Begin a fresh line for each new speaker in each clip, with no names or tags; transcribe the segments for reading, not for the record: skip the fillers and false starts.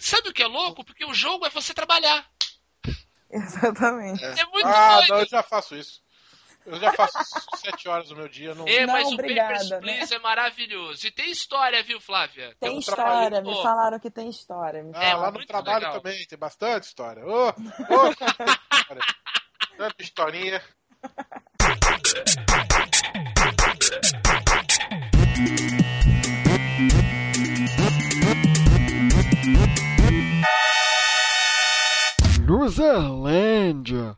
sabe o que é louco? Porque o jogo é você trabalhar.
Exatamente.
É muito doido.
Não, eu já faço isso. Eu já faço 7 horas do meu dia. Não...
Mas
não,
o
obrigada,
Papers, Please é maravilhoso. E tem história, viu, Flávia?
Tem história, me
Oh.
falaram que tem história.
lá no trabalho
legal.
também, tem bastante história. Tanta historinha.
Luzerlândia.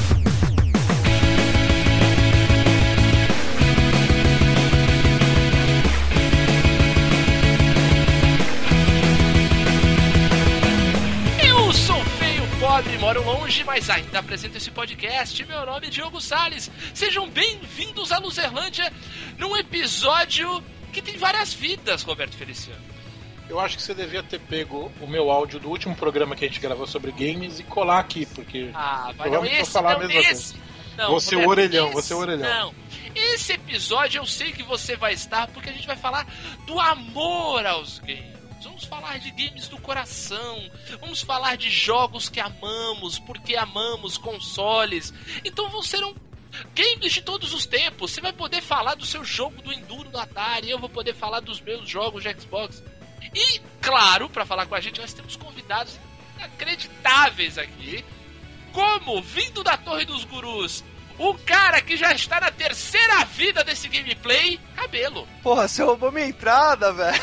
Eu sou feio, pobre, moro longe, mas ainda apresento esse podcast. Meu nome é Diogo Salles. Sejam bem-vindos à Luzerlândia, num episódio que tem várias vidas, Roberto Feliciano.
Eu acho que você devia ter pego o meu áudio do último programa que a gente gravou sobre games e colar aqui, porque
Esse,
falar
não,
a mesma
esse.
coisa.
Não,
Você
Roberto,
o orelhão,
esse,
você o orelhão.
Não, esse episódio eu sei que você vai estar, porque a gente vai falar do amor aos games. Vamos falar de games do coração. Vamos falar de jogos que amamos, porque amamos consoles. Então vão ser games de todos os tempos. Você vai poder falar do seu jogo do Enduro do Atari. Eu vou poder falar dos meus jogos de Xbox. E, claro, para falar com a gente, nós temos convidados inacreditáveis aqui. Como, vindo da Torre dos Gurus, o cara que já está na terceira vida desse gameplay, Cabelo.
Porra, você roubou minha entrada, velho.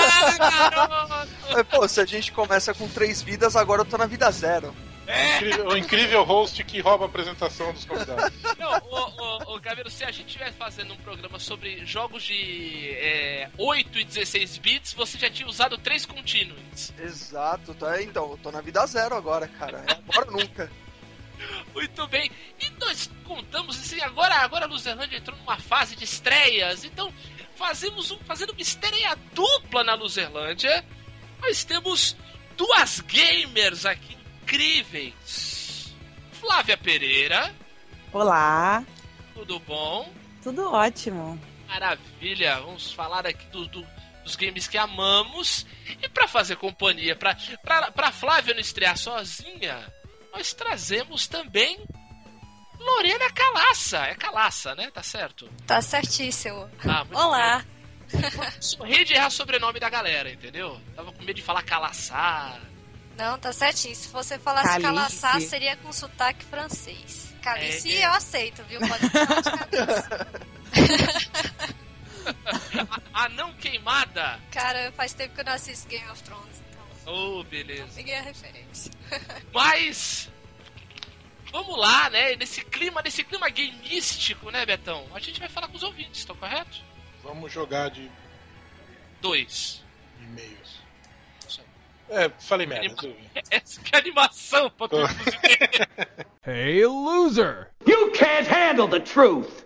Garoto!
Pô, se a gente começa com 3 vidas, agora eu tô na vida 0.
O incrível host que rouba a apresentação dos convidados.
Não, Cabelo, se a gente estiver fazendo um programa sobre jogos de 8 e 16 bits, você já tinha usado 3 continuings.
Exato, tá? Então, eu tô na vida 0 agora, cara. É agora ou nunca.
Muito bem, e nós contamos assim, agora a Luzerlândia entrou numa fase de estreias, então fazendo uma estreia dupla na Luzerlândia. Nós temos 2 gamers aqui incríveis. Flávia Pereira.
Olá.
Tudo bom?
Tudo ótimo.
Maravilha, vamos falar aqui dos games que amamos. E para fazer companhia, pra Flávia não estrear sozinha, nós trazemos também Lorena Calaça. É Calaça, né? Tá certo?
Tá certíssimo.
Olá. Sorri de errar o sobrenome da galera, entendeu? Tava com medo de falar Calaçar.
Não, tá certinho. Se você falasse Calaçar, seria com sotaque francês. Calice eu aceito, viu? Pode falar de cabeça.
A não queimada.
Cara, faz tempo que eu não assisto Game of Thrones.
Oh, beleza.
Peguei a referência.
Mas vamos lá, né? Nesse clima gameístico, né, Betão? A gente vai falar com os ouvintes, tá correto?
Vamos jogar de
2
e-mails. Falei merda.
Que animação pra todos os e-mails.
Hey, loser!
You can't handle the truth!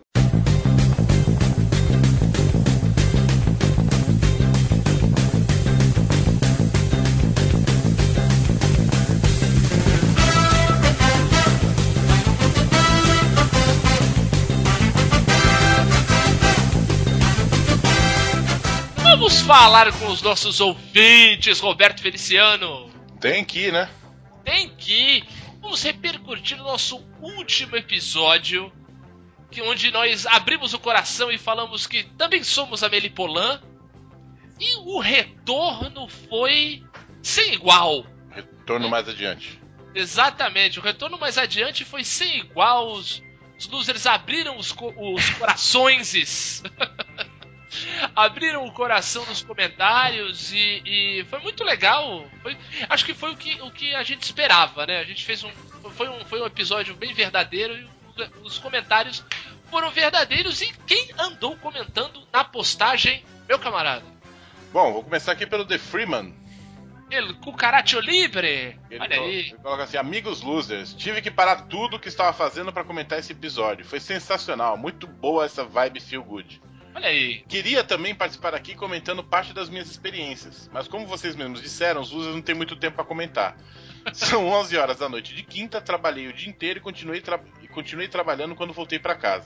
Vamos falar com os nossos ouvintes, Roberto Feliciano.
Tem que ir, né?
Tem que ir. Vamos repercutir o nosso último episódio, onde nós abrimos o coração e falamos que também somos a Melipolan. E o retorno foi sem igual.
Retorno mais adiante.
Exatamente, o retorno mais adiante foi sem igual. Os losers abriram os corações. Abriram o coração nos comentários e foi muito legal. Acho que foi o que a gente esperava, né? A gente fez foi um episódio bem verdadeiro e os comentários foram verdadeiros. E quem andou comentando na postagem, meu camarada?
Bom, vou começar aqui pelo The Freeman.
El Cucaracho Libre. Olha aí.
Ele coloca assim: amigos losers, tive que parar tudo o que estava fazendo para comentar esse episódio. Foi sensacional, muito boa essa vibe feel good.
Olha aí.
Queria também participar aqui comentando parte das minhas experiências, mas como vocês mesmos disseram, os losers não tem muito tempo para comentar. São 11 horas da noite de quinta, trabalhei o dia inteiro e continuei trabalhando quando voltei para casa.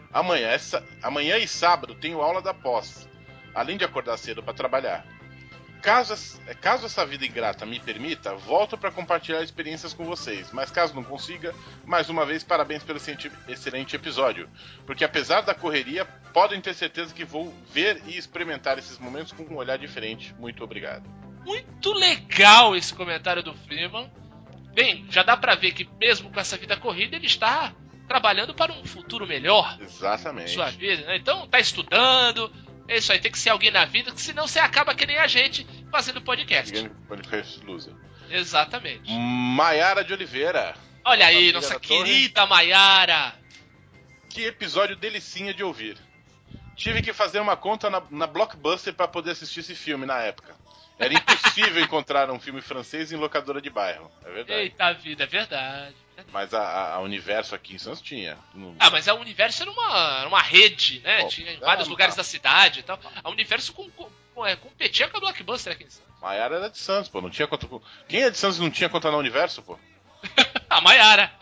Amanhã e sábado tenho aula da pós, além de acordar cedo para trabalhar. Caso essa vida ingrata me permita, volto para compartilhar experiências com vocês. Mas caso não consiga, mais uma vez, parabéns pelo excelente episódio. Porque apesar da correria, podem ter certeza que vou ver e experimentar esses momentos com um olhar diferente. Muito obrigado.
Muito legal esse comentário do Freeman. Bem, já dá pra ver que mesmo com essa vida corrida, ele está trabalhando para um futuro melhor.
Exatamente.
Sua vida, né? Então, tá estudando. É isso aí, tem que ser alguém na vida, que senão você acaba que nem a gente fazendo podcast.
Podcast loser.
Exatamente.
Maiara de Oliveira.
Olha aí, nossa querida Maiara.
Que episódio delicinha de ouvir. Tive que fazer uma conta na Blockbuster para poder assistir esse filme na época. Era impossível encontrar um filme francês em locadora de bairro. É verdade.
Eita vida, é verdade.
Mas a Universo aqui em Santos tinha.
Mas a Universo era uma rede, né? Tinha em vários lugares da cidade e tal. A Universo competia com a Blockbuster aqui em Santos.
Maiara era de Santos, pô. Não tinha conta. Quem é de Santos e não tinha conta na Universo, pô?
A Maiara.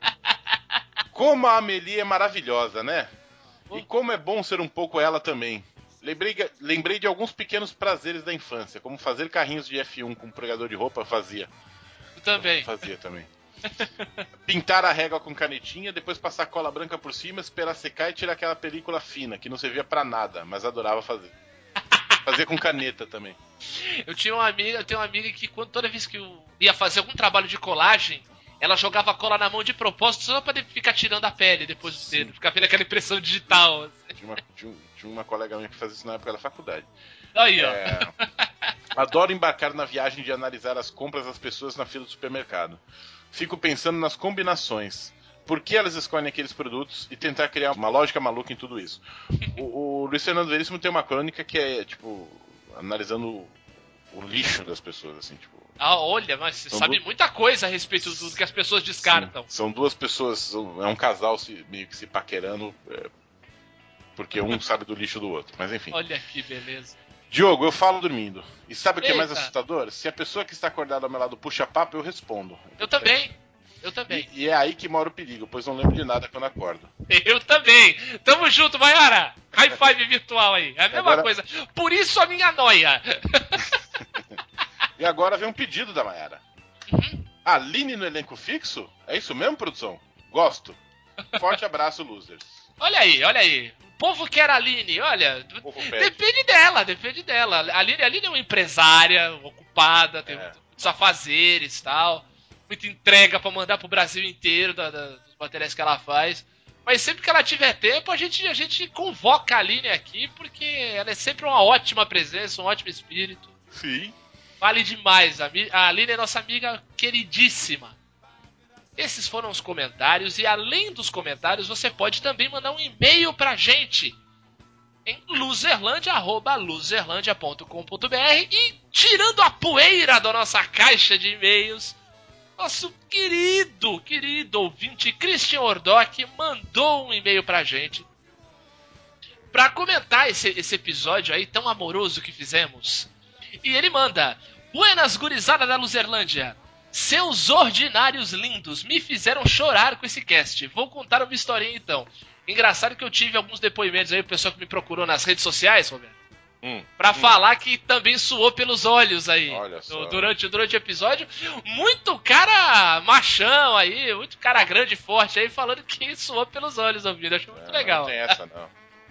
Como a Amelie é maravilhosa, né? E como é bom ser um pouco ela também. Lembrei de alguns pequenos prazeres da infância, como fazer carrinhos de F1 com pregador de roupa, fazia. Fazia também. Pintar a régua com canetinha, depois passar cola branca por cima, esperar secar e tirar aquela película fina, que não servia pra nada, mas adorava fazer. Fazia com caneta também.
Eu tenho uma amiga que toda vez que eu ia fazer algum trabalho de colagem, ela jogava cola na mão de propósito só pra ficar tirando a pele depois do dedo, ficar vendo aquela impressão digital. Assim.
Tinha uma colega minha que fazia isso na época da faculdade.
Aí, ó.
Adoro embarcar na viagem de analisar as compras das pessoas na fila do supermercado. Fico pensando nas combinações. Por que elas escolhem aqueles produtos e tentar criar uma lógica maluca em tudo isso. O Luiz Fernando Veríssimo tem uma crônica que é, tipo, analisando o lixo das pessoas, assim, tipo...
Olha, mas você sabe muita coisa a respeito do que as pessoas descartam.
Sim, são duas pessoas, é um casal meio que se paquerando, porque um sabe do lixo do outro, mas enfim.
Olha que beleza.
Diogo, eu falo dormindo. E sabe o que é mais assustador? Se a pessoa que está acordada ao meu lado puxa papo, eu respondo.
Eu também.
E é aí que mora o perigo, pois não lembro de nada quando acordo.
Eu também. Tamo junto, Maiara. High five virtual aí. É a mesma coisa. Por isso a minha noia.
E agora vem um pedido da Maiara. Aline no elenco fixo? É isso mesmo, produção? Gosto. Forte abraço, losers.
Olha aí. O povo quer a Aline, olha. Depende dela. A Aline é uma empresária ocupada, tem muitos afazeres e tal. Muita entrega pra mandar pro Brasil inteiro dos materiais que ela faz. Mas sempre que ela tiver tempo, a gente convoca a Aline aqui, porque ela é sempre uma ótima presença, um ótimo espírito.
Sim.
Vale demais. A Aline é nossa amiga queridíssima. Esses foram os comentários. E além dos comentários, você pode também mandar um e-mail pra gente em loserlandia@loserlandia.com.br. E tirando a poeira da nossa caixa de e-mails, nosso querido ouvinte Christian Ordock mandou um e-mail pra gente pra comentar esse episódio aí tão amoroso que fizemos. E ele manda: Buenas gurizada da Luzerlândia. Seus ordinários lindos me fizeram chorar com esse cast. Vou contar uma historinha então. Engraçado que eu tive alguns depoimentos aí, o pessoal que me procurou nas redes sociais, Roberto, pra falar que também suou pelos olhos aí.
Olha só.
Durante o episódio. Muito cara machão aí, muito cara grande e forte aí, falando que suou pelos olhos ouvindo. Acho muito legal.
Não tem essa, não.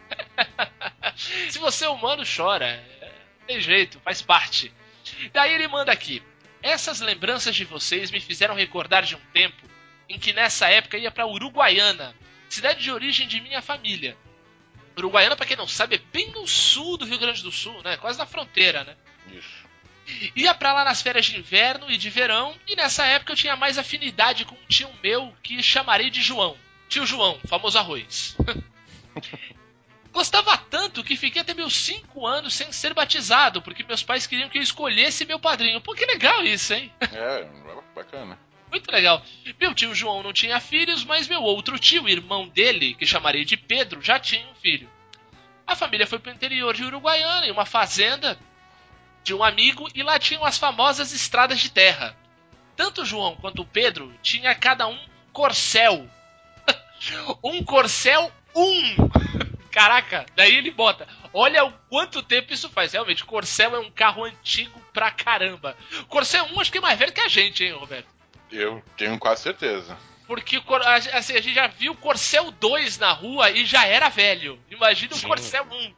Se você é humano, chora. Tem jeito, faz parte. Daí ele manda aqui: essas lembranças de vocês me fizeram recordar de um tempo em que nessa época ia pra Uruguaiana, cidade de origem de minha família. Uruguaiana, pra quem não sabe, é bem no sul do Rio Grande do Sul, né? Quase na fronteira, né?
Isso.
Ia pra lá nas férias de inverno e de verão, e nessa época eu tinha mais afinidade com um tio meu que chamarei de João. Tio João, famoso arroz. Gostava tanto que fiquei até meus 5 anos sem ser batizado, porque meus pais queriam que eu escolhesse meu padrinho. Pô, que legal isso, hein?
Bacana.
Muito legal. Meu tio João não tinha filhos, mas meu outro tio, irmão dele, que chamarei de Pedro, já tinha um filho. A família foi pro interior de Uruguaiana, em uma fazenda de um amigo, e lá tinham as famosas estradas de terra. Tanto o João quanto o Pedro tinha cada um corcel. Um corcel 1. Caraca, daí ele bota. Olha o quanto tempo isso faz. Realmente, Corcel é um carro antigo pra caramba. Corcel 1 acho que é mais velho que a gente, hein, Roberto?
Eu tenho quase certeza.
Porque assim, a gente já viu o Corcel 2 na rua e já era velho. Imagina o Corcel 1.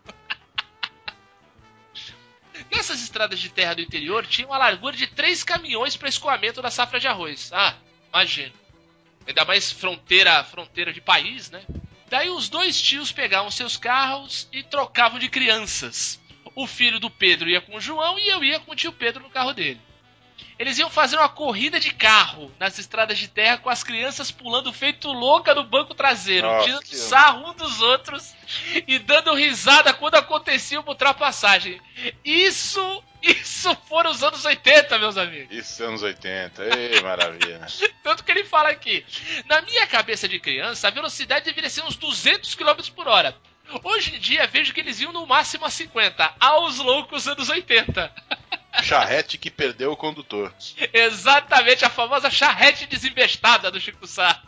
Nessas estradas de terra do interior, tinha uma largura de 3 caminhões para escoamento da safra de arroz. Ah, imagina. Ainda mais fronteira de país, né? Daí os dois tios pegavam seus carros e trocavam de crianças. O filho do Pedro ia com o João e eu ia com o tio Pedro no carro dele. Eles iam fazer uma corrida de carro nas estradas de terra com as crianças pulando feito louca no banco traseiro, tirando sarro um dos outros e dando risada quando acontecia uma ultrapassagem. Isso foram os anos 80, meus amigos.
Isso, anos 80. Ei, maravilha.
Tanto que ele fala aqui. Na minha cabeça de criança, a velocidade deveria ser uns 200 km por hora. Hoje em dia, vejo que eles iam no máximo a 50. Aos loucos anos 80.
Charrete que perdeu o condutor.
Exatamente, a famosa charrete desinvestada do Chico Sá.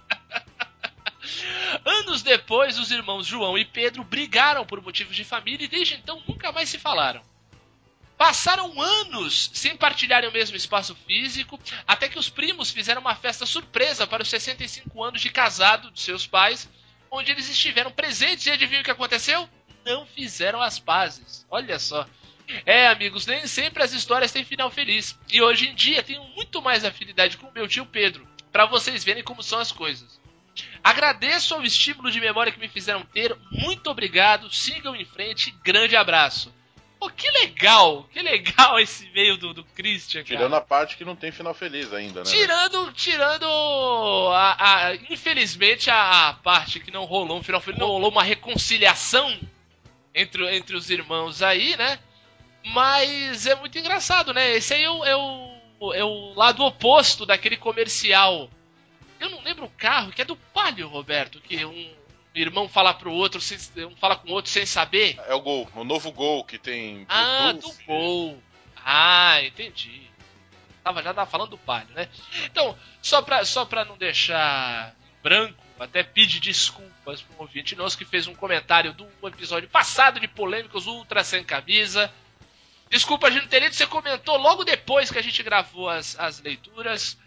Anos depois, os irmãos João e Pedro brigaram por motivos de família e desde então nunca mais se falaram. Passaram anos sem partilharem o mesmo espaço físico, até que os primos fizeram uma festa surpresa para os 65 anos de casado de seus pais, onde eles estiveram presentes e adivinha o que aconteceu? Não fizeram as pazes. Olha só. Amigos, nem sempre as histórias têm final feliz. E hoje em dia tenho muito mais afinidade com o meu tio Pedro, para vocês verem como são as coisas. Agradeço ao estímulo de memória que me fizeram ter. Muito obrigado, sigam em frente, grande abraço. Pô, que legal esse e-mail do Christian, cara.
Tirando a parte que não tem final feliz ainda, né?
Tirando infelizmente a parte que não rolou um final feliz, não rolou uma reconciliação entre os irmãos aí, né? Mas é muito engraçado, né? Esse aí é o lado oposto daquele comercial. Eu não lembro o carro, que é do Palio, Roberto, que um irmão fala pro outro, um fala com o outro sem saber.
É o Gol, o novo Gol que tem...
do Gol. Ah, entendi. Já tava falando do Palio, né? Então, só pra não deixar branco, até pedir desculpas pro ouvinte nosso que fez um comentário do episódio passado de Polêmicos Ultra Sem Camisa. Desculpa a gente não ter lido, você comentou logo depois que a gente gravou as leituras.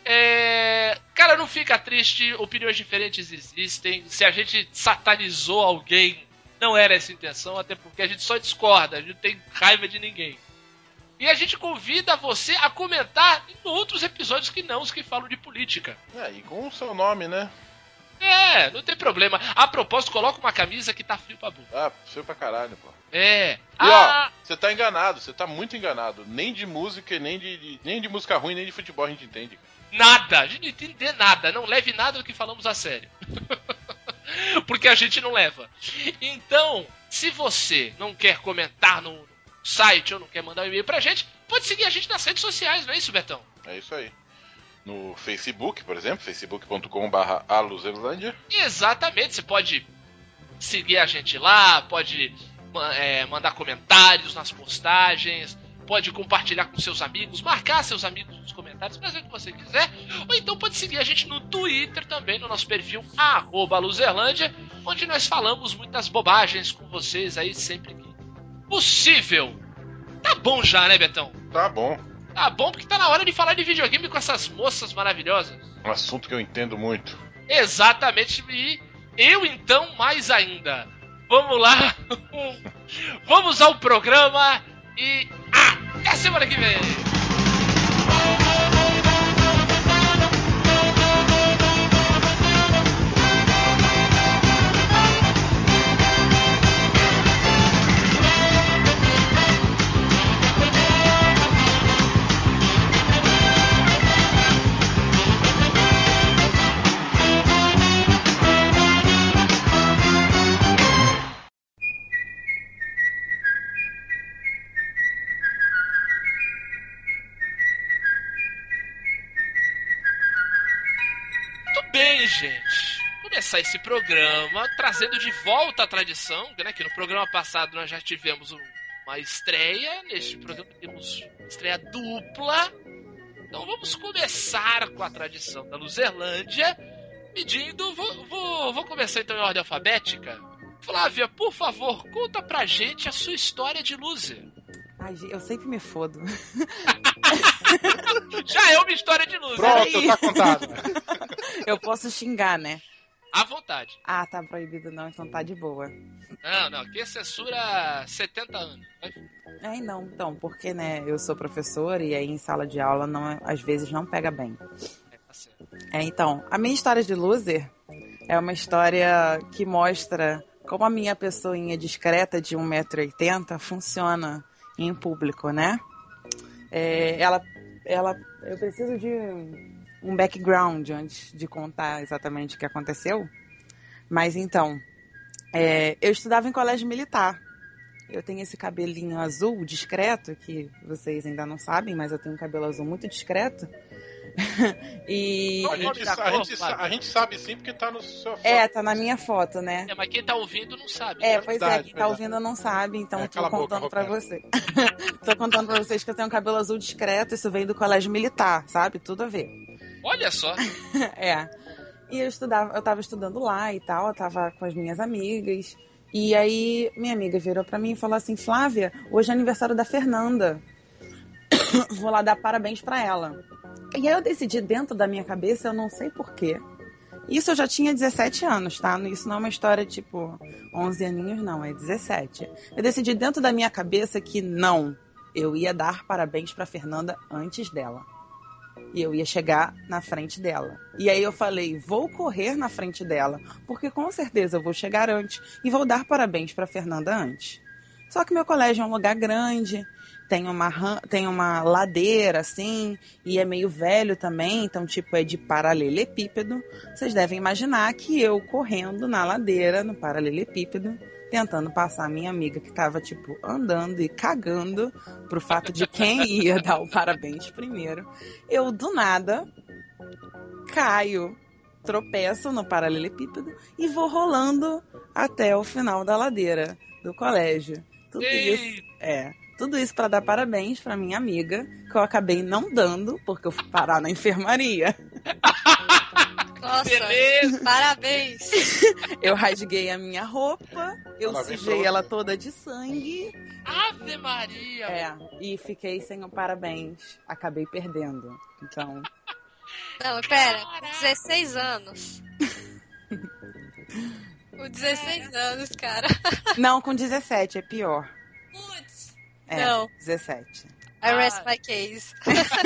Cara, não fica triste, opiniões diferentes existem. Se a gente satanizou alguém, não era essa a intenção, até porque a gente só discorda, a gente não tem raiva de ninguém. E a gente convida você a comentar em outros episódios que não os que falam de política.
E com o seu nome, né?
Não tem problema. A propósito, coloca uma camisa que tá frio pra burro.
Frio pra caralho, pô.
E
você tá enganado, você tá muito enganado. Nem de música, nem de música ruim, nem de futebol a gente entende.
Nada, a gente não entende nada. Não leve nada do que falamos a sério. Porque a gente não leva. Então, se você não quer comentar no site ou não quer mandar um e-mail pra gente, pode seguir a gente nas redes sociais, não é isso, Betão?
É isso aí. No Facebook, por exemplo, facebook.com/aluzerlândia.
Exatamente, você pode seguir a gente lá, pode mandar comentários nas postagens, pode compartilhar com seus amigos, marcar seus amigos nos comentários, fazer o que você quiser, ou então pode seguir a gente no Twitter também, no nosso perfil @luzerlândia, onde nós falamos muitas bobagens com vocês aí sempre que possível. Tá bom já, né, Betão?
Tá bom.
Tá bom, porque tá na hora de falar de videogame com essas moças maravilhosas.
Um assunto que eu entendo muito.
Exatamente, e eu então mais ainda. Vamos lá, vamos ao programa e até semana que vem. Bem, gente, começar esse programa trazendo de volta a tradição, né? Que no programa passado nós já tivemos uma estreia, neste programa temos estreia dupla. Então vamos começar com a tradição da Luzerlândia, pedindo. Vou começar então em ordem alfabética. Flávia, por favor, conta pra gente a sua história de loser.
Ai, eu sempre me fodo.
Já é uma história de loser.
Pronto, tá contado.
Eu posso xingar, né?
À vontade.
Ah, tá proibido não, então tá de boa.
Não, aqui é censura 70 anos.
Não, então, porque, né, eu sou professora e aí em sala de aula às vezes não pega bem.
Tá certo.
Então, a minha história de loser é uma história que mostra como a minha pessoinha discreta de 1,80 m funciona em público, né? Eu preciso de um background antes de contar exatamente o que aconteceu. Mas então, eu estudava em colégio militar. Eu tenho esse cabelinho azul discreto, que vocês ainda não sabem, mas eu tenho um cabelo azul muito discreto. E
a gente sabe sim, porque tá no seu foto.
Tá na minha foto, né?
Mas quem tá ouvindo não sabe.
Quem tá ouvindo não sabe, então tô contando pra você. Tô contando pra vocês que eu tenho um cabelo azul discreto, isso vem do colégio militar, sabe? Tudo a ver.
Olha só.
E eu tava estudando lá e tal, eu tava com as minhas amigas, e aí minha amiga virou pra mim e falou assim: Flávia, hoje é aniversário da Fernanda. Vou lá dar parabéns pra ela. E aí eu decidi dentro da minha cabeça, eu não sei porquê. Isso eu já tinha 17 anos, tá? Isso não é uma história tipo 11 aninhos, não, é 17. Eu decidi dentro da minha cabeça que não, eu ia dar parabéns pra Fernanda antes dela. E eu ia chegar na frente dela. E aí eu falei, vou correr na frente dela, porque com certeza eu vou chegar antes e vou dar parabéns pra Fernanda antes. Só que meu colégio é um lugar grande, tem uma ladeira, assim, e é meio velho também, então, tipo, é de paralelepípedo. Vocês devem imaginar que eu correndo na ladeira, no paralelepípedo, tentando passar a minha amiga que tava, tipo, andando e cagando pro fato de quem ia dar o parabéns primeiro. Eu, do nada, caio, tropeço no paralelepípedo e vou rolando até o final da ladeira do colégio. Tudo isso para dar parabéns para minha amiga, que eu acabei não dando, porque eu fui parar na enfermaria.
Nossa,
beleza.
Parabéns!
Eu rasguei a minha roupa, eu sujei ela toda de sangue.
Ave Maria!
E fiquei sem o parabéns. Acabei perdendo. Então.
Não, pera, com 16 anos. Com 16 anos, cara.
Não, com 17, é pior.
Putz!
Não. 17.
I rest my case.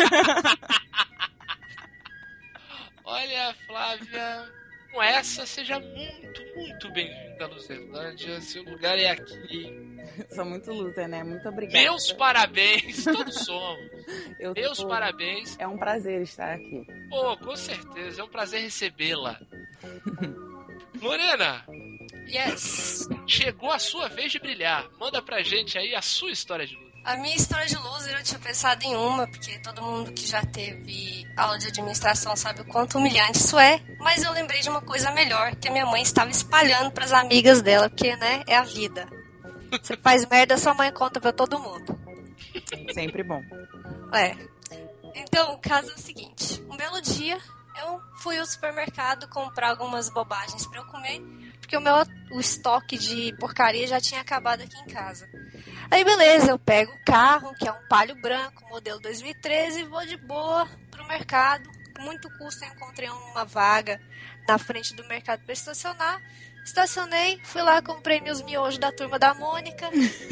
Olha, Flávia, com essa, seja muito, muito bem-vinda à Luzerlândia. Seu lugar é aqui.
Sou muito loser, né? Muito obrigada.
Meus parabéns, todos somos. Meus parabéns.
É um prazer estar aqui.
Pô, com certeza, é um prazer recebê-la. Lorena!
Yes!
Chegou a sua vez de brilhar. Manda pra gente aí a sua história de luz.
A minha história de loser eu tinha pensado em uma, porque todo mundo que já teve aula de administração sabe o quanto humilhante isso é, mas eu lembrei de uma coisa melhor, que a minha mãe estava espalhando pras amigas dela, porque, né, é a vida. Você faz merda, sua mãe conta pra todo mundo.
Sempre bom.
Então, o caso é o seguinte, um belo dia eu fui ao supermercado comprar algumas bobagens pra eu comer, porque o estoque de porcaria já tinha acabado aqui em casa. Aí beleza, eu pego o carro, que é um Palio branco, modelo 2013, e vou de boa pro mercado. Com muito custo eu encontrei uma vaga na frente do mercado para estacionar. Estacionei, fui lá, comprei meus miojos da Turma da Mônica.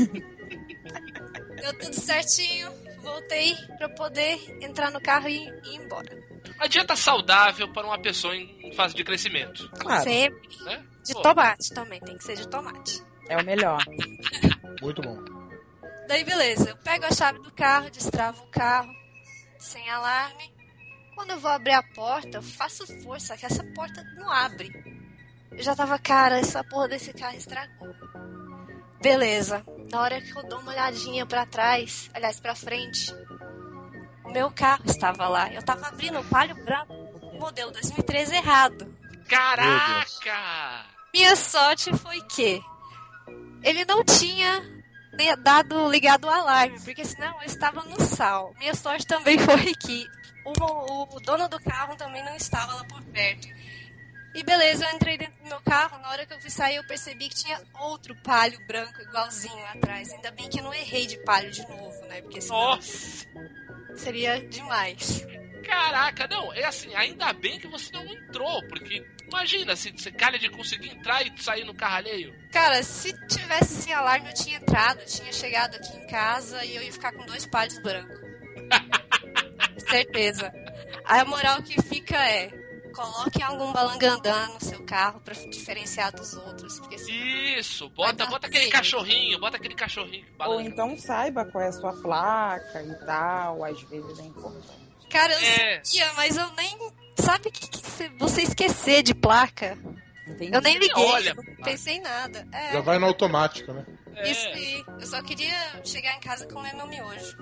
Deu tudo certinho, voltei para poder entrar no carro e ir embora.
Uma dieta saudável para uma pessoa em fase de crescimento.
Claro.
Sempre.
Né?
De tomate também, tem que ser de tomate.
É o melhor.
Muito bom.
Daí beleza, eu pego a chave do carro, destravo o carro, sem alarme. Quando eu vou abrir a porta, eu faço força, que essa porta não abre. Eu já tava, cara, essa porra desse carro estragou. Beleza, na hora que eu dou uma olhadinha pra trás, aliás, pra frente, o meu carro estava lá. Eu tava abrindo o Palio branco, modelo 2013 errado.
Caraca!
Minha sorte foi que ele não tinha ligado o alarme, porque senão eu estava no sal. Minha sorte também foi que o dono do carro também não estava lá por perto. E beleza, eu entrei dentro do meu carro, na hora que eu fui sair eu percebi que tinha outro Palio branco igualzinho atrás. Ainda bem que eu não errei de Palio de novo, né? Porque senão
Nossa!
seria demais.
Caraca, não, é assim, ainda bem que você não entrou, porque imagina se você calha de conseguir entrar e sair no carro alheio.
Cara, se tivesse sem alarme eu tinha entrado, eu tinha chegado aqui em casa e eu ia ficar com 2 Palios brancos. Certeza. Aí a moral que fica é: coloque algum balangandã no seu carro pra diferenciar dos outros. Porque
Isso, bota aquele cachorrinho,
Ou
balangando.
então saiba qual é a sua placa e tal, às vezes é importante.
Cara, eu sabia, mas eu nem... Sabe que você esquecer de placa?
Entendi.
Eu nem liguei,
Olha,
não pensei em nada.
Já vai no automático, né?
Isso aí. Eu só queria chegar em casa e comer meu miojo.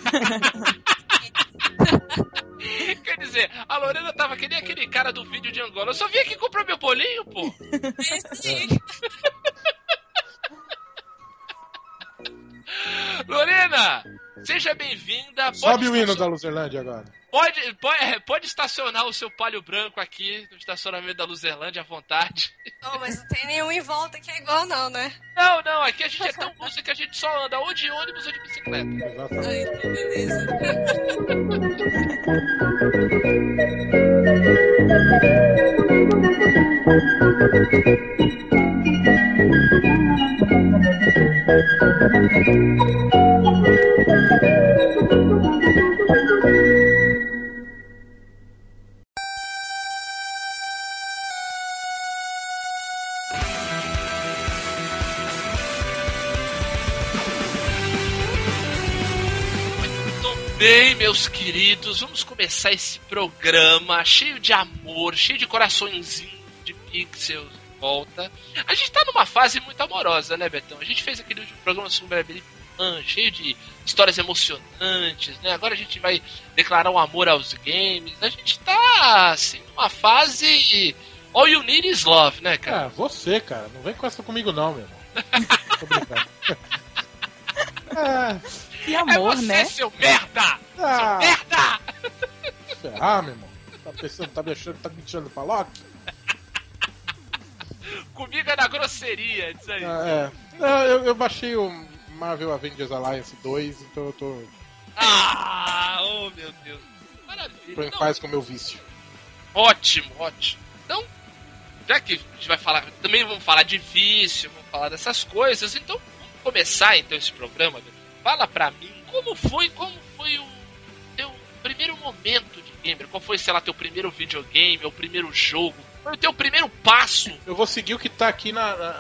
Quer dizer, a Lorena tava que nem aquele cara do vídeo de Angola. Eu só vim aqui comprar meu bolinho, pô.
Isso aí.
Lorena, seja bem-vinda.
Sobe o hino da Luzerlândia agora.
Pode estacionar o seu Palio branco aqui no estacionamento da Luzerlândia à vontade.
Não, mas não tem nenhum em volta que é igual não, né?
Não, aqui a gente é tão lúcido que a gente só anda ou de ônibus ou de bicicleta.
Exatamente.
Ah, então beleza.
Bem, meus queridos, vamos começar esse programa cheio de amor, cheio de coraçõezinhos, de pixels em volta. A gente tá numa fase muito amorosa, né, Betão? A gente fez aquele último programa sobre a Baby Fan, cheio de histórias emocionantes, né? Agora a gente vai declarar um amor aos games. A gente tá, assim, numa fase all you need is love, né, cara?
Ah, você, cara. Não vem com essa comigo não, meu irmão. Tô brincando.
Que amor,
é você,
né?
seu merda!
Ah,
Seu merda!
ferrar, meu irmão. Tá pensando, tá me achando, tá me tirando pra Loki?
Comigo é na grosseria, diz aí.
Não, eu baixei o Marvel Avengers Alliance 2, então eu tô
Oh meu Deus. Maravilha.
em
Não,
paz com o meu vício.
ótimo. Então, já que a gente vai falar, também vamos falar de vício, vamos falar dessas coisas, então vamos começar então esse programa. Fala pra mim, como foi o teu primeiro momento de gamer? Qual foi, sei lá, teu primeiro videogame, o primeiro jogo? Foi o teu primeiro passo?
Eu vou seguir o que tá aqui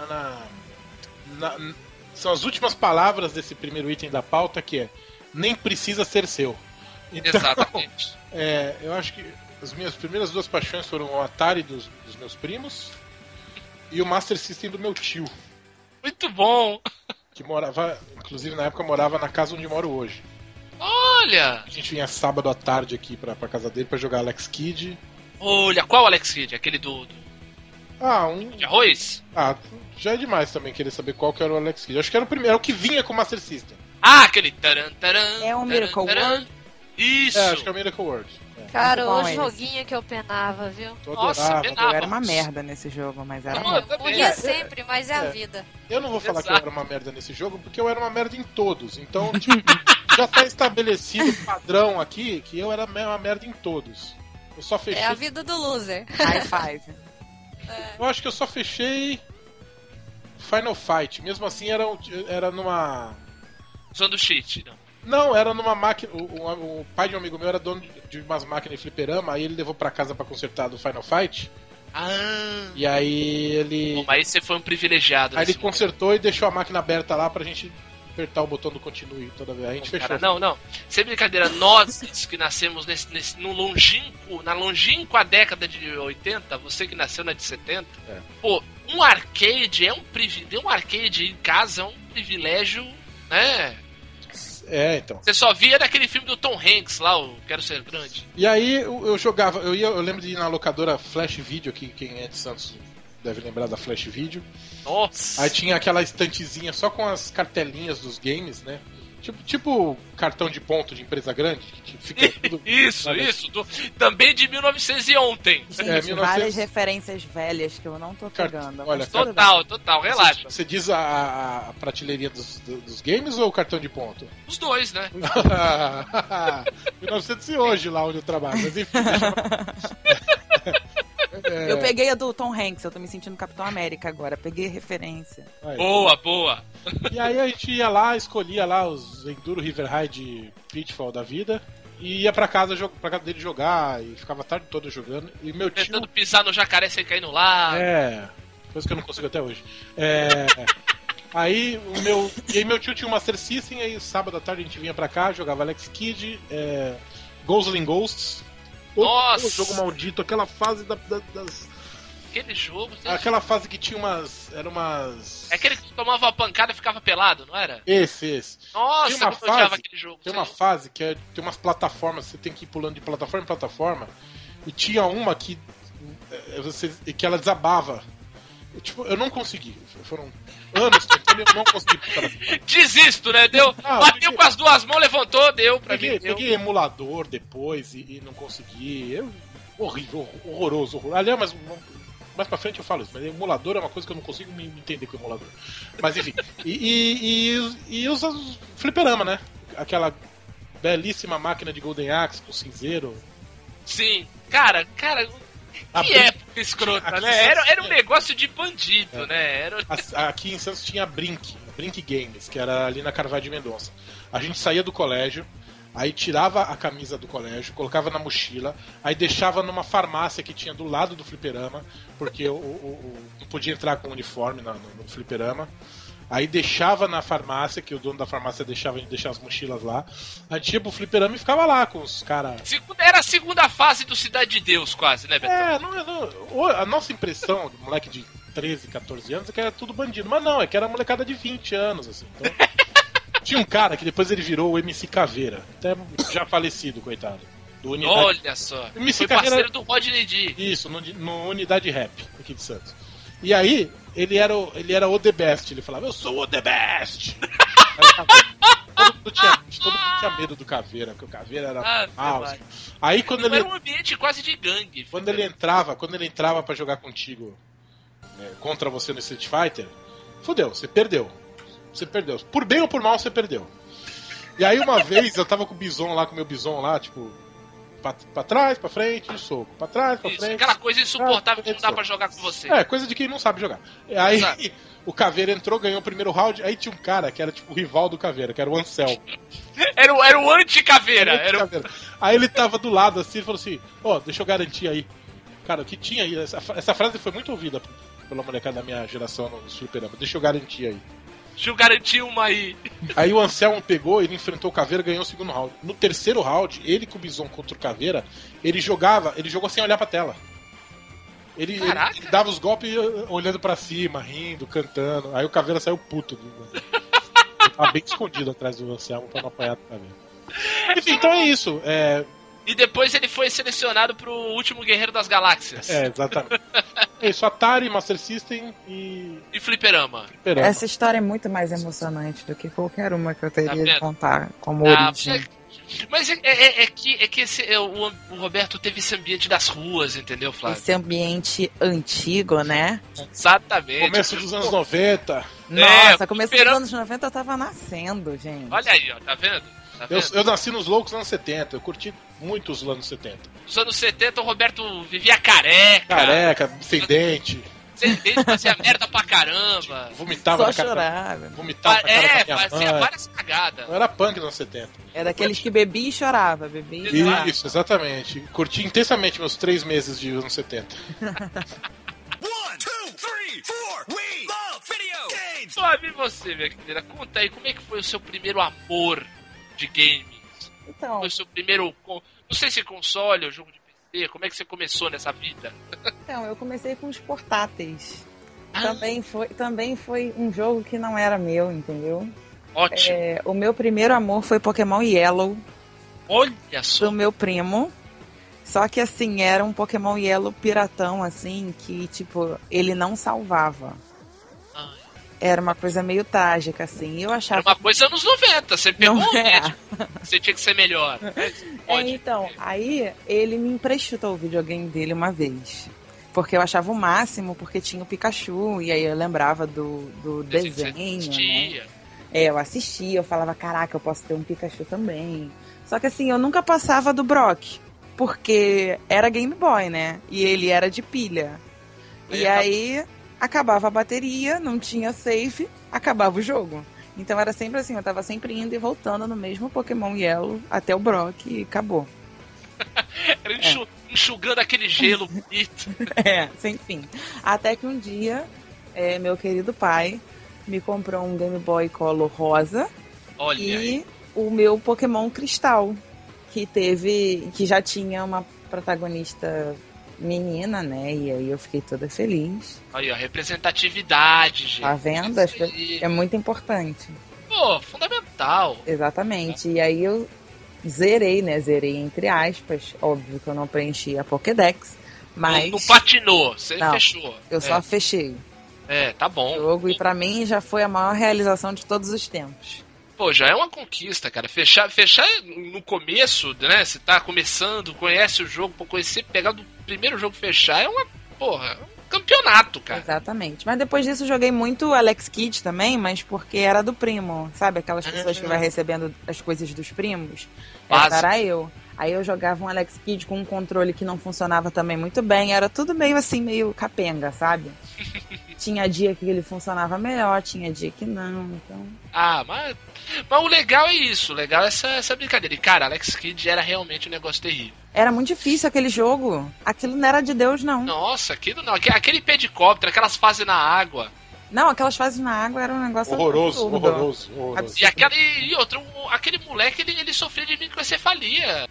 são as últimas palavras desse primeiro item da pauta, que é: nem precisa ser seu. Então,
Exatamente.
eu acho que as minhas primeiras 2 paixões foram o Atari dos meus primos e o Master System do meu tio,
Muito bom.
que morava, inclusive na época morava na casa onde moro hoje.
Olha,
A gente vinha sábado à tarde aqui pra casa dele pra jogar Alex Kidd.
qual Alex Kidd? Aquele do de arroz?
Já é demais também querer saber qual que era o Alex Kidd. Acho que era o primeiro, era o que vinha com o Master System.
Aquele taran.
É o Miracle World?
Isso.
Acho que é o Miracle World.
Cara,
Muito bom
o
esse.
joguinho que eu penava, viu?
Eu
Nossa,
adorava.
penava.
Eu era uma merda nesse jogo, mas era
Não,
bom.
eu também.
Morria sempre, mas é a
É.
vida.
Eu não vou falar que eu
Exato.
era uma merda nesse jogo, porque eu era uma merda em todos. Então, tipo, já tá estabelecido o padrão aqui que eu era uma merda em todos. Eu só fechei.
É a vida do loser.
High five.
Eu acho que eu só fechei Final Fight. Mesmo assim, era numa.
Usando cheat, não.
Não, era numa máquina. O pai de um amigo meu era dono de umas máquinas de fliperama, aí ele levou pra casa pra consertar do Final Fight. E aí ele.
Bom, mas você foi um privilegiado.
Aí ele
nesse momento.
consertou e deixou a máquina aberta lá pra gente apertar o botão do continue toda vez. A gente fechou.
Cara, não. Sem brincadeira, nós que nascemos na longínqua década de 80, você que nasceu na de 70, pô, um arcade um arcade em casa é um privilégio, né?
Então.
Você só via naquele filme do Tom Hanks lá, o Quero Ser Grande.
E aí eu jogava, eu lembro de ir na locadora Flash Video, que quem é de Santos deve lembrar da Flash Video.
Nossa!
Aí tinha aquela estantezinha só com as cartelinhas dos games, né? Tipo cartão de ponto de empresa grande, que fica tudo...
Isso. Também de 1900 e ontem.
Gente,
1900...
várias referências velhas que eu não tô pegando.
Olha,
Total, relaxa.
Você diz a prateleirinha dos games ou o cartão de ponto?
Os dois, né?
1900 e hoje, lá onde eu trabalho. Mas enfim,
Eu peguei a do Tom Hanks, eu tô me sentindo Capitão América agora, peguei referência.
Aí.
Boa.
E aí a gente ia lá, escolhia lá os Enduro River Ride Pitfall da vida e ia pra casa dele jogar e ficava a tarde toda jogando. E meu tio...
Tentando pisar no jacaré sem cair no lago.
Coisa que eu não consigo até hoje. Aí meu tio tinha um Master System, aí sábado à tarde a gente vinha pra cá, jogava Alex Kidd, Ghostling Ghosts.
Nossa!
O jogo maldito, aquela fase das...
Aquele jogo...
Aquela fase que tinha umas...
É aquele que tomava uma pancada e ficava pelado, não era?
Esse.
Nossa, como eu odiava aquele jogo.
Tem uma fase que tem umas plataformas, você tem que ir pulando de plataforma em plataforma, e tinha uma que ela desabava. Eu não consegui. Foram anos tentando e eu não consegui.
Desisto, né? Bateu com as duas mãos, levantou, deu pra mim.
Peguei emulador depois e não consegui. Horrível, horroroso. Aliás, mas mais pra frente eu falo isso, mas emulador é uma coisa que eu não consigo me entender com emulador. Mas enfim. E usa os fliperama, né? Aquela belíssima máquina de Golden Axe com cinzeiro.
Sim, cara. Que época escrota, né? Era um negócio de bandido, né?
Aqui em Santos tinha a Brink Games, que era ali na Carvalho de Mendonça. A gente saía do colégio, aí tirava a camisa do colégio, colocava na mochila, aí deixava numa farmácia que tinha do lado do fliperama, porque não podia entrar com uniforme no fliperama. Aí deixava na farmácia, que o dono da farmácia deixava a gente deixar as mochilas lá. A gente ia pro fliperama e ficava lá com os caras.
Era a segunda fase do Cidade de Deus, quase, né, Betão?
A nossa impressão do moleque de 13, 14 anos é que era tudo bandido. Mas não, é que era molecada de 20 anos, assim. Então, tinha um cara que depois ele virou o MC Caveira. Até já falecido, coitado.
Olha só.
MC
Foi parceiro do Rodney D.
Isso, no Unidade Rap, aqui de Santos. E aí, ele era o The Best. Ele falava, eu sou o The Best! Todo mundo tinha medo do Caveira, porque o Caveira era mouse. Aí quando ele...
Era um ambiente quase de gangue.
Quando ele entrava pra jogar contigo, contra você no Street Fighter, fodeu, você perdeu. Por bem ou por mal, você perdeu. E aí uma vez eu tava com o Bison lá, com o meu Bison lá, tipo... Pra trás, pra frente, soco. Pra trás, pra frente.
Aquela coisa insuportável que não dá pra jogar com você.
Coisa de quem não sabe jogar. Aí o Caveira entrou, ganhou o primeiro round. Aí tinha um cara que era tipo o rival do Caveira, que era o Ansel.
Era o anti-Caveira.
Aí ele tava do lado assim e falou assim: deixa eu garantir aí. Cara, o que tinha aí? Essa frase foi muito ouvida pela molecada da minha geração no fliperama. Deixa eu garantir aí.
Deixa eu garantir uma aí.
Aí o Anselmo pegou, ele enfrentou o Caveira e ganhou o segundo round. No terceiro round, ele com o Bison contra o Caveira, ele jogou sem olhar pra tela. Ele dava os golpes olhando pra cima, rindo, cantando. Aí o Caveira saiu puto. Ele tava bem escondido atrás do Anselmo pra não apanhar do Caveira. Enfim, então é isso.
E depois ele foi selecionado pro último Guerreiro das Galáxias.
Exatamente. É isso, Atari, Master System e
Fliperama.
Essa história é muito mais emocionante do que qualquer uma que eu teria de contar como origem.
Mas o Roberto teve esse ambiente das ruas, entendeu, Flávio?
Esse ambiente antigo, né?
Exatamente.
Começo dos anos 90.
Nossa, começo dos anos 90 eu tava nascendo, gente.
Olha aí, ó, tá vendo?
Eu nasci nos loucos anos 70, eu curti muito os anos 70.
Nos anos 70 o Roberto vivia careca,
sem dente.
Sem dente, fazia merda pra caramba.
Vomitava
Só chorava.
Vomitava na cara da minha
fazia
mãe.
várias cagadas.
Eu era punk nos anos 70.
Era aqueles que bebia e chorava,
Isso, exatamente. Curti intensamente meus 3 meses de anos 70.
1, 2, 3, 4, we love video games!
Suave, você, minha querida, conta aí, como é que foi o seu primeiro amor de games?
Então...
Foi o seu primeiro, não sei se console ou jogo de PC, como é que você começou nessa vida?
Então, eu comecei com os portáteis. Também foi um jogo que não era meu, entendeu?
Ótimo.
O meu primeiro amor foi Pokémon Yellow.
Olha só.
Do meu primo. Só que assim, era um Pokémon Yellow piratão, assim, que tipo, ele não salvava. Era uma coisa meio trágica, assim. Eu achava.
Era uma coisa anos 90, você pegou
Não
um
é.
médico. Você tinha que ser melhor. Pode.
Então, aí ele me emprestou o videogame dele uma vez. Porque eu achava o máximo, porque tinha o Pikachu, e aí eu lembrava do desenho, né? Eu assistia, eu falava, caraca, eu posso ter um Pikachu também. Só que assim, eu nunca passava do Brock, porque era Game Boy, né? E ele era de pilha. E aí acabava a bateria, não tinha save, acabava o jogo. Então era sempre assim, eu tava sempre indo e voltando no mesmo Pokémon Yellow até o Brock e acabou.
Era enxugando aquele gelo bonito.
Sem fim. Até que um dia, meu querido pai me comprou um Game Boy Color rosa.
Olha
e
aí.
O meu Pokémon Cristal, que já tinha uma protagonista menina, né? E aí eu fiquei toda feliz.
Aí, ó, representatividade, gente.
Tá vendo? É muito importante.
Pô, fundamental.
Exatamente. E aí eu zerei, né? Zerei entre aspas. Óbvio que eu não preenchi a Pokédex, mas...
Não patinou, você
não,
fechou.
Eu só fechei.
Tá bom.
O jogo, e pra mim já foi a maior realização de todos os tempos.
Pô, já é uma conquista, cara. Fechar no começo, né? Você tá começando, conhece o jogo, pra conhecer, pegar do primeiro jogo e fechar, é uma, porra, um campeonato, cara.
Exatamente. Mas depois disso eu joguei muito Alex Kidd também, mas porque era do primo, sabe? Aquelas pessoas que vai recebendo as coisas dos primos. Essa era eu. Aí eu jogava um Alex Kidd com um controle que não funcionava também muito bem. Era tudo meio assim, meio capenga, sabe? Tinha dia que ele funcionava melhor, tinha dia que não, então...
Mas o legal é isso, o legal é essa brincadeira. E, cara, Alex Kidd era realmente um negócio terrível.
Era muito difícil aquele jogo. Aquilo não era de Deus, não.
Nossa, aquilo não. Aquele pé de helicóptero, aquelas fases na água.
Não, aquelas fases na água era um negócio
horroroso.
E aquele moleque, ele sofria de microcefalia.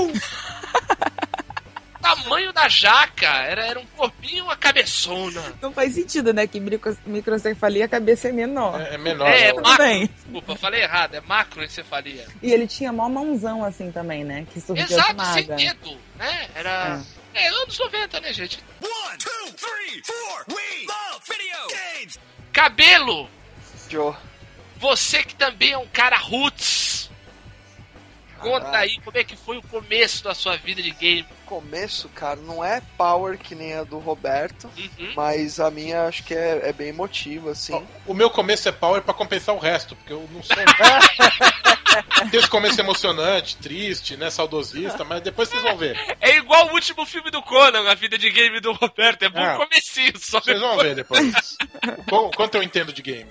Tamanho da jaca, era um corpinho, uma cabeçona.
Não faz sentido, né? Que microcefalia, a cabeça é menor.
É menor.
Desculpa, eu falei errado, é macroencefalia.
E ele tinha mó mãozão assim também, né? Que surgia
Exato,
do nada.
sem dedo, né? Era... anos 90, né, gente?
1, 2, 3, 4, we love video games!
Cabelo!
Joe.
Você que também é um cara roots. Conta aí como é que foi o começo da sua vida de game.
Começo, cara, não é power que nem a do Roberto, mas a minha acho que é bem emotiva, assim.
O meu começo é power pra compensar o resto, porque eu não sou... Tem esse começo emocionante, triste, né, saudosista, mas depois vocês vão ver.
É igual o último filme do Conan, a vida de game do Roberto, é bom comecinho só.
Vocês vão ver depois. Quanto eu entendo de game.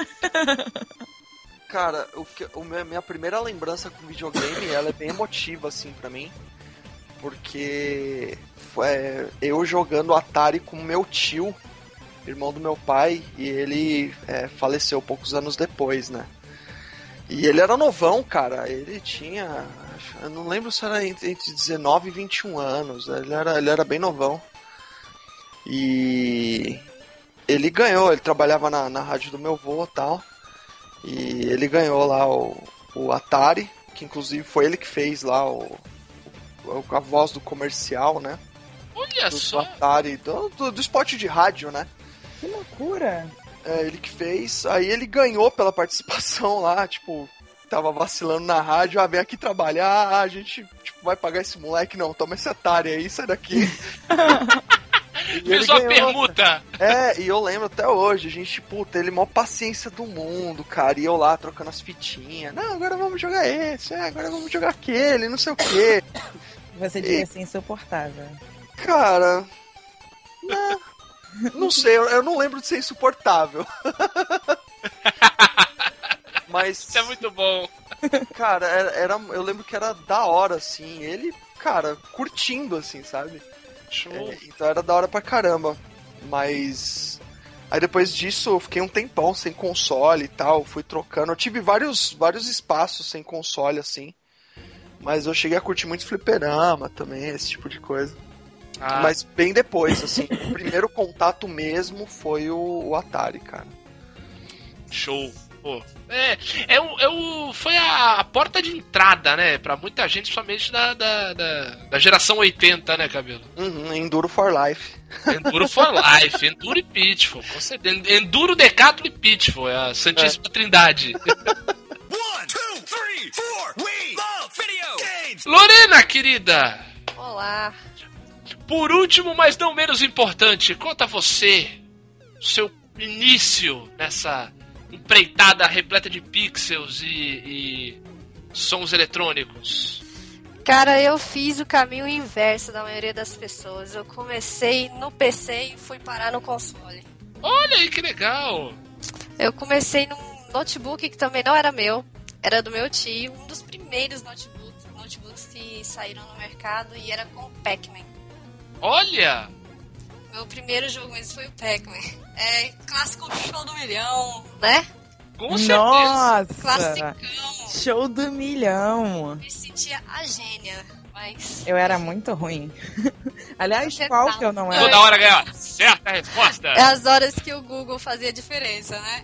Cara, minha primeira lembrança com videogame, ela é bem emotiva, assim, pra mim. Porque eu jogando Atari com meu tio, irmão do meu pai, e ele faleceu poucos anos depois, né? E ele era novão, cara. Ele tinha... Eu não lembro se era entre 19 e 21 anos. Ele era bem novão. E... ele ganhou. Ele trabalhava na rádio do meu avô e tal. E ele ganhou lá o Atari, que inclusive foi ele que fez lá a voz do comercial, né?
Olha só!
Do Atari, do spot de rádio, né?
Que loucura!
Ele que fez, aí ele ganhou pela participação lá, tipo, tava vacilando na rádio, vem aqui trabalhar, a gente vai pagar esse moleque, não, toma esse Atari aí, sai daqui.
Fez uma permuta.
E eu lembro até hoje, a gente, ele maior paciência do mundo, cara, e eu lá trocando as fitinhas, não, agora vamos jogar esse, agora vamos jogar aquele, não sei o quê.
Você devia ser insuportável.
Cara, não sei, eu não lembro de ser insuportável. Mas...
isso é muito bom.
Cara, eu lembro que era da hora, assim, ele, cara, curtindo, assim, sabe?
Show.
Então era da hora pra caramba. Mas... aí depois disso eu fiquei um tempão sem console e tal, fui trocando. Eu tive vários espaços sem console, assim. Mas eu cheguei a curtir muito fliperama também, esse tipo de coisa. Mas bem depois, assim, o primeiro contato mesmo foi o Atari, cara.
Show. Pô, foi a porta de entrada, né? Pra muita gente, principalmente da geração 80, né, Cabelo?
Enduro for Life.
Enduro for Life, Enduro e Pitfall. Com certeza. Enduro, Decathlon e Pitfall, é a Santíssima Trindade.
1, 2, 3, 4, we love video games!
Lorena, querida!
Olá.
Por último, mas não menos importante, conta você o seu início nessa empreitada repleta de pixels e sons eletrônicos.
Cara, eu fiz o caminho inverso da maioria das pessoas. Eu comecei no PC e fui parar no console.
Olha aí que legal!
Eu comecei num notebook que também não era meu, era do meu tio, um dos primeiros notebooks que saíram no mercado e era com o Pac-Man.
Olha!
Meu primeiro jogo mesmo foi o Pac-Man. É clássico show do milhão, né?
Com certeza!
Nossa!
Classicão.
Show do milhão!
Me sentia a gênia, mas...
Eu era muito ruim. Aliás,
Você
qual
tá.
que eu não
Toda
era?
hora ganhar certa resposta!
É as horas que o Google fazia diferença, né?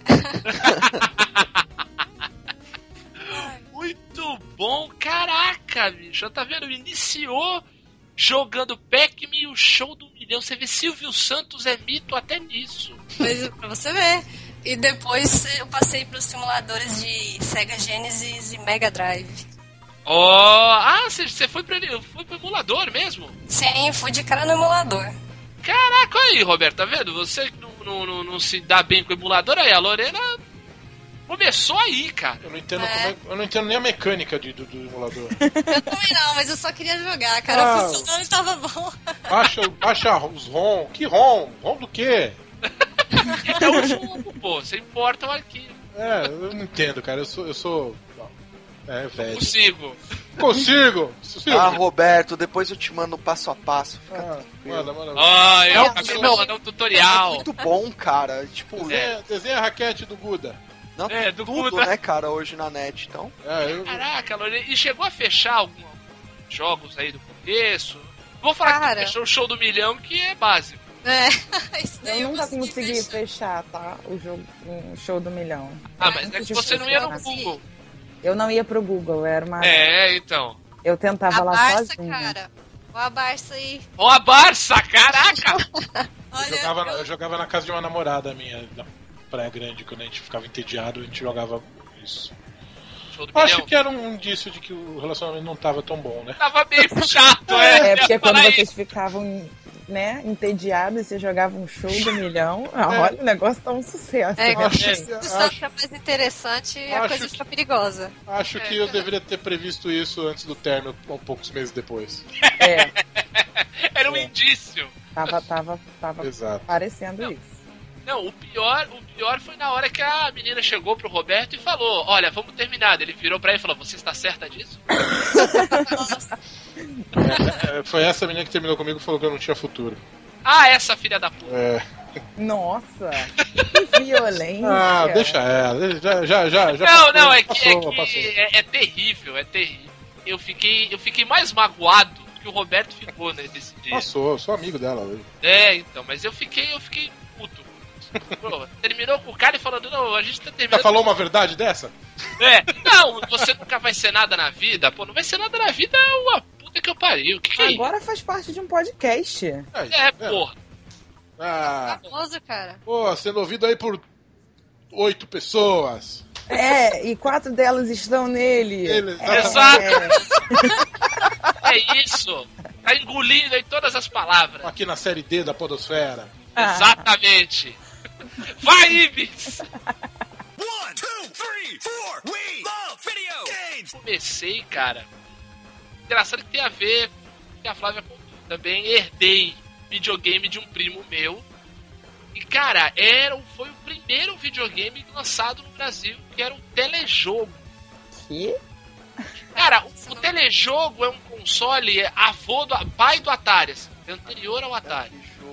Muito bom! Caraca, bicho! Tá vendo? Iniciou jogando Pac-Man e o show do milhão. Você vê, Silvio Santos é mito até nisso.
Mas pra você ver. E depois eu passei pros simuladores de Sega Genesis e Mega Drive.
Você foi pro emulador mesmo?
Sim, fui de cara no emulador.
Caraca, aí, Roberto, tá vendo? Você que não se dá bem com o emulador, aí a Lorena começou aí, cara.
Eu não entendo, eu não entendo nem a mecânica do emulador.
Eu também não, mas eu só queria jogar, cara. Funcionando e tava bom.
Baixa os ROM. Que ROM? ROM do quê?
É o jogo, pô. Você importa o arquivo.
Eu não entendo, cara. Eu sou velho. Consigo!
Roberto, depois eu te mando um passo a passo.
Manda.
Eu acabei de mandar um tutorial.
É muito bom, cara. Tipo,
desenha a raquete do Guda.
Não,
do
tudo,
Guda.
né, cara, hoje na net, então.
Caraca, Lorena. E chegou a fechar alguns jogos aí do começo? Vou falar que fechou o show do milhão, que é básico.
Isso daí
Eu nunca consegui fechar, tá? O jogo, o show do milhão.
Mas é que você não ia no Google.
Eu não ia pro Google, era uma...
Então.
Eu tentava lá
Barça,
sozinha.
cara. Ó a Barça aí.
Ó a Barça, caraca!
Olha,
Eu jogava na casa de uma namorada minha, na Praia Grande, quando a gente ficava entediado, a gente jogava isso. Acho que era um indício de que o relacionamento não tava tão bom, né?
Tava meio chato,
porque quando vocês ficavam, né, entediados e você jogava um show do milhão, olha, o negócio tá um sucesso.
Só fica mais interessante e a coisa fica perigosa.
Acho que eu deveria ter previsto isso antes do término, poucos meses depois.
Era um indício.
Tava
Exato.
parecendo isso.
Não, o pior foi na hora que a menina chegou pro Roberto e falou: olha, vamos terminar. Ele virou pra ele e falou: você está certa disso?
Foi essa menina que terminou comigo e falou que eu não tinha futuro.
Essa filha da puta.
Nossa, que violência.
Deixa ela. Já
Não,
passou.
É terrível, é terrível. Eu fiquei mais magoado do que o Roberto ficou nesse dia.
Passou, sou amigo dela hoje.
Então, mas eu fiquei puto. Pô, terminou com o cara e falando: não, a gente tá terminando.
Já falou uma verdade dessa?
Não, você nunca vai ser nada na vida. Pô, não vai ser nada na vida, uma puta que eu pariu. Que é
Agora faz parte de um podcast.
Porra.
Famoso, cara.
Pô, sendo ouvido aí por 8 pessoas.
E 4 delas estão nele.
Exato. É isso. Tá engolindo aí todas as palavras.
Aqui na série D da Podosfera.
Exatamente. Vai, Ibis!
1, 2, 3, 4, we love video games!
Comecei, cara. Engraçado que tem a ver que a Flávia também herdei videogame de um primo meu. E, cara, foi o primeiro videogame lançado no Brasil, que era um telejogo.
Que?
Cara, o telejogo é um console pai do Atari, assim, anterior ao Atari.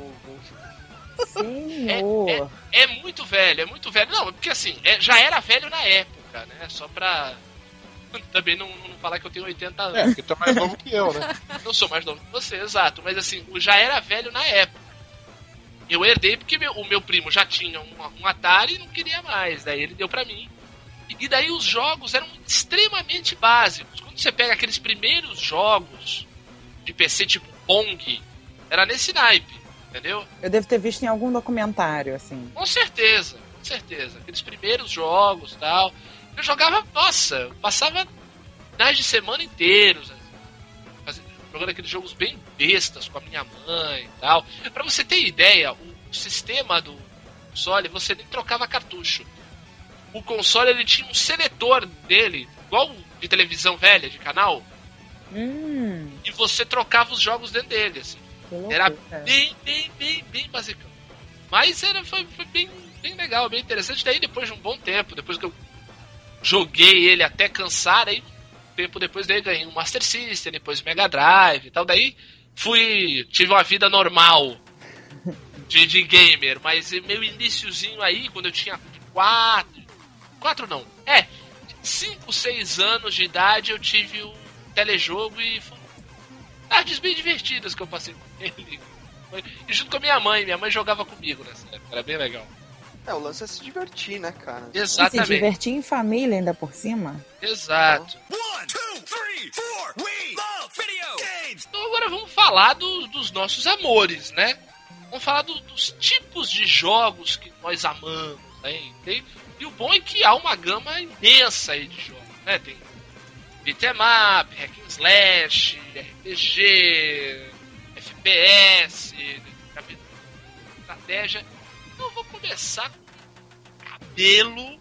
Senhor.
É muito velho, é muito velho. Não, porque assim, já era velho na época, né? Só pra também não falar que eu tenho 80 anos.
Porque tu é mais novo que eu, né?
Eu sou mais novo que você, exato. Mas assim, já era velho na época. Eu herdei porque o meu primo já tinha um Atari e não queria mais. Daí ele deu pra mim. E daí os jogos eram extremamente básicos. Quando você pega aqueles primeiros jogos de PC tipo Pong, era nesse naipe, entendeu?
Eu devo ter visto em algum documentário, assim.
Com certeza. Aqueles primeiros jogos e tal. Eu jogava, nossa, eu passava finais de semana inteiros, assim, jogando aqueles jogos bem bestas com a minha mãe e tal. Pra você ter ideia, o sistema do console, você nem trocava cartucho. O console, ele tinha um seletor dele, igual de televisão velha, de canal. E você trocava os jogos dentro dele, assim. Era bem basicão. Mas foi bem legal, bem interessante. Daí, depois de um bom tempo, depois que eu joguei ele até cansar, aí um tempo depois daí ganhei um Master System, depois Mega Drive e tal. Daí tive uma vida normal de gamer. Mas meu iniciozinho aí, quando eu tinha 5, 6 anos de idade, eu tive um telejogo e foi tardes bem divertidas que eu passei com ele. E junto com a minha mãe jogava comigo nessa época, era bem legal.
O lance é se divertir, né, cara?
Exatamente.
E se divertir em família ainda por cima?
Exato.
1, 2, 3, 4, we love video games!
Então agora vamos falar dos nossos amores, né? Vamos falar dos tipos de jogos que nós amamos, né? E o bom é que há uma gama imensa aí de jogos, né? Tem beat'em up, hack and slash, RPG, FPS, estratégia. Então eu vou começar com cabelo.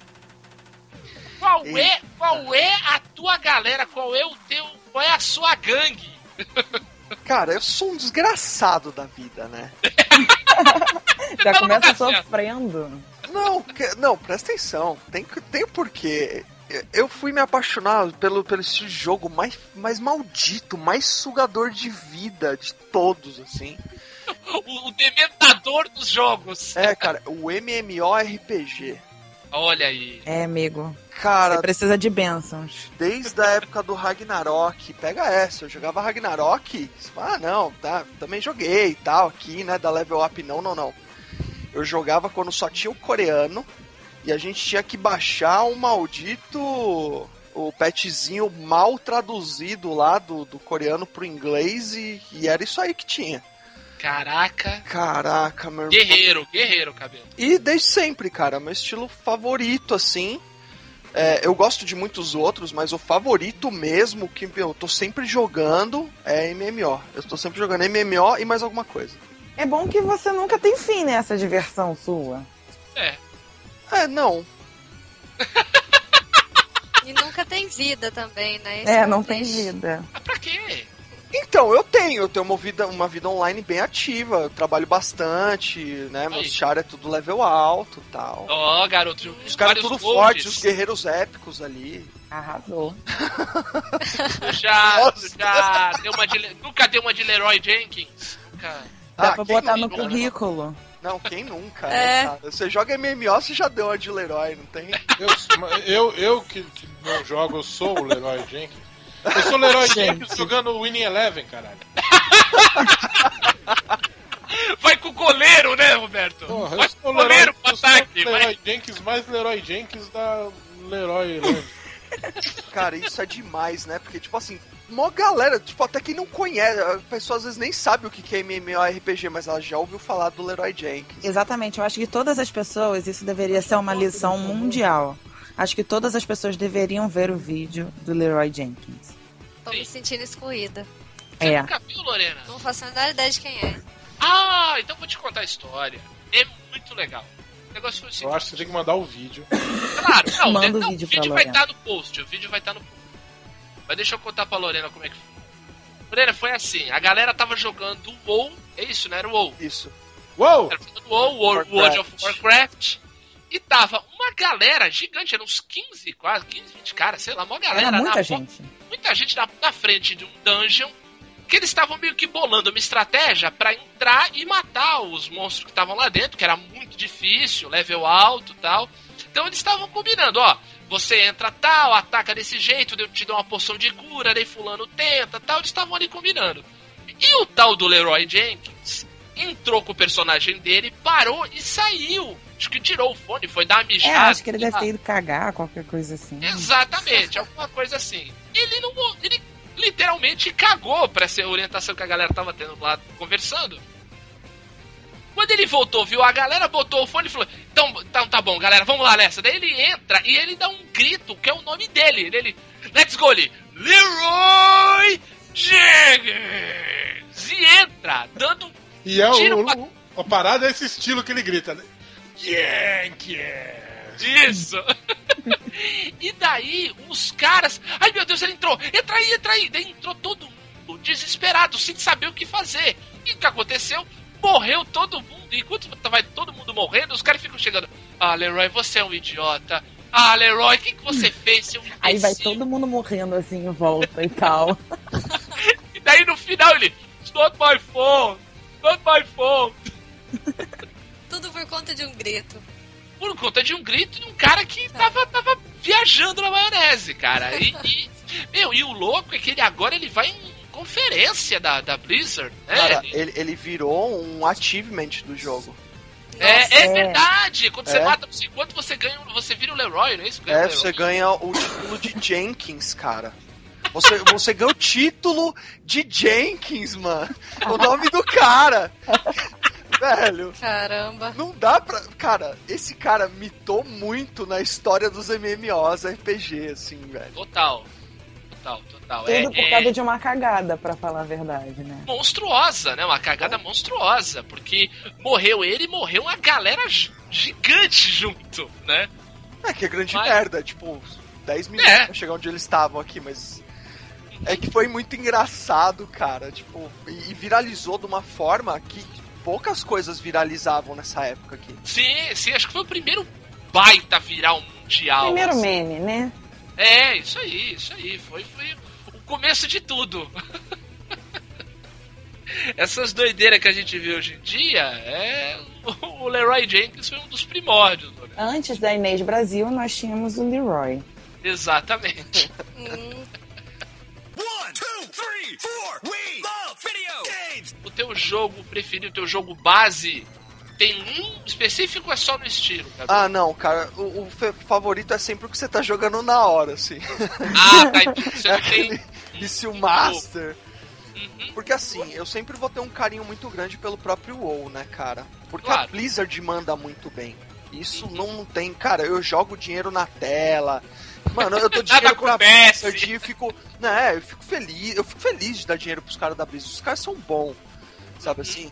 Qual é a tua galera? Qual é a sua gangue?
Cara, eu sou um desgraçado da vida, né?
Já começa sofrendo.
Não, presta atenção. Tem porquê. Eu fui me apaixonar pelo estilo de jogo mais maldito, mais sugador de vida de todos, assim.
O dementador dos jogos.
Cara, o MMORPG.
Olha aí.
Amigo.
Cara,
você precisa de bênçãos.
Desde a época do Ragnarok, pega essa, eu jogava Ragnarok, também joguei e tal, aqui, né, da Level Up, não. Eu jogava quando só tinha o coreano, e a gente tinha que baixar o maldito, o patchzinho mal traduzido lá do coreano pro inglês, e era isso aí que tinha. Caraca, meu irmão.
Guerreiro, cabelo.
E desde sempre, cara, meu estilo favorito, assim. Eu gosto de muitos outros, mas o favorito mesmo, que eu tô sempre jogando, é MMO. Eu tô sempre jogando MMO e mais alguma coisa.
É bom que você nunca tem fim nessa diversão sua.
Não.
E nunca tem vida também, né?
Não tem vida.
Mas pra quê?
Então, eu tenho uma vida online bem ativa, eu trabalho bastante, né? Meus char é tudo level alto e tal.
Ó, garoto,
os caras tudo fortes, os guerreiros épicos ali.
Arrasou.
Nunca deu uma de Leroy Jenkins? Nunca.
Dá pra botar no currículo.
Não, quem nunca? Né, você joga MMO, você já deu uma de Leroy, não tem?
Eu que não jogo, eu sou o Leroy Jenkins. Eu sou o Leroy Jenkins jogando Winning Eleven, caralho.
Vai com o goleiro, né, Roberto?
Porra,
vai com o goleiro pro ataque.
Leroy Jenkins mais Leroy Jenkins da Leroy Land.
Cara, isso é demais, né? Porque, tipo assim, mó galera, tipo, até quem não conhece, a pessoa às vezes nem sabe o que é MMORPG, mas ela já ouviu falar do Leroy Jenkins.
Exatamente, eu acho que todas as pessoas, isso deveria ser uma lição mundial. Acho que todas as pessoas deveriam ver o vídeo do Leroy Jenkins.
Tô me sentindo excluída.
Você nunca viu, Lorena?
Não faço a menor ideia de quem é.
Então vou te contar a história. É muito legal. O negócio foi o seguinte.
Eu acho que você tem que mandar o vídeo.
Claro,
manda o vídeo pra
vai estar no post. O vídeo vai estar no post. Mas deixa eu contar pra Lorena como é que foi. Lorena, foi assim. A galera tava jogando o WoW. É isso, né? Era o WoW.
Isso.
WoW!
Era jogando WoW, World of Warcraft. E tava uma galera gigante, eram uns 15, quase 15, 20 caras, sei lá, uma galera.
Era muita gente.
Muita gente na frente de um dungeon, que eles estavam meio que bolando uma estratégia pra entrar e matar os monstros que estavam lá dentro, que era muito difícil, level alto e tal. Então eles estavam combinando, você entra tal, ataca desse jeito, eu te dou uma poção de cura, daí fulano tenta tal, eles estavam ali combinando. E o tal do Leroy Jenkins, entrou com o personagem dele, parou e saiu. Acho que tirou o fone, foi dar uma mijada.
Acho que ele deve ter ido cagar, qualquer coisa assim.
Exatamente, alguma coisa assim. Ele literalmente cagou pra essa orientação que a galera tava tendo lá conversando. Quando ele voltou, viu a galera, botou o fone e falou: então tá bom, galera, vamos lá nessa. Daí ele entra e ele dá um grito, que é o nome dele. Ele let's go, Leroy Jenkins! E entra, dando
E é
tiro
a parada é esse estilo que ele grita, né? Yankees!
Isso! E daí, os caras... Ai, meu Deus, ele entrou! Entra aí! Daí entrou todo mundo desesperado, sem saber o que fazer. E o que aconteceu? Morreu todo mundo. E enquanto vai todo mundo morrendo, os caras ficam chegando. Ah, Leroy, você é um idiota. Ah, Leroy, o que você fez, seu imbecil?
Aí vai todo mundo morrendo assim em volta e tal.
E daí no final ele... It's not my fault! Not my fault!
Tudo por conta de um grito.
Por conta de um grito de um cara que tava viajando na maionese, cara. E o louco é que ele agora vai em conferência da Blizzard, né?
Cara, ele virou um achievement do jogo.
É verdade! Quando você mata, enquanto você ganha, você vira o Leroy, não é isso?
Você ganha o título de Jenkins, cara. Você ganha o título de Jenkins, mano. O nome do cara. Velho.
Caramba.
Não dá pra... Cara, esse cara mitou muito na história dos MMOs RPG, assim, velho.
Total.
Tudo por causa de uma cagada, pra falar a verdade, né?
Monstruosa, né? Uma cagada monstruosa. Porque morreu ele e morreu uma galera gigante junto, né?
Que é grande merda. Tipo, 10 minutos pra chegar onde eles estavam aqui, mas... É que foi muito engraçado, cara. Tipo, e viralizou de uma forma que poucas coisas viralizavam nessa época aqui.
Sim, acho que foi o primeiro baita viral mundial.
Primeiro
assim.
meme, né?
É, isso aí. Foi o começo de tudo. Essas doideiras que a gente vê hoje em dia, o Leroy Jenkins foi um dos primórdios. Né?
Antes da Inês Brasil, nós tínhamos o Leroy.
Exatamente.
1, 2, 3, 4, we love video games!
O teu jogo preferido, o teu jogo base, tem um específico ou é só no estilo? Cara?
Ah, não, cara, o favorito é sempre o que você tá jogando na hora, assim.
Ah, tá, então você não tem...
Isso o Master. Porque assim, eu sempre vou ter um carinho muito grande pelo próprio WoW, né, cara? Porque a Blizzard manda muito bem. Isso não tem... Cara, eu jogo dinheiro na tela... Mano, eu dou dinheiro pra Blizzard e eu fico feliz. Eu fico feliz de dar dinheiro pros caras da Blizzard. Os caras são bons, sabe assim?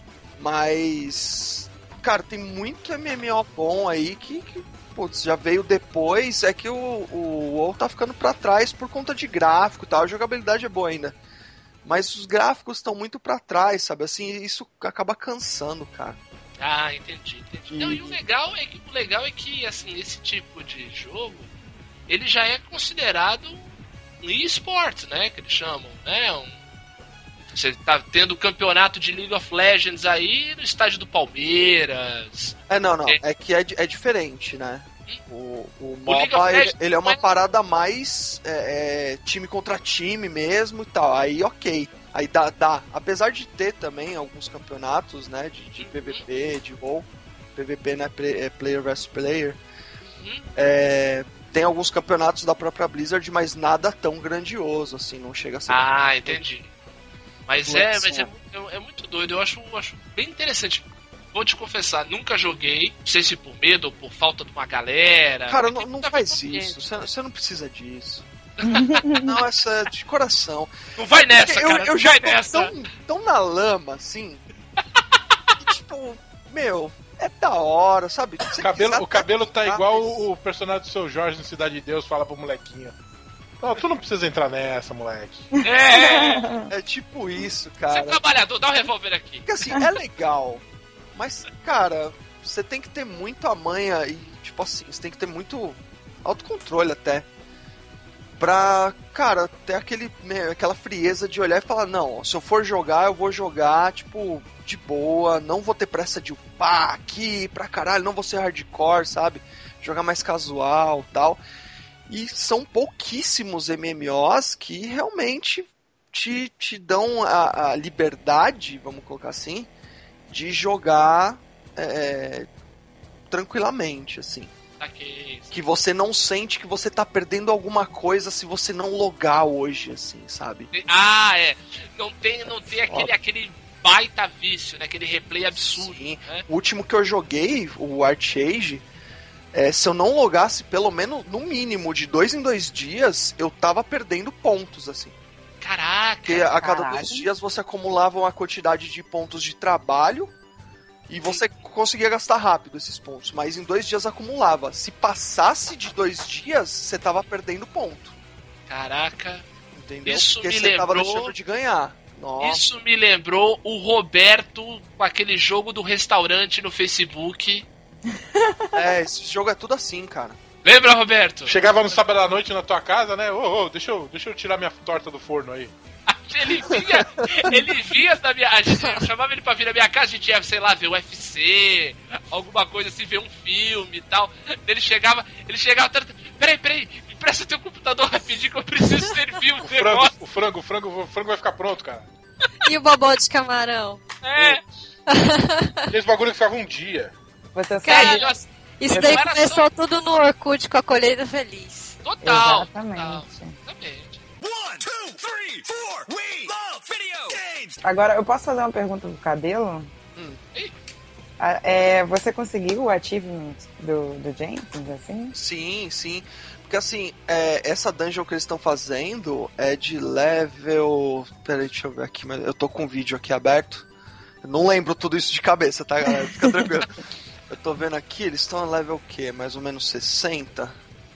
Mas, cara, tem muito MMO bom aí que putz, já veio depois. É que o WoW tá ficando pra trás por conta de gráfico e tal. A jogabilidade é boa ainda. Mas os gráficos estão muito pra trás, sabe assim? Isso acaba cansando, cara.
Ah, entendi. Não, e o legal é que assim, esse tipo de jogo ele já é considerado um e-sport, né? Que eles chamam, né? Você tá tendo o campeonato de League of Legends aí no estádio do Palmeiras.
Não. É que é diferente, né? O MOBA, ele é uma parada mais time contra time mesmo e tal. Aí, ok. Aí dá. Apesar de ter também alguns campeonatos, né? De PVP, de WoW. PVP, né? Player vs Player. Tem alguns campeonatos da própria Blizzard, mas nada tão grandioso, assim, não chega a ser...
Ah, entendi. Mas é muito doido, eu acho bem interessante. Vou te confessar, nunca joguei, não sei se por medo ou por falta de uma galera...
Cara, não faz isso, você não precisa disso. Não, essa de coração.
Não vai nessa, cara,
eu já tô tão na lama, assim, que, tipo, meu... É da hora, sabe?
O cabelo tá igual o personagem do seu Jorge no Cidade de Deus fala pro molequinho. Não, tu não precisa entrar nessa, moleque.
É tipo isso, cara.
Você é trabalhador, dá um revólver aqui.
Porque assim, é legal. Mas, cara, você tem que ter muita manha e, tipo assim, você tem que ter muito autocontrole até. Pra, cara, ter aquela frieza de olhar e falar, não, se eu for jogar, eu vou jogar, tipo, de boa, não vou ter pressa de upar aqui pra caralho, não vou ser hardcore, sabe? Jogar mais casual e tal. E são pouquíssimos MMOs que realmente te dão a liberdade, vamos colocar assim, de jogar tranquilamente, assim.
Saquei.
Que você não sente que você tá perdendo alguma coisa se você não logar hoje, assim, sabe?
Não tem aquele baita vício, né? Aquele replay absurdo.
Sim.
Né?
O último que eu joguei, o ArcheAge, se eu não logasse pelo menos, no mínimo, de 2 em 2 dias, eu tava perdendo pontos, assim.
Caraca!
Porque a cada 2 dias você acumulava uma quantidade de pontos de trabalho e você conseguia gastar rápido esses pontos. Mas em 2 dias acumulava. Se passasse de 2 dias, você tava perdendo ponto.
Caraca!
Entendeu?
Isso
Porque
me
você tava
lembrou...
deixando de ganhar. Nossa.
Isso me lembrou o Roberto com aquele jogo do restaurante no Facebook.
Esse jogo é tudo assim, cara.
Lembra, Roberto?
Chegava no sábado à noite na tua casa, né? Deixa eu tirar minha torta do forno aí.
Ele vinha da minha... Eu chamava ele pra vir na minha casa, a gente ia, sei lá, ver o UFC, alguma coisa assim, ver um filme e tal. Ele chegava... Peraí, me presta teu computador rapidinho que eu preciso servir um negócio.
O frango vai ficar pronto, cara.
E o bobó de camarão?
Esse bagulho que ficava um dia.
Você
Cara,
sabe...
Isso daí começou tudo no Orkut com a colheita feliz.
Total.
Exatamente.
Exatamente.
1, 2, 3, 4, we love video games!
Agora, eu posso fazer uma pergunta pro Cabelo? Você conseguiu o achievement do Jenkins, assim?
Sim. Porque assim, essa dungeon que eles estão fazendo é de level... Peraí, deixa eu ver aqui, mas eu tô com o vídeo aqui aberto. Eu não lembro tudo isso de cabeça, tá, galera? Fica tranquilo. Eu tô vendo aqui, eles estão no level o quê? Mais ou menos 60.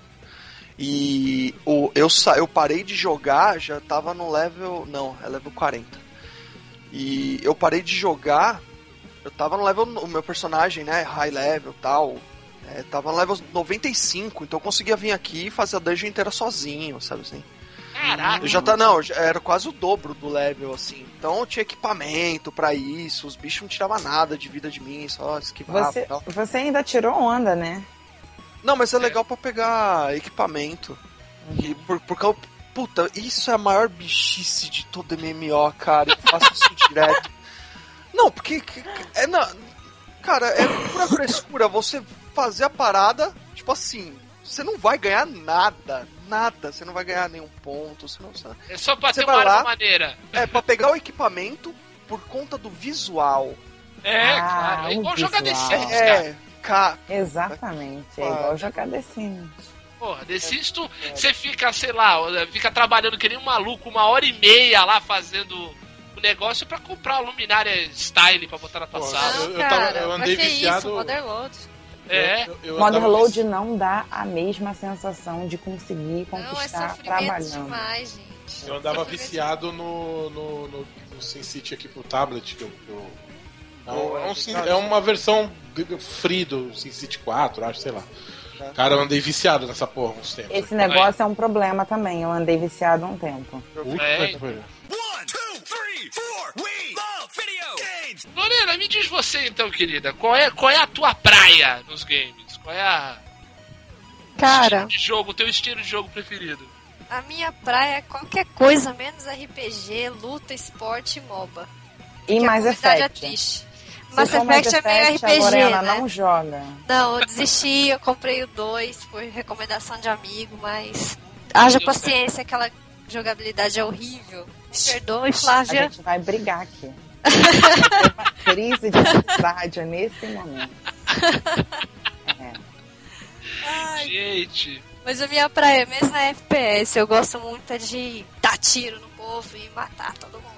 E eu parei de jogar, já tava no level... Não, é level 40. E eu parei de jogar, eu tava no level... O meu personagem, né, high level e tal, tava no level 95, então eu conseguia vir aqui e fazer a dungeon inteira sozinho, sabe assim?
Caraca!
Eu era quase o dobro do level, assim. Então eu tinha equipamento pra isso, os bichos não tiravam nada de vida de mim, só esquivavam e tal.
Você ainda tirou onda, né?
Não, mas é legal pra pegar equipamento. E porque puta, isso é a maior bichice de todo MMO, cara. Eu faço isso direto. Não, porque cara, é pura frescura. Você fazer a parada, tipo assim, você não vai ganhar nada. Você não vai ganhar nenhum ponto.
É só pra
você
ter uma arma maneira.
Pra pegar o equipamento por conta do visual.
Claro. É igual jogar The Sims, cara.
Exatamente. É igual jogar The Sims.
Porra, The Sims você fica, sei lá, fica trabalhando que nem um maluco 1h30 lá fazendo o negócio pra comprar a luminária style pra botar na tua sala.
Eu andei viciado.
Isso, Motherload.
Motherload não dá a mesma sensação de conseguir conquistar trabalhando.
Demais, gente.
Eu andava viciado no SimCity aqui pro tablet. É uma versão free do SimCity 4, acho, sei lá. Cara, eu andei viciado nessa porra uns tempos.
Esse negócio é um problema também. Eu andei viciado há um tempo.
1, 2, 3, 4, we love video games!
Lorena, me diz você então, querida, qual é a tua praia nos games? Qual é a...
Cara,
o teu estilo de jogo preferido?
A minha praia é qualquer coisa menos RPG, luta, esporte e MOBA.
E Mass Effect.
É triste. Mass Effect é meio RPG,
a Lorena
né?
não joga.
Não, eu desisti, eu comprei o 2 por recomendação de amigo, mas haja paciência, aquela jogabilidade é horrível. Me perdoe,
A
Flávia.
gente vai brigar aqui. Vai ter uma crise de amizade nesse momento.
Ai,
Gente...
mas a minha praia mesmo é FPS. Eu gosto muito de dar tiro no povo e matar todo mundo.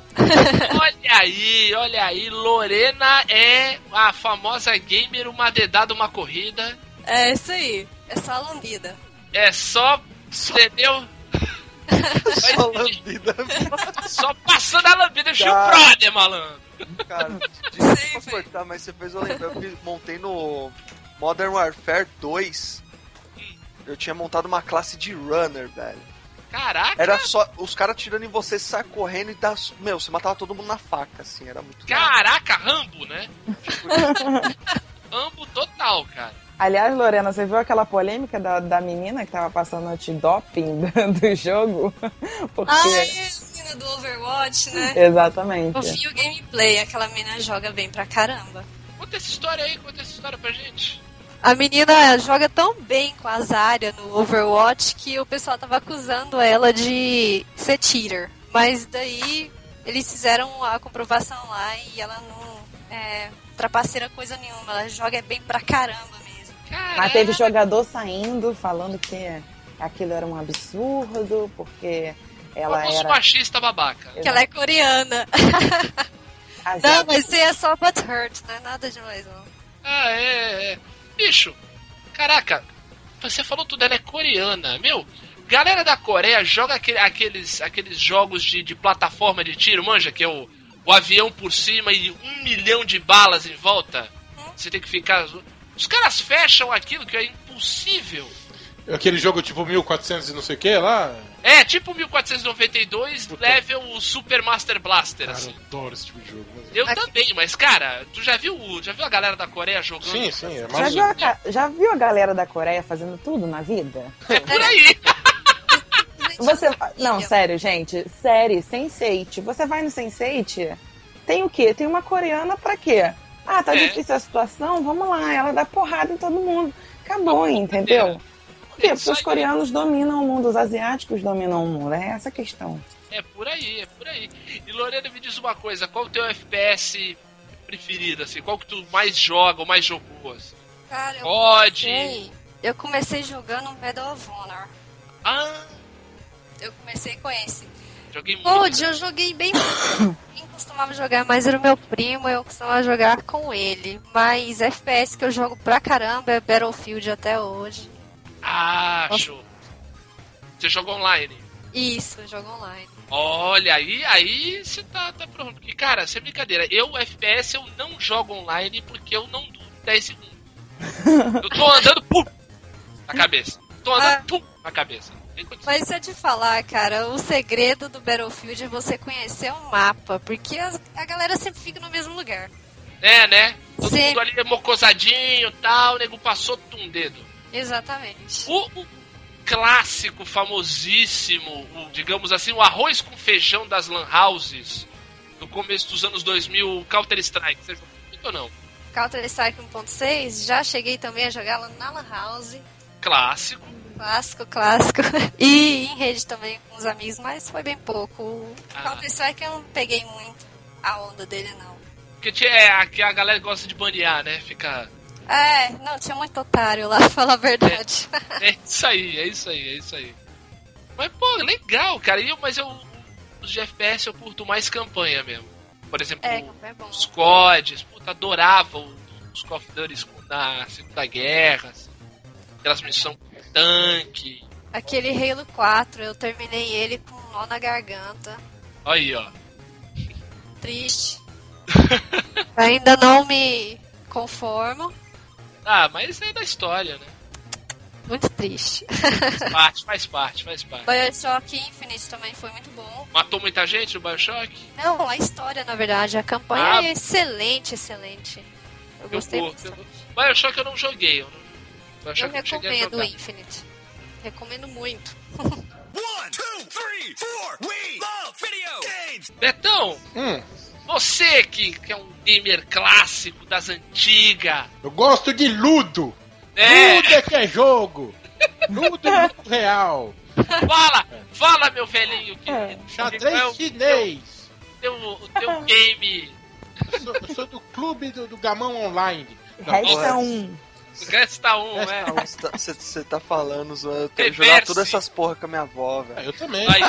Olha aí, Lorena é a famosa gamer, uma dedada, uma corrida.
É isso aí, é só a lambida.
É só, entendeu?
Só lambida.
Só passando a lambida, Chico Brother, malandro.
Cara, desculpa cortar, mas você fez eu lembrar. Eu montei no Modern Warfare 2. Eu tinha montado uma classe de runner, velho.
Caraca!
Era só os caras tirando em você, você saia correndo e dá. Meu, você matava todo mundo na faca, assim, era muito.
Caraca, Rambo, né? Rambo total, cara.
Aliás, Lorena, você viu aquela polêmica da menina que tava passando antidoping do jogo? Porque
menina do Overwatch, né?
Exatamente.
Eu vi o gameplay, aquela menina joga bem pra caramba.
Conta essa história aí, conta essa história pra gente.
A menina joga tão bem com a Zarya no Overwatch que o pessoal tava acusando ela de ser cheater. Mas daí eles fizeram a comprovação lá e ela não é trapaceira coisa nenhuma. Ela joga bem pra caramba mesmo.
Mas teve jogador saindo falando que aquilo era um absurdo, porque ela
famoso
era
machista babaca.
Que ela é coreana. Não,
asiática.
mas isso é só butthurt, não é nada demais não.
Ah, é. Bicho, caraca, você falou tudo, ela é coreana. Meu, galera da Coreia joga aqueles jogos de plataforma de tiro, manja, que é o avião por cima e 1 milhão de balas em volta. Você tem que ficar... Os caras fecham aquilo que é impossível.
Aquele jogo tipo 1400 e não sei o que lá.
É, tipo 1492, level Super Master Blaster,
Cara,
assim.
eu adoro esse tipo de jogo.
Eu também, mas cara, tu já viu a galera da Coreia jogando?
Sim, é mais...
Já viu a galera da Coreia fazendo tudo na vida?
É por aí.
Não, sério, gente. Sério, Sense8. Você vai no Sense8, tem o quê? Tem uma coreana pra quê? Ah, tá difícil a situação? Vamos lá, ela dá porrada em todo mundo. Acabou, entendeu? Por quê? Porque os coreanos dominam o mundo, os asiáticos dominam o mundo. É essa a questão.
É por aí. E Lorena, me diz uma coisa, qual o teu FPS preferido, assim? Qual que tu mais joga ou mais jogou, assim?
Cara, eu comecei jogando Medal of Honor.
Ah!
Eu comecei com esse.
Joguei muito.
Hoje eu joguei bem. Quem costumava jogar mais era o meu primo, eu costumava jogar com ele. Mas FPS que eu jogo pra caramba é Battlefield até hoje.
Ah, show. Você joga online?
Isso, eu jogo online.
Olha, aí você tá pronto. Porque, cara, sem brincadeira, FPS eu não jogo online porque eu não duro 10 segundos. Eu tô andando, pum, na cabeça. Tô andando, pum, na cabeça.
Mas se eu te falar, cara, o segredo do Battlefield é você conhecer o mapa, porque a galera sempre fica no mesmo lugar.
É, né? Todo mundo ali é mocosadinho e tal, o nego passou um dedo.
Exatamente.
O clássico, famosíssimo, digamos assim, o arroz com feijão das lan houses no começo dos anos 2000, Counter-Strike. Você jogou muito ou não?
Counter-Strike 1.6, já cheguei também a jogar lá na lan house.
Clássico.
Clássico. E em rede também com os amigos, mas foi bem pouco. O Counter-Strike eu não peguei muito a onda dele, não.
Porque que a galera gosta de banear, né? Fica...
Não, tinha muito otário lá, pra falar a verdade.
É isso aí. Mas, pô, legal, cara. Os de FPS eu curto mais campanha mesmo. Por exemplo, os CODs. Puta, adorava os Call of Duty na Segunda Guerra. Assim, aquelas missões com tanque.
Aquele Halo 4, eu terminei ele com um nó na garganta.
Aí, ó.
Triste. Ainda não me conformo.
Ah, mas é da história, né?
Muito triste.
Faz parte.
BioShock Infinite também foi muito bom.
Matou muita gente no BioShock?
Não, a história, na verdade. A campanha é excelente. Eu gostei muito.
BioShock eu não joguei.
Eu recomendo o Infinite. Recomendo muito.
1, 2, 3, 4, we love video games!
Betão! Você que é um gamer clássico das antigas.
Eu gosto de Ludo. Ludo é que é jogo. Ludo é muito real.
Fala, meu velhinho.
Xadrez chinês.
O teu game.
Eu sou do clube do Gamão Online.
Resta um,
Você tá falando, eu quero jogar todas essas porra com a minha avó, velho.
Eu também.
Aí,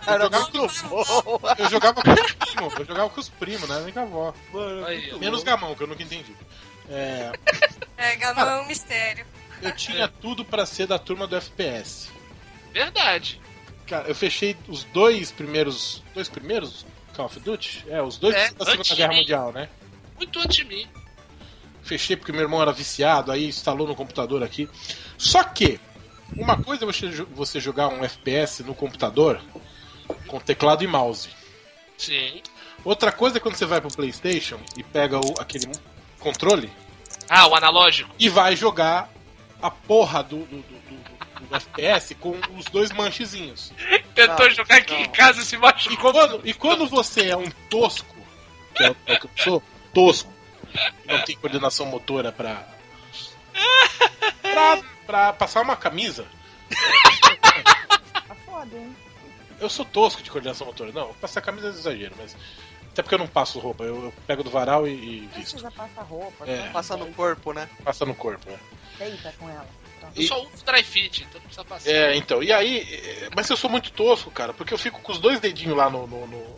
eu jogava com os primos, né? Nem com a avó. Menos Gamão, que eu nunca entendi.
Gamão é um mistério.
Eu tinha tudo pra ser da turma do FPS.
Verdade.
Cara, eu fechei os dois primeiros Call of Duty? Os dois da Segunda Guerra Mundial, né?
Muito antes de mim.
Fechei porque meu irmão era viciado, aí instalou no computador aqui. Só que, uma coisa é você jogar um FPS no computador com teclado e mouse.
Sim.
Outra coisa é quando você vai pro PlayStation e pega aquele controle.
O analógico.
E vai jogar a porra do FPS com os dois manchezinhos.
Tentou jogar aqui em casa e se machucou.
E quando você é um tosco, que é o que eu sou, tosco, não tem coordenação motora pra passar uma camisa.
Tá foda, hein?
Eu sou tosco de coordenação motora. Não, passar camisa é exagero, mas. Até porque eu não passo roupa, eu pego do varal e
Não
visto.
precisa passar roupa.
Passa no corpo, né?
Passa no corpo,
Deita com ela. Pronto.
Eu só uso dry fit, então não precisa passar.
Então, e aí. Mas eu sou muito tosco, cara, porque eu fico com os 2 dedinhos lá no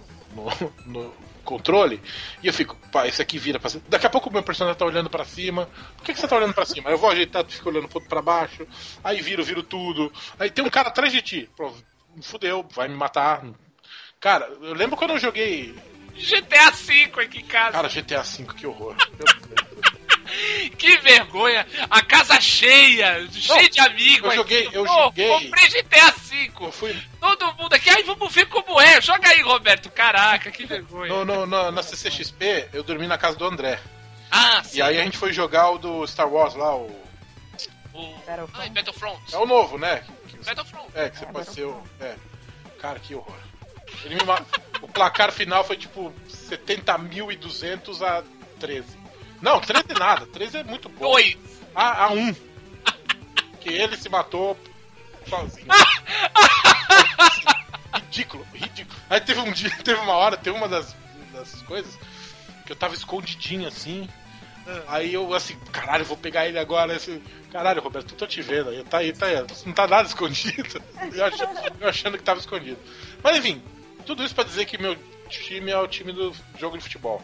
controle e eu fico, pá, esse aqui vira pra cima. Daqui a pouco o meu personagem tá olhando pra cima. Por que você tá olhando pra cima? Eu vou ajeitar, tu fica olhando pra baixo. Aí viro tudo. Aí tem um cara atrás de ti. Pronto, fudeu, vai me matar. Cara, eu lembro quando eu joguei
GTA V aqui em casa.
Cara, GTA V, que horror.
Que vergonha. A casa cheia, cheia de amigos.
Eu joguei.
Comprei GTA V.
Eu fui...
Todo mundo aqui, aí vamos ver como é. Joga aí, Roberto. Caraca, que vergonha.
Na CCXP, eu dormi na casa do André.
Ah, sim.
E aí a gente foi jogar o do Star Wars lá,
Battlefront.
É o novo, né?
Battlefront.
Que você pode ser o... Cara, que horror. O placar final foi tipo 70.200 a 13. Não, 13 nada. 13 é muito bom.
2.
A 1. Que ele se matou sozinho. Ridículo. Aí teve uma hora, teve uma das coisas que eu tava escondidinho assim. Aí eu assim, caralho, eu vou pegar ele agora. Assim, caralho, Roberto, eu tô te vendo aí. Tá aí. Não tá nada escondido. Eu achando que tava escondido. Mas enfim, tudo isso pra dizer que meu time é o time do jogo de futebol.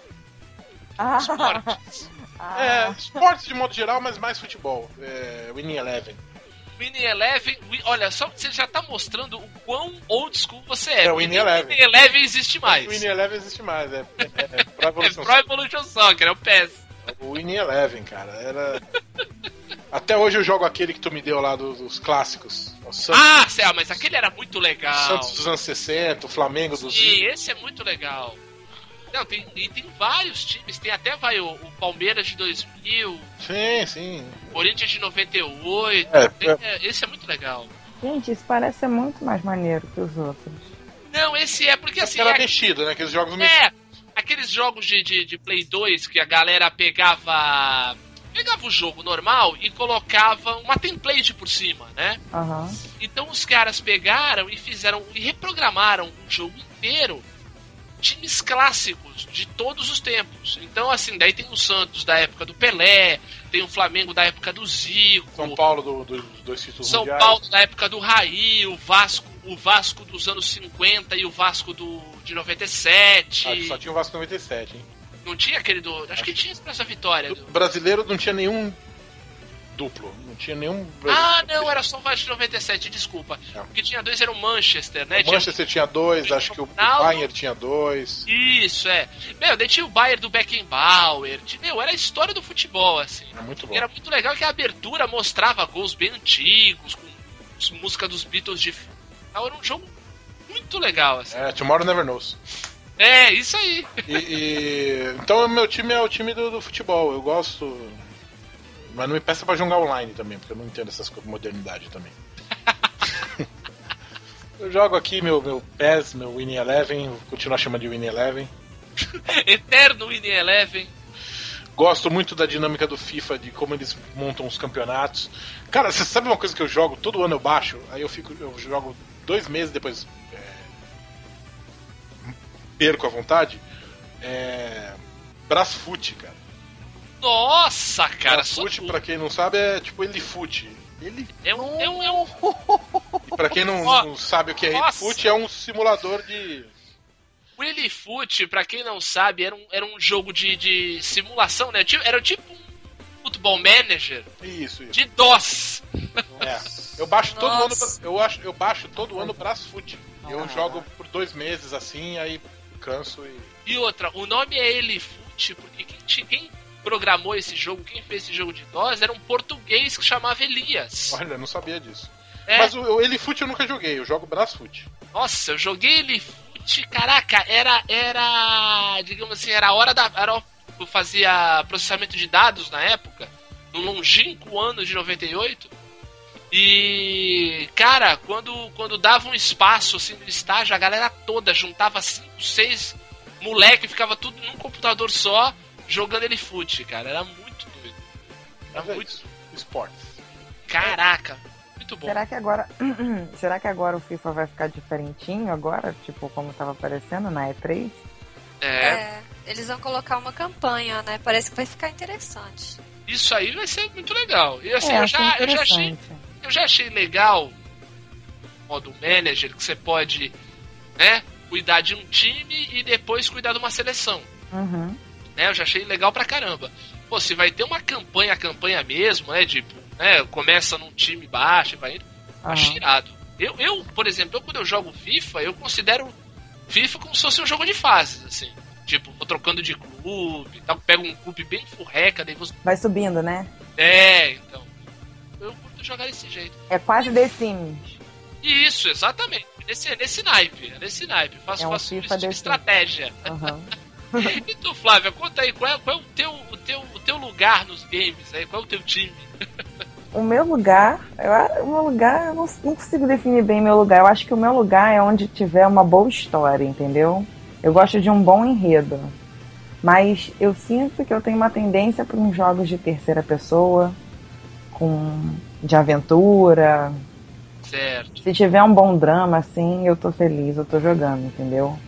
Esportes.
Esportes de modo geral, mas mais futebol. Winning Eleven.
Winning Eleven, olha, só você já tá mostrando o quão old school você é.
Winning Eleven.
Winning Eleven existe mais.
Winning Eleven existe mais,
Pro Evolution Soccer, é o PES.
O Winning Eleven, cara, era... Até hoje eu jogo aquele que tu me deu lá dos clássicos.
Mas aquele era muito legal.
O Santos dos anos 60, o Flamengo dos...
Sim, esse é muito legal. Não, tem vários times, tem até o Palmeiras de 2000.
Sim.
Corinthians de 98. Esse é muito legal.
Gente, isso parece ser muito mais maneiro que os outros.
Não, esse é porque assim...
Era mexido, né? Aqueles jogos mexidos.
Aqueles jogos de Play 2 que a galera pegava o jogo normal e colocava uma template por cima, né?
Uhum.
Então os caras pegaram e reprogramaram um jogo inteiro, times clássicos de todos os tempos. Então, assim, daí tem o Santos da época do Pelé, tem o Flamengo da época do Zico,
São Paulo dos 2 títulos
São
mundiais.
Paulo da época do Raí, o Vasco dos anos 50 e o Vasco de 97.
Só tinha o Vasco 97, hein?
Não tinha aquele do... Acho que tinha essa Vitória.
Do brasileiro não tinha nenhum duplo. Não tinha nenhum...
Não, era só o Vasco de 97, desculpa. Porque tinha 2, era o Manchester, né?
O Manchester tinha 2, acho que o Bayern tinha 2.
Isso, daí tinha o Bayern do Beckenbauer. Era a história do futebol, assim.
Era muito bom.
E era muito legal que a abertura mostrava gols bem antigos, com música dos Beatles de... Era um jogo muito legal, assim.
Tomorrow Never Knows.
Isso aí.
Então o meu time é o time do futebol. Eu gosto... Mas não me peça pra jogar online também, porque eu não entendo essas coisas de modernidade também. Eu jogo aqui meu PES, meu Winning Eleven, vou continuar chamando de Winning Eleven.
Eterno Winning Eleven.
Gosto muito da dinâmica do FIFA, de como eles montam os campeonatos. Cara, você sabe uma coisa que eu jogo? Todo ano eu baixo, aí eu jogo 2 meses depois perco a vontade. Brasfoot, cara.
Nossa, cara.
Brasfoot, pra quem não sabe, é tipo Elifoot.
É um...
E pra quem não sabe o que é Elifoot, é um simulador de...
O Elifoot, pra quem não sabe, era um jogo de simulação, né? Era tipo um Football Manager.
Isso.
De DOS.
Eu baixo todo ano. Eu baixo todo ano Brasfoot. Eu jogo por 2 meses assim, aí canso e.
E outra, o nome é Elifoot porque quem programou esse jogo, quem fez esse jogo de DOS, era um português que chamava Elias.
Olha, eu não sabia disso. Mas o Elifoot eu nunca joguei, eu jogo Brasfoot.
Nossa, eu joguei Elifoot, caraca, era digamos assim, era a hora eu fazia processamento de dados na época, no longínquo ano de 98. E, cara, quando dava um espaço assim no estágio, a galera toda juntava 5, 6 moleque, ficava tudo num computador só, jogando ele fute, cara. Era muito doido. Era muito
esportes.
Caraca, muito bom.
Será que agora o FIFA vai ficar diferentinho agora? Tipo, como tava aparecendo na E3?
Eles vão colocar uma campanha, né? Parece que vai ficar interessante.
Isso aí vai ser muito legal. E assim, eu já achei legal o modo manager, que você pode, né, cuidar de um time e depois cuidar de uma seleção.
Uhum.
Né, eu já achei legal pra caramba. Pô, se vai ter uma campanha mesmo, né, tipo, né, começa num time baixo e vai indo, acho irado. Eu, por exemplo, quando eu jogo FIFA, eu considero FIFA como se fosse um jogo de fases, assim. Tipo, vou trocando de clube e tal, pego um clube bem furreca, daí você...
Vai subindo, né?
Então. Eu curto jogar desse jeito.
É quase The Sims.
Isso, exatamente. Nesse naipe. Faço isso de estratégia.
Uhum.
E tu, Flávia, conta aí, qual é o teu lugar nos games aí? Qual é o teu time?
O meu lugar, eu não consigo definir bem meu lugar. Eu acho que o meu lugar é onde tiver uma boa história, entendeu? Eu gosto de um bom enredo. Mas eu sinto que eu tenho uma tendência para uns jogos de terceira pessoa, de aventura.
Certo.
Se tiver um bom drama, assim, eu tô feliz, eu tô jogando, entendeu?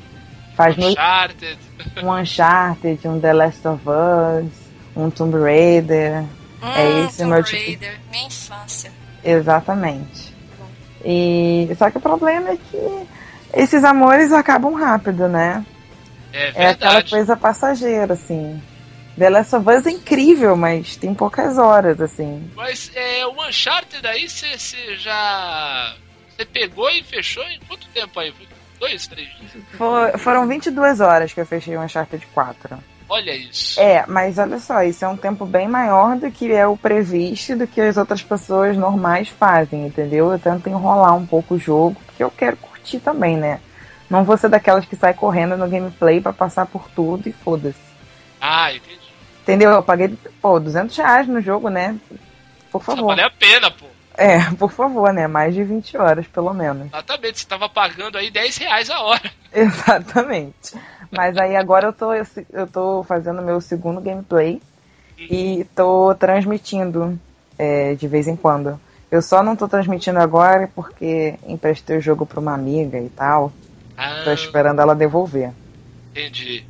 Um Uncharted, um The Last of Us, um Tomb Raider. É esse
Tomb
meu
Raider, minha infância.
Exatamente. Só que o problema é que esses amores acabam rápido, né?
É
aquela coisa passageira, assim. The Last of Us é incrível, mas tem poucas horas, assim.
Mas o Uncharted aí você pegou e fechou em quanto tempo aí? Foi 2, 3 dias?
Foram 22 horas que eu fechei o Uncharted 4.
Olha isso.
Mas olha só, isso é um tempo bem maior do que é o previsto, do que as outras pessoas normais fazem, entendeu? Eu tento enrolar um pouco o jogo, porque eu quero curtir também, né? Não vou ser daquelas que sai correndo no gameplay pra passar por tudo e foda-se.
Entendi.
Entendeu? Eu paguei, R$200 no jogo, né? Por favor.
Vale a pena, pô.
Por favor, né? Mais de 20 horas, pelo menos.
Exatamente, você tava pagando aí R$10 a hora.
Exatamente. Mas aí agora eu tô fazendo meu segundo gameplay e tô transmitindo de vez em quando. Eu só não tô transmitindo agora porque emprestei o jogo pra uma amiga e tal. Tô esperando ela devolver.
Entendi.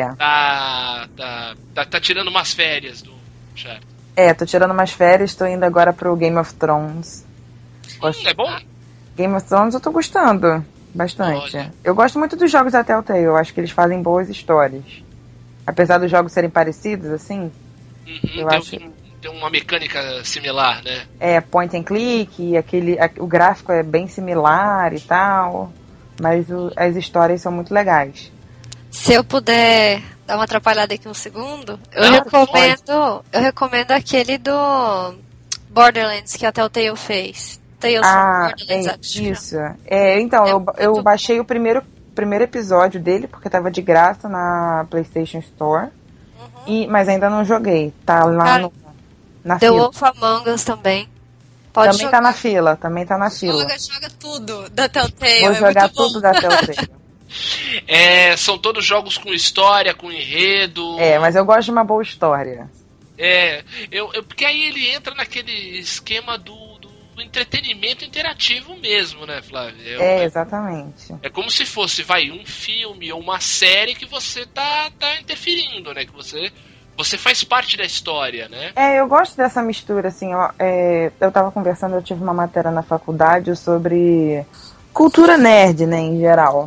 Tá tirando umas férias do chat.
Tô tirando umas férias, tô indo agora pro Game of Thrones.
É bom?
Game of Thrones eu tô gostando bastante.
Olha.
Eu gosto muito dos jogos da Telltale, eu acho que eles fazem boas histórias. Apesar dos jogos serem parecidos, assim,
tem uma mecânica similar, né?
Point and click, o gráfico é bem similar e tal, mas as histórias são muito legais.
Se eu puder dar uma atrapalhada aqui um segundo, eu recomendo aquele do Borderlands que a Telltale fez.
Isso. Então, eu baixei o primeiro episódio dele, porque tava de graça na PlayStation Store, mas ainda não joguei. Tá lá na
The
fila.
Wolf Among Us também. Pode
também
jogar.
Também tá na fila.
Joga tudo da Telltale.
Vou jogar tudo da Telltale.
São todos jogos com história, com enredo.
Mas eu gosto de uma boa história.
Porque aí ele entra naquele esquema do entretenimento interativo mesmo, né, Flávio?
Exatamente.
É como se fosse, um filme ou uma série que você tá interferindo, né? Que você faz parte da história, né?
Eu gosto dessa mistura, assim, eu tava conversando, eu tive uma matéria na faculdade sobre cultura nerd, né, em geral.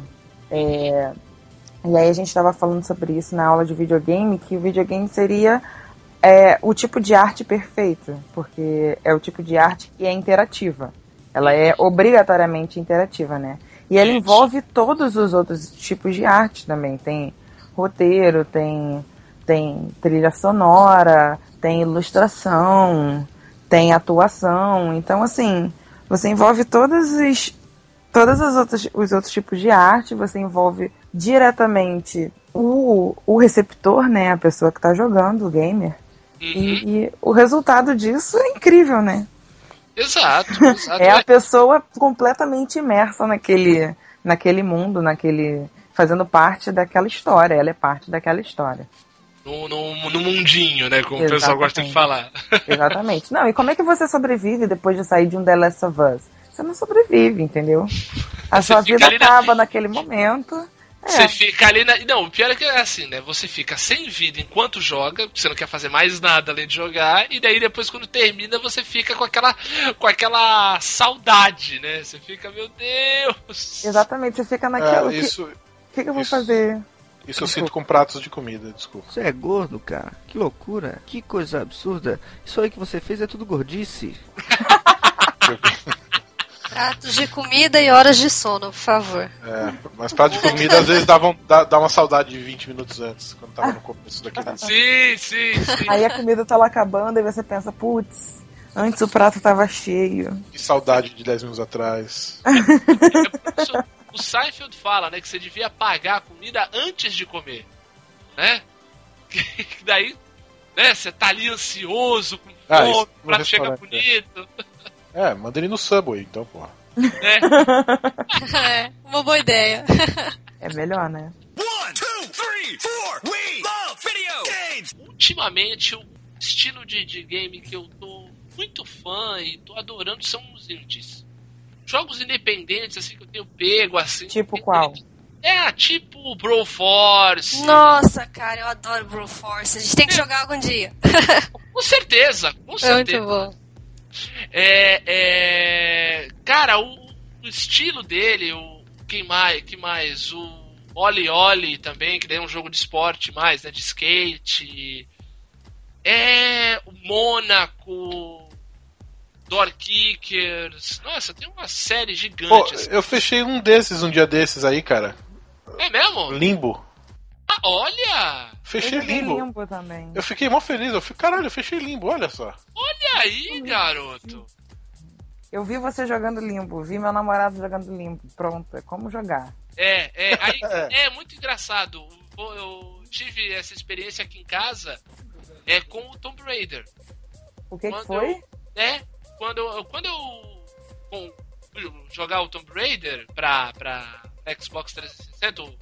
E aí a gente tava falando sobre isso na aula de videogame, que o videogame seria o tipo de arte perfeito, porque é o tipo de arte que é interativa. Ela é obrigatoriamente interativa, né? E ela envolve todos os outros tipos de arte também. Tem roteiro, tem trilha sonora, tem ilustração, tem atuação. Então, assim, você envolve todos os outros tipos de arte, você envolve diretamente o receptor, né? A pessoa que está jogando, o gamer. E o resultado disso é incrível, né?
Exato.
É a pessoa completamente imersa naquele mundo, fazendo parte daquela história. Ela é parte daquela história.
No mundinho, né? Como o pessoal gosta de falar.
Exatamente. Não, e como é que você sobrevive depois de sair de um The Last of Us? Você não sobrevive, entendeu? A sua vida acaba naquele momento.
Você fica ali Não, o pior é que é assim, né? Você fica sem vida enquanto joga, você não quer fazer mais nada além de jogar, e daí depois quando termina você fica com aquela saudade, né? Você fica, meu Deus!
Exatamente, você fica naquela...
Isso,
o que eu vou fazer?
Isso eu sinto com pratos de comida, desculpa.
Você é gordo, cara? Que loucura. Que coisa absurda. Isso aí que você fez é tudo gordice.
Pratos de comida e horas de sono, por favor.
Mas prato de comida às vezes dá uma saudade de 20 minutos antes, quando tava no começo daquele...
Sim.
Aí a comida tá lá acabando e você pensa, putz, antes o prato tava cheio.
Que saudade de 10 minutos atrás.
O Seinfeld fala, né, que você devia pagar a comida antes de comer, né? Que daí, né, você tá ali ansioso, com fome, o prato chega bonito.
Manda ele no Subway, então, porra.
Uma boa ideia.
É melhor, né?
1, 2, 3, 4, we love video games!
Ultimamente, o estilo de game que eu tô muito fã e tô adorando são os indies. Jogos independentes, assim, que eu tenho pego, assim.
Tipo qual?
Tipo Broforce.
Nossa, cara, eu adoro Broforce. A gente tem que jogar algum dia.
Com certeza.
É muito bom.
Cara, o estilo dele, que mais? O Oli Oli também, que daí é um jogo de esporte mais, né? De skate. O Mônaco. Door Kickers. Nossa, tem uma série gigante.
Assim. Eu fechei um desses um dia desses aí, cara.
É mesmo?
Limbo.
Ah, olha!
Fechei Limbo.
Limbo também.
Eu fiquei mó feliz. Eu fechei Limbo, olha só.
Olha aí, garoto.
Eu vi você jogando Limbo, vi meu namorado jogando Limbo. Pronto, é como jogar.
Aí, é muito engraçado. Eu tive essa experiência aqui em casa com o Tomb Raider.
O que foi?
Quando eu jogar o Tomb Raider pra Xbox 360...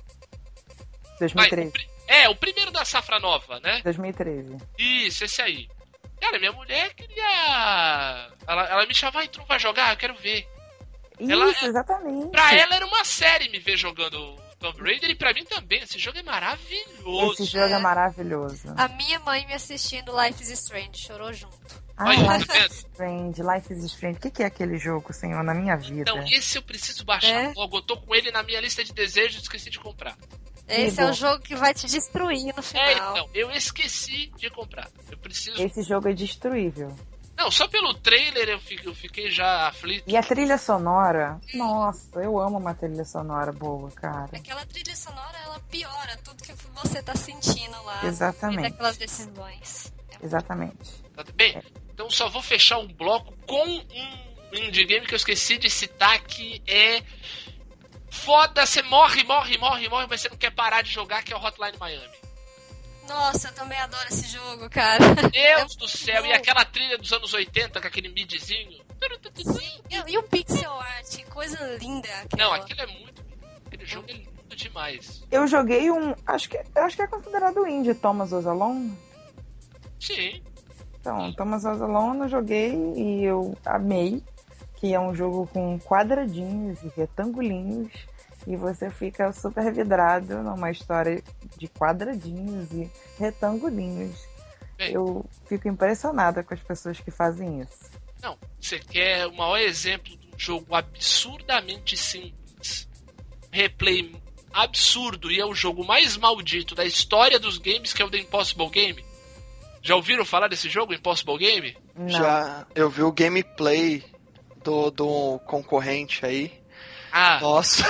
2013.
O primeiro da safra nova, né?
2013.
Isso, esse aí. Cara, minha mulher queria... Ela me chamava, tu não vai jogar? Eu quero ver.
Isso, exatamente.
Pra ela era uma série me ver jogando Tomb Raider e pra mim também. Esse jogo é maravilhoso.
Esse jogo é maravilhoso.
A minha mãe me assistindo Life is Strange, chorou junto.
Life is Strange. O que é aquele jogo, senhor, na minha vida?
Então, esse eu preciso baixar logo. Eu tô com ele na minha lista de desejos e esqueci de comprar.
Esse é o jogo que vai te destruir no final.
Então, eu esqueci de comprar. Eu preciso...
Esse jogo é destruível.
Não, só pelo trailer eu fiquei já aflito.
E a trilha sonora? Nossa, eu amo uma trilha sonora boa, cara.
Aquela trilha sonora, ela piora tudo que você tá sentindo lá.
Exatamente.
Daquelas decisões.
Exatamente.
Bem, então só vou fechar um bloco com um indie game que eu esqueci de citar, que é foda, você morre, mas você não quer parar de jogar, que é o Hotline Miami.
Nossa, eu também adoro esse jogo, cara.
Deus do céu, e aquela trilha dos anos 80 com aquele midzinho.
Sim, e o pixel art, que coisa linda.
Não, aquilo é muito... Aquele jogo é lindo demais.
Eu joguei acho que é considerado indie, Thomas Was Alone.
Sim.
Então, Thomas Was Alone eu joguei e eu amei, que é um jogo com quadradinhos e retangulinhos, e você fica super vidrado numa história de quadradinhos e retangulinhos.
Bem,
eu fico impressionada com as pessoas que fazem isso.
Não, você quer o maior exemplo de um jogo absurdamente simples, replay absurdo, e é o jogo mais maldito da história dos games, que é o The Impossible Game? Já ouviram falar desse jogo, Impossible Game?
Não.
Já, eu vi o gameplay do concorrente aí. Nossa.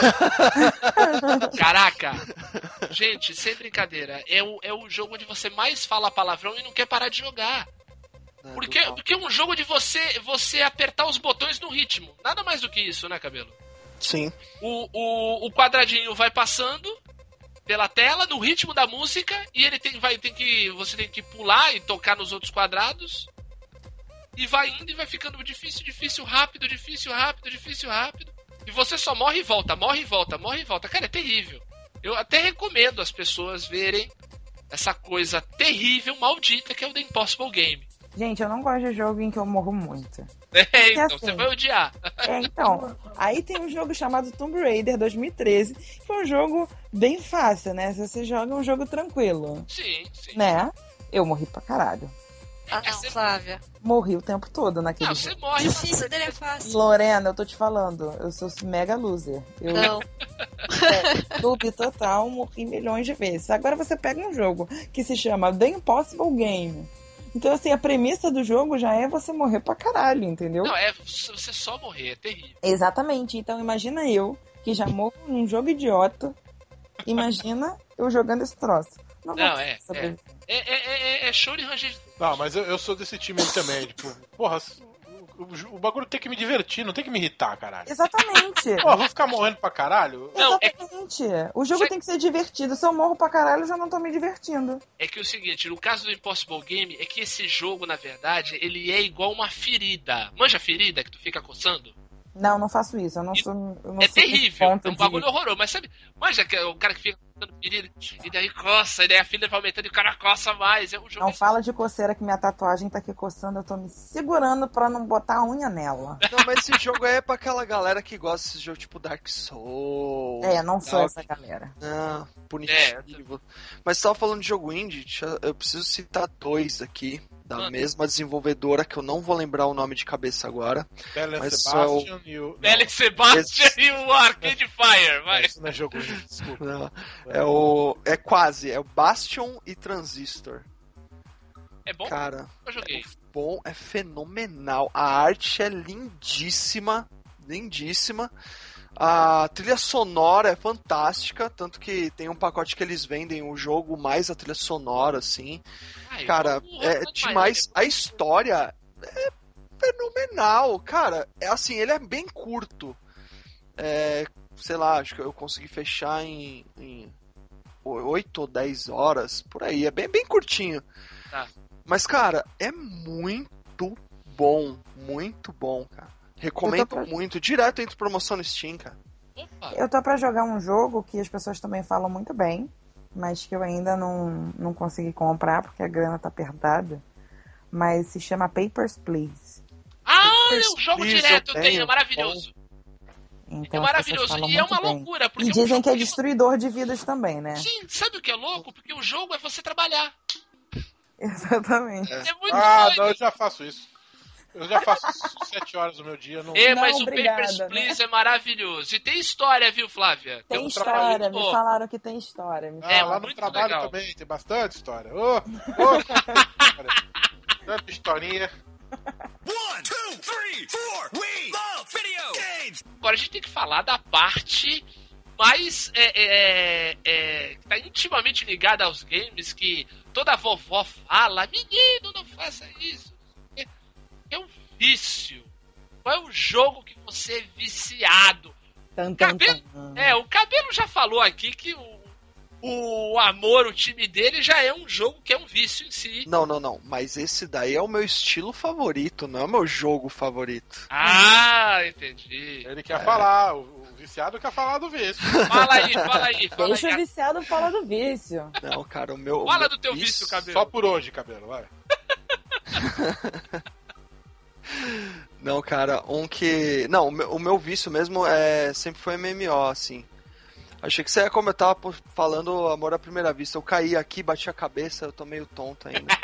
Caraca. Gente, sem brincadeira, é o jogo onde você mais fala palavrão e não quer parar de jogar. Porque é um jogo de você apertar os botões no ritmo. Nada mais do que isso, né, Cabelo?
Sim.
O quadradinho vai passando pela tela, no ritmo da música, e ele você tem que pular e tocar nos outros quadrados. e vai indo e vai ficando difícil, difícil, rápido, difícil, rápido, difícil, rápido. E você só morre e volta, morre e volta, morre e volta. Cara, é terrível. Eu até recomendo as pessoas verem essa coisa terrível, maldita, que é o The Impossible Game.
Gente, eu não gosto de jogo em que eu morro muito.
Então,
assim,
você vai odiar.
Então, aí tem um jogo chamado Tomb Raider 2013, que foi um jogo bem fácil, né? Se você joga, é um jogo tranquilo.
Sim.
Né? Eu morri pra caralho.
Ah, não, Flávia.
Morri o tempo todo naquele
Não,
jogo.
você morre.
Difícil dele é fácil.
Lorena, eu tô te falando, eu sou mega loser. Eu
Não.
Noob total, morri milhões de vezes. Agora você pega um jogo que se chama The Impossible Game. Então, assim, a premissa do jogo já é você morrer pra caralho, entendeu?
Não, é você só morrer, é terrível.
Exatamente. Então, imagina eu, que já morro num jogo idiota, imagina eu jogando esse troço. Não,
é show de ranger.
Não, mas eu sou desse time aí também. Tipo, porra, o bagulho tem que me divertir, não tem que me irritar, caralho.
Exatamente.
Porra, vou ficar morrendo pra caralho?
Não,
Exatamente. O jogo tem que ser divertido. Se eu morro pra caralho, eu já não tô me divertindo.
É que o seguinte, no caso do Impossible Game, é que esse jogo, na verdade, ele é igual uma ferida. Manja a ferida que tu fica coçando?
Não faço isso. Eu não sou. Eu não
É
sou
terrível,
ponto
é um bagulho horroroso. Mas sabe, manja que é o cara que fica coçando ferida, e daí coça, e daí a ferida vai aumentando e o cara coça mais. É um jogo.
Não fala de coceira que minha tatuagem tá aqui coçando. Eu tô me segurando pra não botar a unha nela.
Não, mas esse jogo é pra aquela galera que gosta desse jogo tipo Dark Souls.
Não sou essa galera.
Ah, punitivo. Mas você tava falando de jogo indie, eu preciso citar dois aqui, da mesma desenvolvedora, que eu não vou lembrar o nome de cabeça agora.
Bela
mas
Sebastian e o...
Bela Sebastian e o Arcade Fire, vai.
Isso não é jogo indie, desculpa.
Não, é quase, é o Bastion e Transistor.
É bom?
Cara,
Eu joguei.
É bom, é fenomenal. A arte é lindíssima, lindíssima. A trilha sonora é fantástica, tanto que tem um pacote que eles vendem o jogo mais a trilha sonora, assim. Cara, é demais. A história é fenomenal, cara. É assim, ele é bem curto. Sei lá, acho que eu consegui fechar em 8 ou 10 horas, por aí. É bem curtinho.
Tá.
Mas, cara, é muito bom, cara. Recomendo muito. Direto entre promoção no Steam, cara.
Eu tô pra jogar um jogo que as pessoas também falam muito bem, mas que eu ainda não consegui comprar porque a grana tá apertada. Mas se chama Papers, Please.
Eu jogo direto, eu tenho, é maravilhoso.
Então,
é maravilhoso. E é uma loucura. Porque
e dizem que é destruidor de vidas também, né?
Sim, sabe o que é louco? Porque o jogo é você trabalhar.
Exatamente.
É muito doido.
Não, eu já faço isso. Eu já faço 7 horas do meu dia.
Mas o Papers, Please é maravilhoso. E tem história, viu, Flávia?
Tem história, me falaram que tem história.
Lá no trabalho legal. Também, tem bastante história. Tanta historinha.
1, 2, 3, 4, we love video games!
Agora a gente tem que falar da parte mais que tá intimamente ligada aos games, que toda vovó fala, menino, não faça isso. É um vício. Qual é o jogo que você é viciado? O Cabelo já falou aqui que o Amor, o time dele, já é um jogo que é um vício em si.
Não. Mas esse daí é o meu estilo favorito, não é o meu jogo favorito.
Entendi.
Ele quer falar, o viciado quer falar do vício.
Fala aí.
Deixa o viciado falar do vício.
Não, cara, o meu...
Fala do teu vício, Cabelo.
Só por hoje, Cabelo, vai.
Não, cara, Não, o meu vício mesmo sempre foi MMO, assim. Achei que você ia comentar falando Amor à Primeira Vista. Eu caí aqui, bati a cabeça, eu tô meio tonto ainda.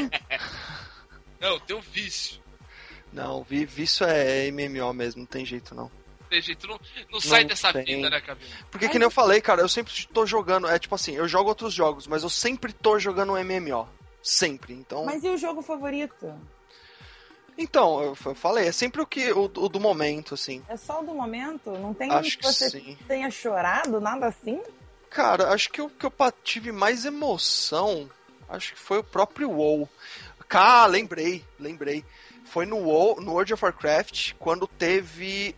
Não, teu vício.
Não, vício é MMO mesmo, não tem jeito não.
Não tem jeito, não sai dessa vida, né, Cabelo?
Porque que nem eu falei, cara, eu sempre tô jogando, tipo assim, eu jogo outros jogos, mas eu sempre tô jogando um MMO. Sempre, então...
Mas e o jogo favorito?
Então, eu falei, é sempre o do momento, assim.
É só o do momento? Não tem
acho
que você tenha chorado, nada assim?
Cara, acho que o que eu tive mais emoção, acho que foi o próprio WoW. Lembrei. Foi no WoW, no World of Warcraft, quando teve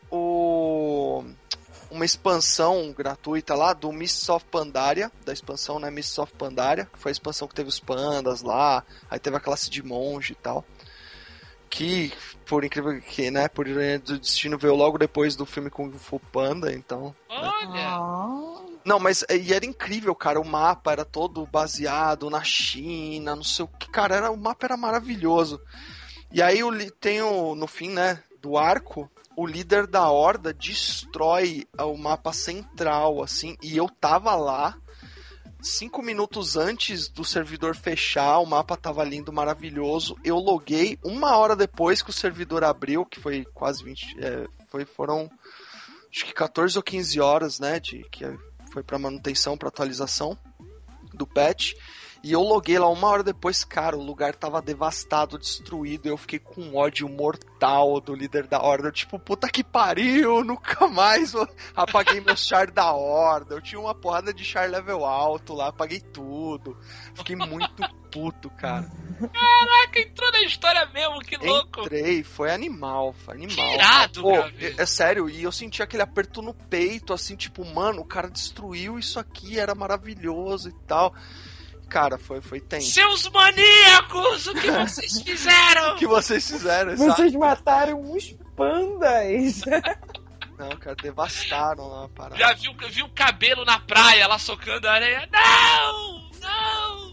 uma expansão gratuita lá do Mists of Pandaria, da expansão, né, Mists of Pandaria, que foi a expansão que teve os pandas lá, aí teve a classe de monge e tal. que, por incrível que, né, por ironia do destino, veio logo depois do filme Kung Fu Panda, então...
Olha!
Não, mas e era incrível, cara, o mapa era todo baseado na China, não sei o que, cara, o mapa era maravilhoso. E aí no fim, né, do arco, o líder da Horda destrói o mapa central, assim, e eu tava lá, 5 minutos antes do servidor fechar, o mapa tava lindo, maravilhoso. Eu loguei 1 hora depois que o servidor abriu, que foi quase 20... foram acho que 14 ou 15 horas, né? Que foi pra manutenção, pra atualização do patch. E eu loguei lá 1 hora depois, cara, o lugar tava devastado, destruído. Eu fiquei com um ódio mortal do líder da Horda. Tipo, puta que pariu, nunca mais apaguei meus char da Horda. Eu tinha uma porrada de char level alto lá, apaguei tudo. Fiquei muito puto, cara.
Caraca, entrou na história mesmo, que louco.
Entrei, foi animal, Que
irado,
pô,
meu.
é sério, e eu senti aquele aperto no peito, assim, tipo, mano, o cara destruiu isso aqui, era maravilhoso e tal. Cara, foi tenso.
Seus maníacos, o que vocês fizeram?
O que vocês fizeram, exato.
Vocês mataram os pandas.
Não, cara, devastaram lá a parada.
Já viu o cabelo na praia, lá socando a areia. Não! Não!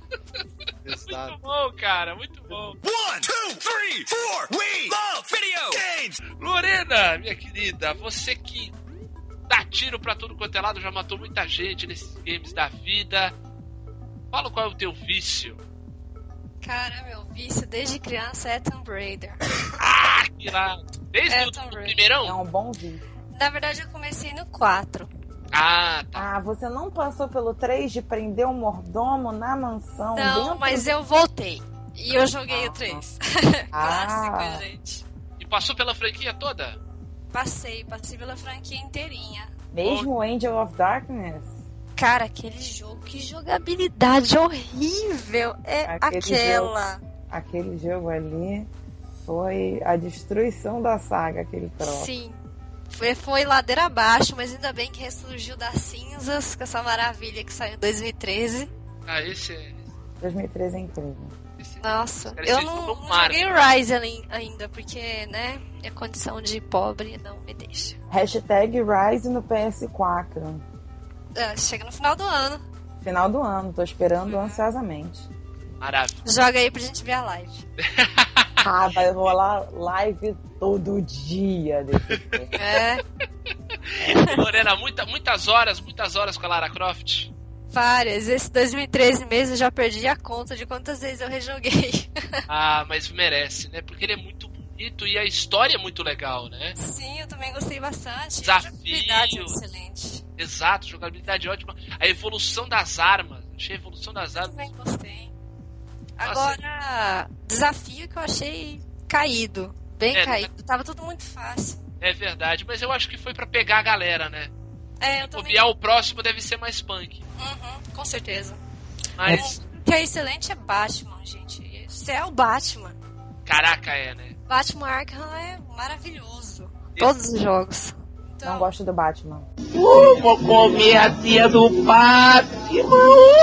Exato.
Muito bom, cara, muito bom.
1, 2, 3, 4, we love video games!
Lorena, minha querida, você que dá tiro pra tudo quanto é lado, já matou muita gente nesses games da vida. Fala qual é o teu vício.
Cara, meu vício desde criança é Tomb Raider.
Ah, que lá. Desde o primeirão?
É um bom vídeo.
Na verdade, eu comecei no 4.
Ah, tá.
Ah, você não passou pelo 3 de prender um mordomo na mansão?
Não,
dentro
mas eu voltei. E eu joguei o 3. Clássico, gente.
E passou pela franquia toda?
Passei pela franquia inteirinha.
Mesmo Angel of Darkness?
Cara, aquele jogo, que jogabilidade horrível é aquela.
Aquele jogo ali foi a destruição da saga, aquele troço.
Sim, foi ladeira abaixo, mas ainda bem que ressurgiu das cinzas com essa maravilha que saiu em 2013.
Ah, esse é...
2013 é incrível.
Nossa, eu não joguei Rise ainda, porque, né, a condição de pobre não me deixa.
Hashtag Rise no PS4.
Chega no final do ano.
Final do ano, tô esperando ansiosamente.
Maravilha.
Joga aí pra gente ver a live.
Ah, vai rolar live todo dia desse tempo.
Lorena, muitas horas com a Lara Croft.
Várias. Esse 2013 mesmo eu já perdi a conta de quantas vezes eu rejoguei.
Ah, mas merece, né? Porque ele é muito bonito e a história é muito legal, né?
Sim, eu também gostei bastante.
Desafio.
A jogabilidade é excelente.
Exato, jogabilidade ótima. A evolução das armas. Achei a evolução das armas.
Também gostei. Agora, desafio que eu achei caído. Bem caído. Tava tudo muito fácil.
É verdade, mas eu acho que foi pra pegar a galera, né?
Eu também.
E o próximo deve ser mais punk.
Com certeza.
Mas...
O que é excelente é Batman, gente. Isso é o Batman.
Caraca, né?
Batman Arkham é maravilhoso. Todos os jogos.
Não gosto do Batman.
Vou comer a tia do Batman.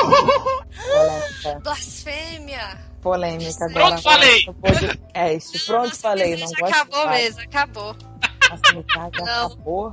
Polêmica.
Blasfêmia.
Polêmica.
Pronto, falei.
Pronto, falei. Não gosto.
Acabou mesmo, acabou.
Nossa, me caga, acabou.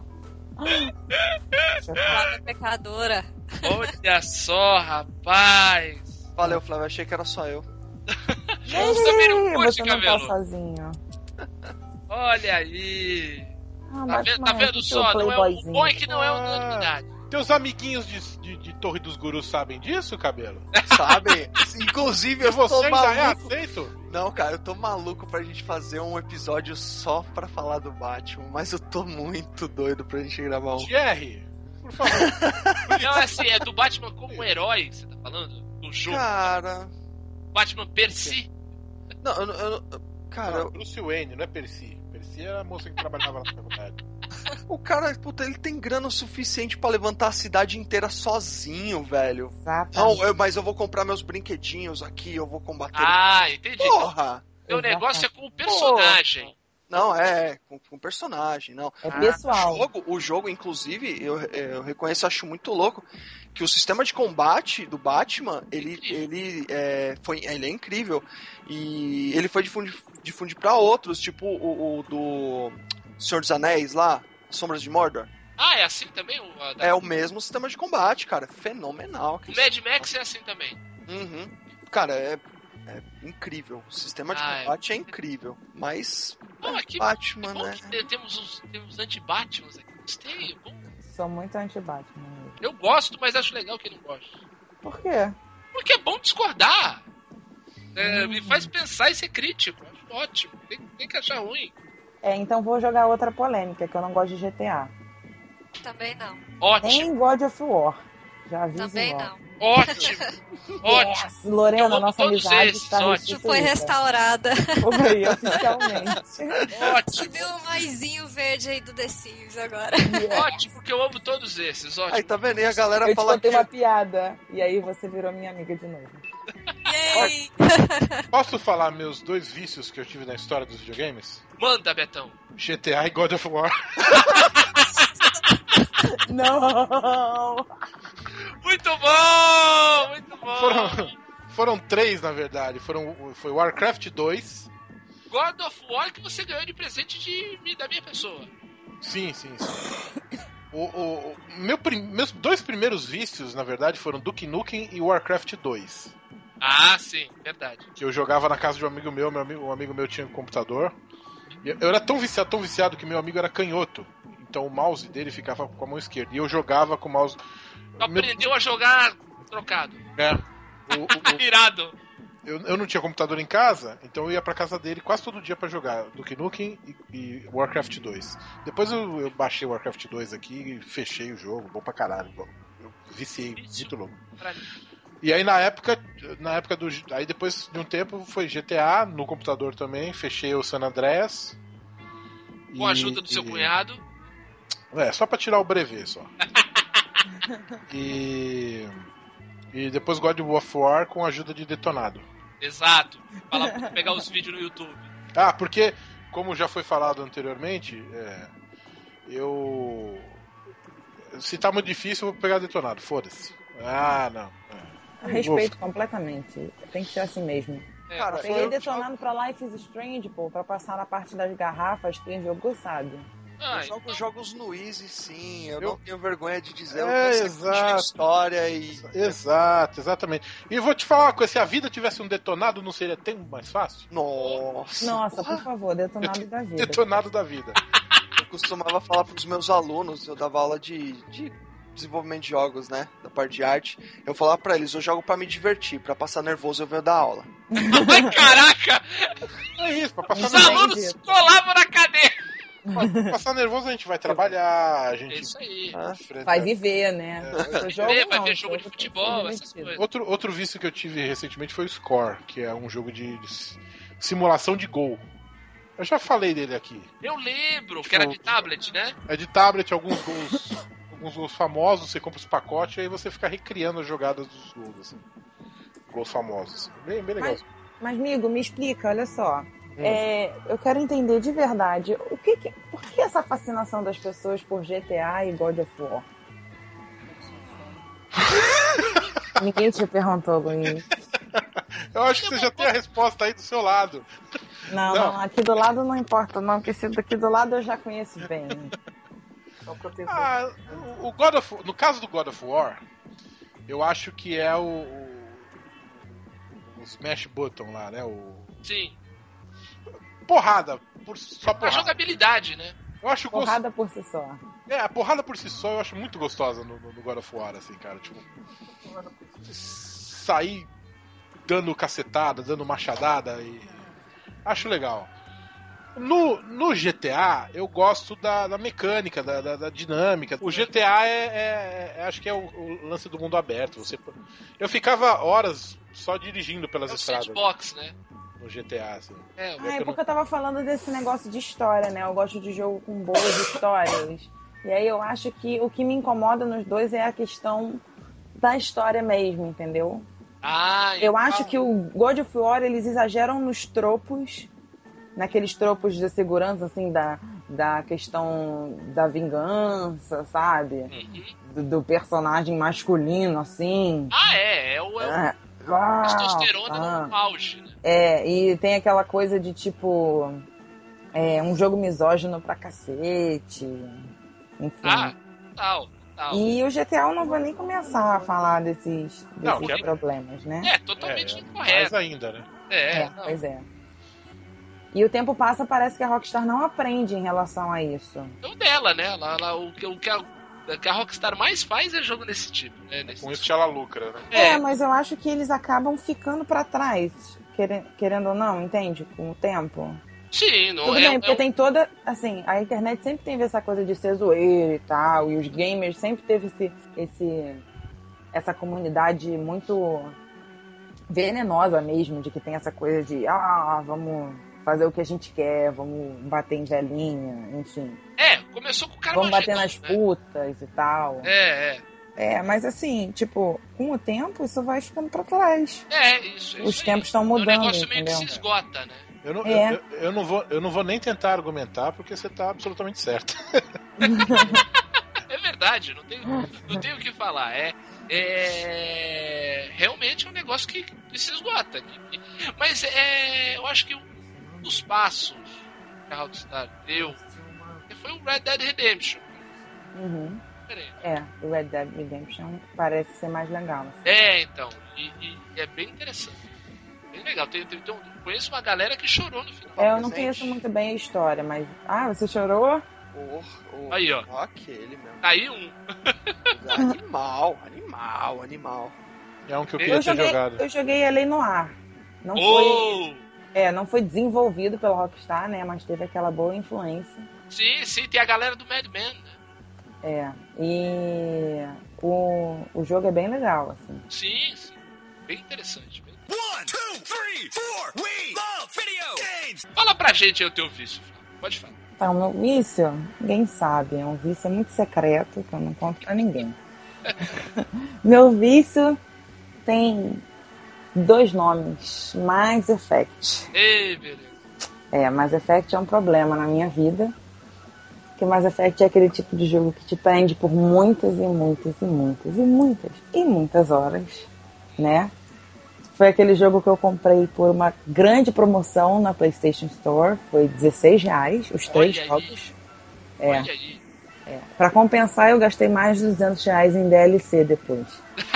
Flávia pecadora.
Olha só, rapaz.
Valeu, Flávio, achei que era só eu.
Você também não curte,
você não
cabelo.
tá sozinho.
Olha aí.
Tá
vendo só? Não é, o bom é que não é unanimidade.
Teus amiguinhos de Torre dos Gurus sabem disso, cabelo?
Sabem? Inclusive, eu
você
tô
ainda é
maluco.
aceito?
Não, cara, eu tô maluco pra gente fazer um episódio só pra falar do Batman, mas eu tô muito doido pra gente gravar um.
Jerry, por favor.
Não, assim, é do Batman como herói que você tá falando? Do jogo.
Cara.
Batman per si.
Não, cara.
Não, Bruce Wayne, não é Percy. Percy era a moça que trabalhava na faculdade.
O cara, puta, ele tem grana o suficiente pra levantar a cidade inteira sozinho, velho.
Exatamente.
Não, mas eu vou comprar meus brinquedinhos aqui, eu vou combater.
Ah, entendi.
Porra!
Meu negócio é com o personagem.
Porra. Não, com personagem, não.
É pessoal.
O jogo, inclusive, eu reconheço, acho muito louco, que o sistema de combate do Batman, ele é incrível. E ele foi difundir pra outros, tipo o do Senhor dos Anéis lá, Sombras de Mordor.
Ah, é assim também?
É o mesmo sistema de combate, cara. Fenomenal.
O Mad Max é assim também.
Uhum. Cara, é incrível. O sistema de combate é incrível. Mas. Batman, né?
Temos anti-Batmans aqui. Gostei.
Sou muito anti-Batman.
Eu gosto, mas acho legal quem não gosta.
Por quê?
Porque é bom discordar. Me faz pensar e ser crítico. Acho ótimo. Tem que achar ruim.
Então vou jogar outra polêmica, que eu não gosto de GTA.
Também não.
Ótimo.
Nem God of War. Já aviso
Também
logo.
não.
Ótimo. Ótimo.
Yes. Lorena, nossa amizade
esses,
está
ótimo.
Foi restaurada.
Foi, oficialmente.
Ótimo.
Deu um maisinho verde aí do The Sims agora.
Ótimo, porque eu amo todos esses. Ótimo.
Aí tá vendo? E a galera
Eu te
fala
contei uma piada. E aí você virou minha amiga de novo.
Yay!
Posso falar meus 2 vícios que eu tive na história dos videogames?
Manda, Betão.
GTA e God of War.
Não!
Muito bom! Muito bom!
Foram 3, na verdade. Foi Warcraft 2.
God of War que você ganhou de presente da minha pessoa.
Sim. Meus 2 primeiros vícios, na verdade, foram Duke Nukem e Warcraft 2.
Ah, sim, verdade.
Que eu jogava na casa de um amigo meu, um amigo meu tinha um computador. Eu era tão viciado que meu amigo era canhoto. Então o mouse dele ficava com a mão esquerda. E eu jogava com o mouse...
Aprendeu a jogar trocado. Irado.
Eu não tinha computador em casa, então eu ia pra casa dele quase todo dia pra jogar Duke Nukem e Warcraft 2. Depois eu baixei o Warcraft 2 aqui e fechei o jogo, bom pra caralho. Eu viciei, muito louco. E aí na época do... Aí depois de um tempo foi GTA no computador também, fechei o San Andreas.
Com a ajuda do seu cunhado.
Só pra tirar o brevet, só. E depois God of War com a ajuda de Detonado.
Exato. Pra pegar os vídeos no YouTube.
Porque, como já foi falado anteriormente, se tá muito difícil, eu vou pegar Detonado, foda-se. Não.
Respeito completamente. Tem que ser assim mesmo.
Cara,
peguei Detonado pra Life is Strange, pô, pra passar na parte das garrafas, quem jogou sabe.
Eu jogo jogos no Easy, sim. Eu não tenho vergonha de dizer.
Exato.
História e...
Exatamente. E vou te falar uma coisa, se a vida tivesse um detonado, não seria até mais fácil?
Nossa, por favor, Detonado da vida.
Detonado da vida.
Eu costumava falar pros meus alunos, eu dava aula de desenvolvimento de jogos, né? Da parte de arte. Eu falava pra eles, eu jogo pra me divertir, pra passar nervoso eu venho dar aula.
Caraca!
É isso, pra passar
nervoso. Os alunos colavam na cadeira.
Pra passar nervoso a gente vai trabalhar, a gente...
É isso aí.
Vai viver, né?
Vai ver jogo de futebol, essas coisas.
Outro vício que eu tive recentemente foi o Score, que é um jogo de simulação de gol. Eu já falei dele aqui.
Eu lembro, que era de tablet, né?
É de tablet, alguns gols famosos, você compra os pacotes e aí você fica recriando as jogadas dos gols, assim. Gols famosos. Bem legal.
Mas, amigo, me explica, olha só. Eu quero entender de verdade por que essa fascinação das pessoas por GTA e God of War? Ninguém te perguntou, Luiz.
Eu acho que você já tem a resposta aí do seu lado.
Não, aqui do lado não importa, não, porque esse daqui do lado eu já conheço bem.
O God of, no caso do God of War, eu acho que é o Smash Button lá, né?
Sim.
Porrada, só porrada.
A jogabilidade, né?
Eu acho
porrada por si só.
A porrada por si só eu acho muito gostosa no God of War, assim, cara. Tipo, sair dando cacetada, dando machadada e... Acho legal. No GTA, eu gosto da mecânica, da dinâmica. O GTA acho que é o lance do mundo aberto. Eu ficava horas só dirigindo pelas estradas.
Sandbox, né?
No GTA, assim.
É porque eu tava falando desse negócio de história, né? Eu gosto de jogo com boas histórias. E aí eu acho que o que me incomoda nos dois é a questão da história mesmo, entendeu? Eu acho que o God of War, eles exageram nos tropos, naqueles tropos de segurança, assim, da questão da vingança, sabe? Do personagem masculino, assim.
É o testosterona no auge, né?
E tem aquela coisa de tipo... um jogo misógino pra cacete. Enfim.
Tal.
E o GTA eu não vou nem começar a falar desses problemas, né?
É, totalmente incorreto.
Mais ainda, né?
Pois é. E o tempo passa, parece que a Rockstar não aprende em relação a isso.
Então dela, né? O que a Rockstar mais faz é jogo desse tipo. Né?
Com isso ela lucra, né?
Mas eu acho que eles acabam ficando pra trás, querendo ou não, entende? Com o tempo.
Sim, não
Tudo bem, porque tem toda... Assim, a internet sempre teve essa coisa de ser zoeiro e tal, e os gamers sempre teve essa comunidade muito venenosa mesmo, de que tem essa coisa de vamos fazer o que a gente quer, vamos bater em velhinha, enfim.
Começou com o cara
vamos bater nas putas e tal. Mas assim, tipo, com o tempo isso vai ficando pra trás.
Isso.
Os tempos estão mudando,
o negócio meio
entendeu?
que se esgota, né?
Eu não vou nem tentar argumentar, porque você tá absolutamente certo.
É verdade, não tenho o que falar. Realmente é um negócio que se esgota. Mas eu acho que um dos passos que a Rockstar deu foi o Red Dead Redemption.
O Red Dead Redemption parece ser mais legal.
Então. E é bem interessante. Bem legal. Conheço uma galera que chorou no final.
Eu não conheço muito bem a história, mas... você chorou?
Aí, ó.
Aquele mesmo.
Aí um.
Animal.
É um que eu queria ter jogado.
Eu joguei L.A. Noire. Não foi desenvolvido pela Rockstar, né? Mas teve aquela boa influência.
Sim, tem a galera do Mad Men, né?
E o jogo é bem legal, assim.
Sim. Bem interessante.
1, 2, 3, 4, we love video games!
Fala pra gente aí o teu vício, Flávio. Pode falar.
Então, meu vício, ninguém sabe. É um vício muito secreto que eu não conto pra ninguém. Meu vício tem 2 nomes. Mass Effect.
Ei, beleza.
Mass Effect é um problema na minha vida. Porque Mass Effect é aquele tipo de jogo que te prende por muitas horas, né? Foi aquele jogo que eu comprei por uma grande promoção na PlayStation Store. Foi R$16, os 3 jogos.
Olha aí.
Pra compensar, eu gastei mais de R$200 em DLC depois.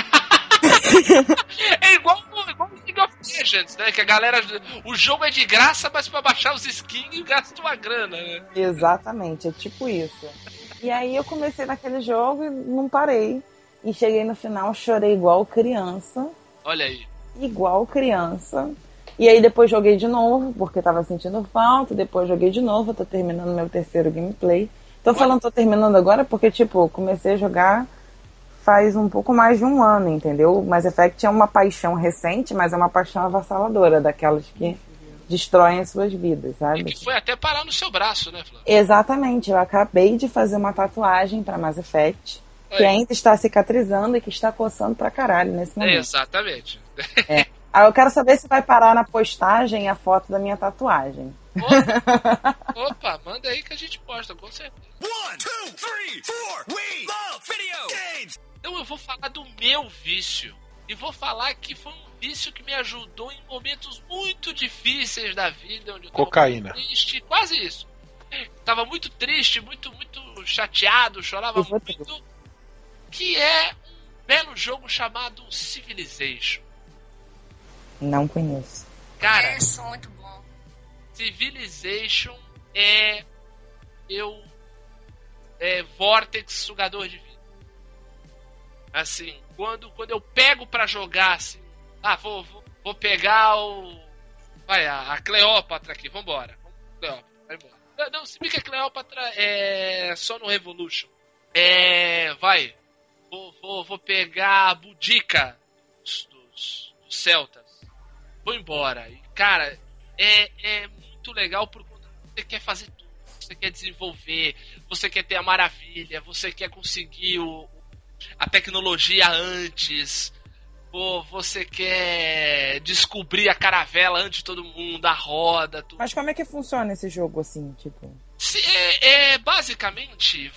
É igual League of Legends, né? Que a galera... O jogo é de graça, mas pra baixar os skins gasta uma grana, né?
Exatamente, é tipo isso. E aí eu comecei naquele jogo e não parei. E cheguei no final, chorei igual criança.
Olha aí.
Igual criança. E aí depois joguei de novo, porque tava sentindo falta. Depois joguei de novo, tô terminando meu 3º gameplay. Tô terminando agora porque, tipo, comecei a jogar faz um pouco mais de 1 ano, entendeu? Mass Effect é uma paixão recente, mas é uma paixão avassaladora, daquelas que destroem as suas vidas, sabe?
E que foi até parar no seu braço, né, Flávio?
Exatamente, eu acabei de fazer uma tatuagem pra Mass Effect, que ainda está cicatrizando e que está coçando pra caralho nesse momento.
Exatamente.
Aí eu quero saber se vai parar na postagem a foto da minha tatuagem.
Opa, manda aí que a gente posta, com certeza.
1, 2, 3, 4, we love video games!
Então eu vou falar do meu vício. E vou falar que foi um vício que me ajudou em momentos muito difíceis da vida. Onde eu tava
cocaína.
Muito triste, quase isso. Tava muito triste, muito chateado, chorava muito. Que é um belo jogo chamado Civilization.
Não conheço.
Cara,
Isso, muito bom.
Civilization é Vortex sugador de vida. Assim, quando eu pego pra jogar assim, vou pegar a Cleópatra aqui, vambora. Cleópatra, vai embora. Não, se bem que a Cleópatra é só no Revolution. Vou pegar a Boudica dos celtas. Vou embora. E, cara, é muito legal porque você quer fazer tudo. Você quer desenvolver, você quer ter a maravilha, você quer conseguir a tecnologia antes, você quer descobrir a caravela antes de todo mundo, a roda, tudo.
Mas como é que funciona esse jogo assim, tipo?
Basicamente,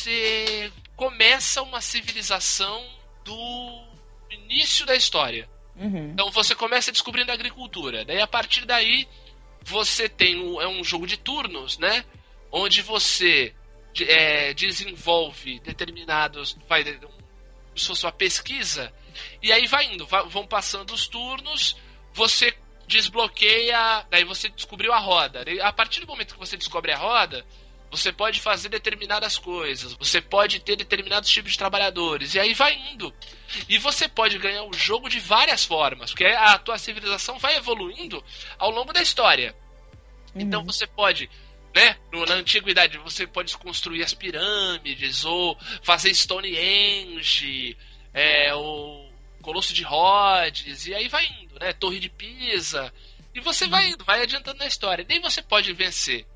você começa uma civilização do início da história.
Uhum.
Então você começa descobrindo a agricultura. Daí a partir daí você tem um jogo de turnos, né? Onde você desenvolve determinados... se fosse uma pesquisa, e aí vai indo, vão passando os turnos, você desbloqueia, daí você descobriu a roda. Daí, a partir do momento que você descobre a roda, você pode fazer determinadas coisas, você pode ter determinados tipos de trabalhadores, e aí vai indo. E você pode ganhar o jogo de várias formas, porque a tua civilização vai evoluindo ao longo da história. Então você pode... Né? Na antiguidade você pode construir as pirâmides ou fazer Stonehenge, o Colosso de Rhodes, e aí vai indo, né? Torre de Pisa, e você vai indo, vai adiantando na história. E daí você pode vencer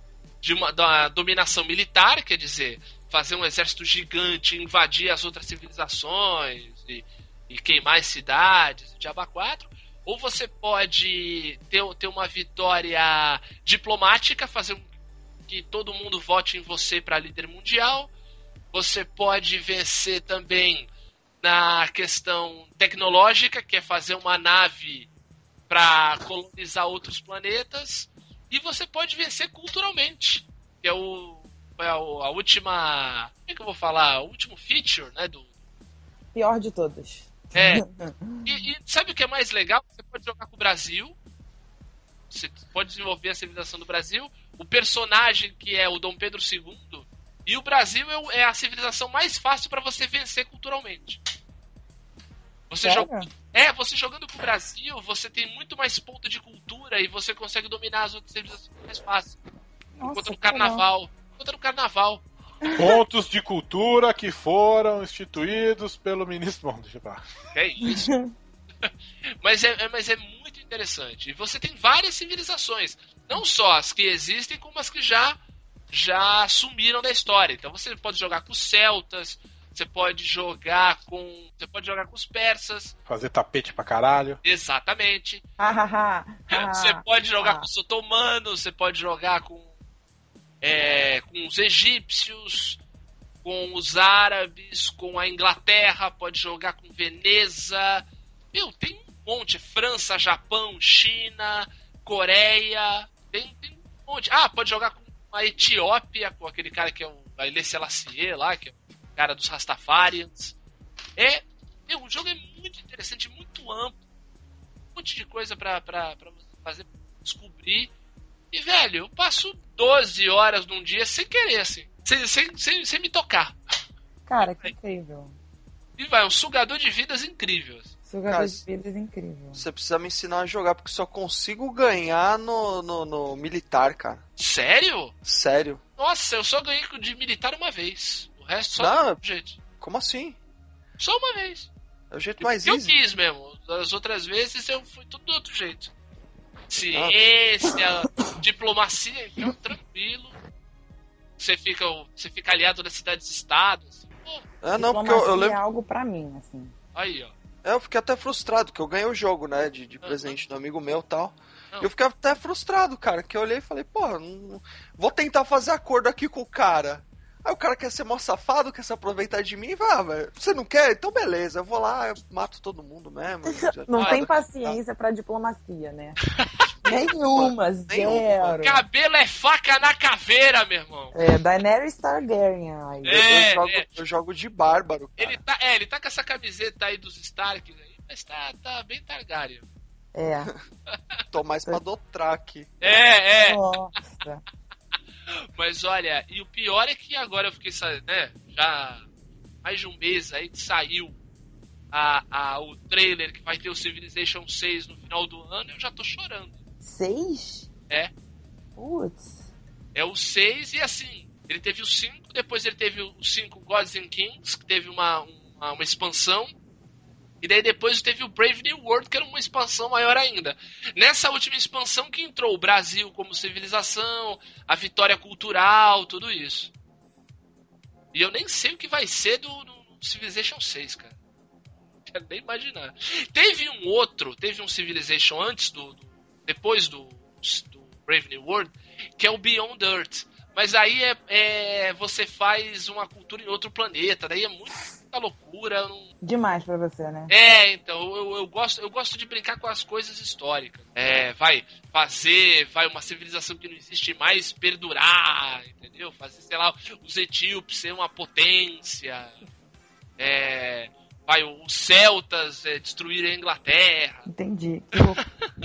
da dominação militar, quer dizer, fazer um exército gigante, invadir as outras civilizações e queimar as cidades, Diabo 4. Ou você pode ter uma vitória diplomática, fazer que todo mundo vote em você para líder mundial. Você pode vencer também na questão tecnológica, que é fazer uma nave para colonizar outros planetas. E você pode vencer culturalmente, que é a última... Como é que eu vou falar? O último feature, né?
Pior de todos.
E sabe o que é mais legal? Você pode jogar com o Brasil. Você pode desenvolver a civilização do Brasil. O personagem que é o Dom Pedro II. E o Brasil é a civilização mais fácil para você vencer culturalmente. Você jogando com o Brasil, você tem muito mais ponto de cultura e você consegue dominar as outras civilizações mais fácil. Enquanto no Carnaval.
Pontos de cultura que foram instituídos pelo ministro. Bom, deixa eu falar.
É isso. mas é muito interessante. E você tem várias civilizações. Não só as que existem, como as que já sumiram da história. Então você pode jogar com os celtas, você pode jogar com os persas.
Fazer tapete pra caralho.
Exatamente. Você pode jogar com os otomanos, você pode jogar com os egípcios, com os árabes, com a Inglaterra, pode jogar com Veneza. Tem um monte. França, Japão, China, Coreia. Tem um monte. Pode jogar com a Etiópia, com aquele cara que é o Haile Selassie lá, que é o cara dos Rastafarians. O jogo é muito interessante, muito amplo. Um monte de coisa pra você fazer, descobrir. E, velho, eu passo 12 horas num dia sem querer, assim. Sem me tocar.
Cara, que incrível.
E vai, um sugador de vidas incrível.
Sugador de vidas incrível.
Você precisa me ensinar a jogar, porque só consigo ganhar no militar, cara.
Sério?
Sério.
Nossa, eu só ganhei de militar uma vez. O resto só do jeito.
Como assim?
Só uma vez.
É o jeito mais
easy.
Eu
quis mesmo. As outras vezes eu fui tudo do outro jeito. Ciência, diplomacia, então tranquilo. Você fica aliado das cidades-estados. Assim,
não, porque eu lembro...
é algo pra mim, assim.
Aí, ó.
Eu fiquei até frustrado, que eu ganhei o jogo, né, de presente do amigo meu e tal. Eu fiquei até frustrado, cara, que eu olhei e falei, vou tentar fazer acordo aqui com o cara. Aí o cara quer ser mó safado, quer se aproveitar de mim e vai, você não quer? Então beleza, eu vou lá, eu mato todo mundo mesmo.
Não tem paciência pra diplomacia, né? Nenhuma, zero.
Cabelo é faca na caveira, meu irmão.
Daenerys Targaryen.
Eu jogo de bárbaro, cara.
Ele tá com essa camiseta aí dos Stark aí, mas tá bem Targaryen.
Tô mais pra Dothraki.
Nossa.
Mas olha, e o pior é que agora eu fiquei, né, já mais de um mês aí que saiu o trailer que vai ter o Civilization 6 no final do ano, eu já tô chorando.
6? Putz.
É o 6 e assim, ele teve o 5, depois ele teve o 5 Gods and Kings, que teve uma expansão. E daí depois teve o Brave New World, que era uma expansão maior ainda. Nessa última expansão que entrou o Brasil como civilização, a vitória cultural, tudo isso. E eu nem sei o que vai ser do Civilization 6, cara. Não quero nem imaginar. Teve um Civilization antes depois do Brave New World, que é o Beyond Earth. Mas aí você faz uma cultura em outro planeta, daí é muito muita loucura. Eu não...
Demais pra você, né?
Então, eu gosto de brincar com as coisas históricas. Vai uma civilização que não existe mais perdurar, entendeu? Fazer, sei lá, os etíopes ser uma potência. Os celtas destruírem a Inglaterra.
Entendi.
1, 2,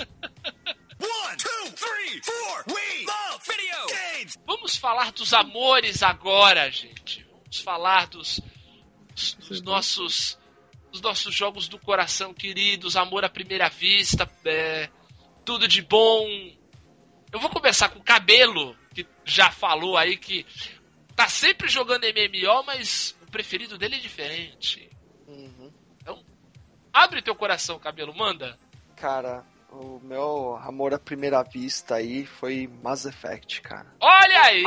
3, 4, we love video games!
Vamos falar dos amores agora, gente. Vamos falar dos nossos jogos do coração queridos, amor à primeira vista, tudo de bom. Eu vou começar com o Cabelo, que já falou aí que tá sempre jogando MMO, mas o preferido dele é diferente. Então, abre teu coração, Cabelo, manda.
Cara, o meu amor à primeira vista aí foi Mass Effect, cara.
Olha aí!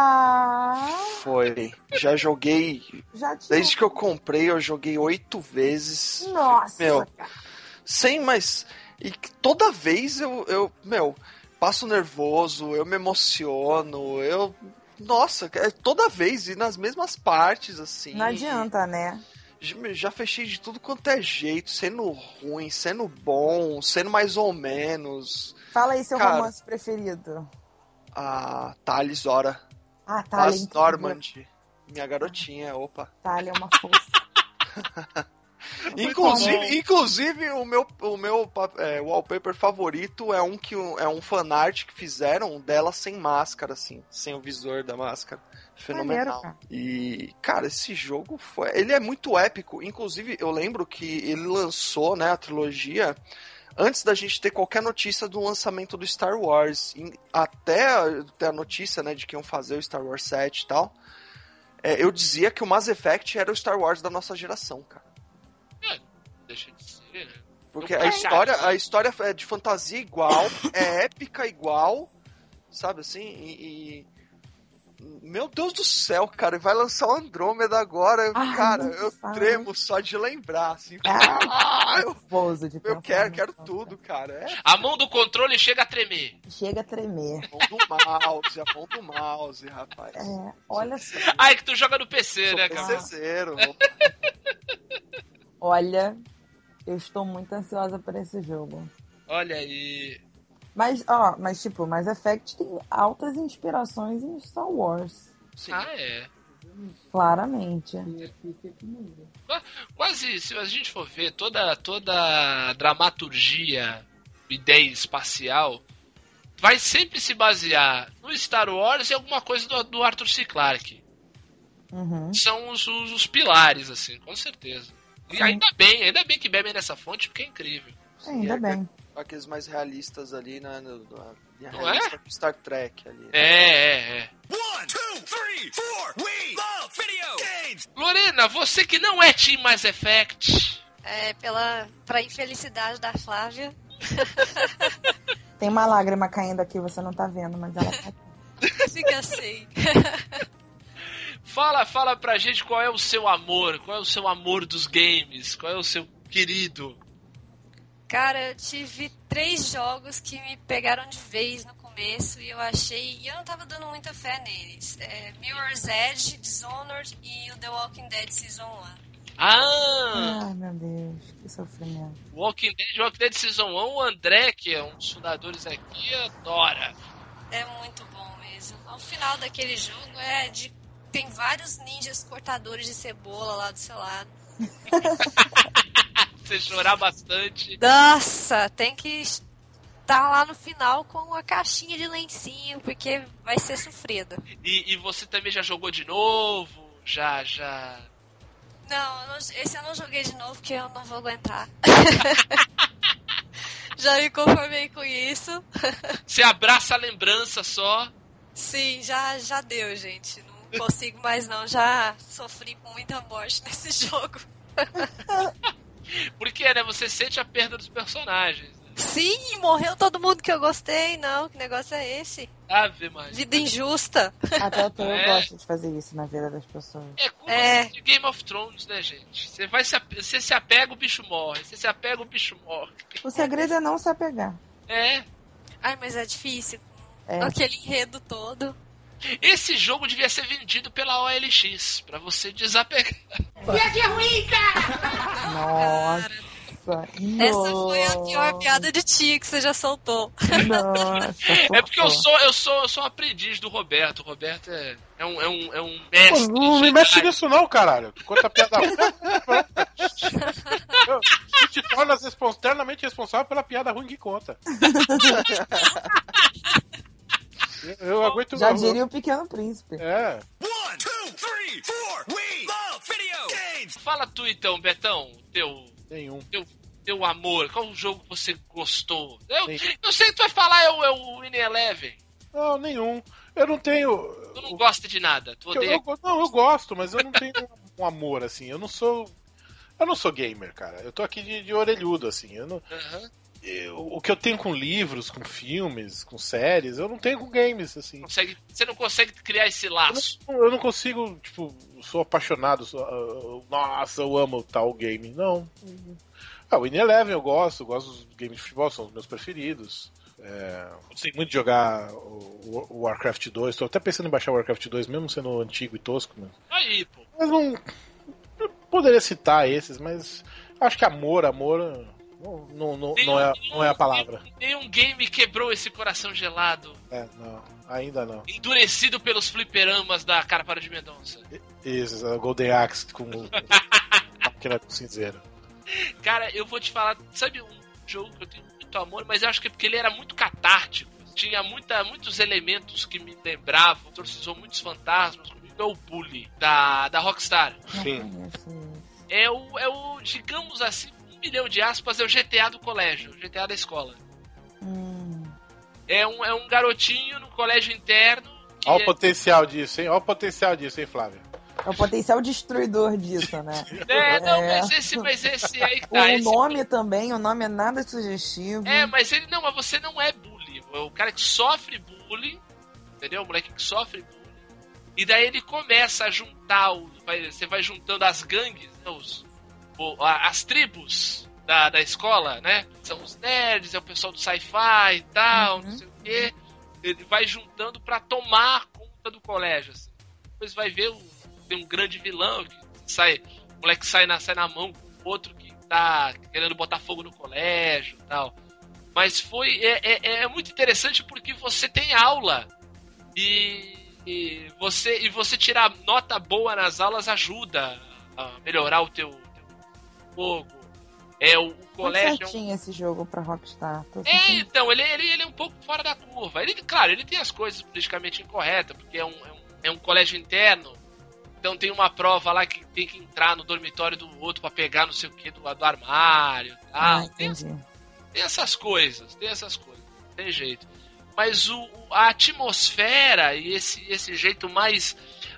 Foi. Já joguei. Desde que eu comprei, eu joguei 8 vezes.
Nossa!
Sem mais. E toda vez eu passo nervoso, eu me emociono, Nossa, toda vez, e nas mesmas partes, assim.
Não adianta, né?
Já fechei de tudo quanto é jeito, sendo ruim, sendo bom, sendo mais ou menos.
Fala aí seu romance preferido.
A Thalia Zora.
Thalia.
Normandy. Minha garotinha, opa.
Thalia é uma força.
Inclusive o meu wallpaper favorito é um fanart que fizeram dela sem máscara, assim, sem o visor da máscara. Fenomenal.
Maneiro,
E, cara, esse jogo ele é muito épico. Inclusive, eu lembro que ele lançou, né, a trilogia antes da gente ter qualquer notícia do lançamento do Star Wars. Até ter a notícia, né, de que iam fazer o Star Wars 7 e tal. Eu dizia que o Mass Effect era o Star Wars da nossa geração, cara.
Deixa de ser, né?
Porque a história é de fantasia igual, é épica igual, sabe assim? Meu Deus do céu, cara, vai lançar o Andrômeda agora. Cara, eu tremo só de lembrar, assim. Eu quero tudo, cara.
A mão do controle chega a tremer.
A mão do mouse, rapaz.
Olha só.
É que tu joga no PC, né, cara?
PCzeiro.
Olha, eu estou muito ansiosa por esse jogo.
Olha aí.
Mas tipo, Mass Effect tem altas inspirações em Star Wars.
Sim.
Claramente.
Quase, se a gente for ver, toda a dramaturgia, ideia espacial, vai sempre se basear no Star Wars e alguma coisa do Arthur C. Clarke. São os pilares, assim, com certeza. E ainda bem que bebem nessa fonte, porque é incrível.
Ainda bem.
Aqueles mais realistas ali, né?
Não é?
Star Trek ali.
1, 2, 3, 4, we love video games!
Lorena, você que não é Team Mass Effect.
Pra infelicidade da Flávia.
Tem uma lágrima caindo aqui, você não tá vendo, mas ela tá aqui.
Fica assim.
Fala pra gente qual é o seu amor dos games, qual é o seu querido.
Cara, eu tive 3 jogos que me pegaram de vez no começo e eu não tava dando muita fé neles. Mirror's Edge, Dishonored e o The Walking Dead Season 1.
Ai, meu Deus, que sofrimento.
Walking Dead Season 1, o André, que é um dos fundadores aqui, adora.
É muito bom mesmo. Ao final daquele jogo tem vários ninjas cortadores de cebola lá do seu lado.
Você chorar bastante.
Nossa, tem que estar lá no final com uma caixinha de lencinho, porque vai ser sofrido.
E você também já jogou de novo? Já...
Não, esse eu não joguei de novo, porque eu não vou aguentar. Já me conformei com isso.
Você abraça a lembrança só?
Sim, já deu, gente. Não consigo mais não, já sofri com muita morte nesse jogo.
Porque, né, você sente a perda dos personagens. Né?
Sim, morreu todo mundo que eu gostei, não, que negócio é esse?
Ave Maria.
Vida injusta.
Até eu gosto de fazer isso na vida das pessoas.
É como de Game of Thrones, né, gente? Você se apega, o bicho morre. Você se apega, o bicho morre.
O segredo é não se apegar.
Ai, mas é difícil. Aquele enredo todo.
Esse jogo devia ser vendido pela OLX, pra você desapegar.
Piada ruim, cara!
Nossa.
Essa foi a pior piada de tia que você já soltou.
Nossa.
É porque eu sou um aprendiz do Roberto. O Roberto é um mestre.
Pô, não me mexe nisso não, caralho. Tu conta piada ruim. Tu te tornas eternamente responsável pela piada ruim que conta. Eu aguento.
Já diria o Pequeno Príncipe.
É.
1, 2, 3, 4, we love video games!
Fala tu então, Betão,
Nenhum.
teu amor, qual o jogo que você gostou? Eu sei que tu vai falar é o Winning Eleven.
Não, nenhum. Eu não tenho.
Tu não gosta de nada, tu odeia.
Não, eu gosto, mas eu não tenho um amor assim. Eu não sou gamer, cara. Eu tô aqui de orelhudo, assim. Eu não. O que eu tenho com livros, com filmes, com séries, eu não tenho com games, assim.
Você não consegue criar esse laço.
Eu não consigo, tipo, sou apaixonado, nossa, eu amo tal game. Não. O Winning Eleven eu gosto dos games de futebol, são os meus preferidos. Gostei muito de jogar o Warcraft 2, tô até pensando em baixar o Warcraft 2, mesmo sendo antigo e tosco.
Aí, pô.
Mas não. Eu poderia citar esses, mas acho que amor. Não é a palavra.
Nenhum game quebrou esse coração gelado.
Não, ainda não.
Endurecido pelos fliperamas da Carpara de Mendonça.
Isso, a Golden Axe com máquina com cinzeiro.
Cara, eu vou te falar, sabe um jogo que eu tenho muito amor, mas eu acho que é porque ele era muito catártico. Tinha muitos elementos que me lembravam, exorcizou muitos fantasmas comigo. É o Bully da Rockstar.
Sim.
É o, digamos assim, 1 milhão de aspas, é o GTA do colégio, o GTA da escola. É um garotinho no colégio interno.
Olha o potencial disso, hein? Flávio?
É o potencial destruidor disso, né?
Mas esse aí que tá.
O nome é nada sugestivo.
Mas você não é bully. É o cara que sofre bullying, entendeu? O moleque que sofre bullying. E daí ele começa a juntar, você vai juntando as gangues, né, as tribos da escola, né? São os nerds, é o pessoal do sci-fi e tal, não sei o quê. Ele vai juntando pra tomar conta do colégio, assim. Depois vai ver tem um grande vilão que o moleque sai na mão com o outro que tá querendo botar fogo no colégio e tal. Mas é muito interessante porque você tem aula e você tirar nota boa nas aulas ajuda a melhorar o teu jogo. O colégio.
Muito certinho esse jogo pra Rockstar.
Então, ele é um pouco fora da curva. Ele tem as coisas politicamente incorretas, porque é um colégio interno. Então tem uma prova lá que tem que entrar no dormitório do outro pra pegar não sei o que do armário e tal. Tem essas coisas, não tem jeito. Mas a atmosfera e esse jeito mais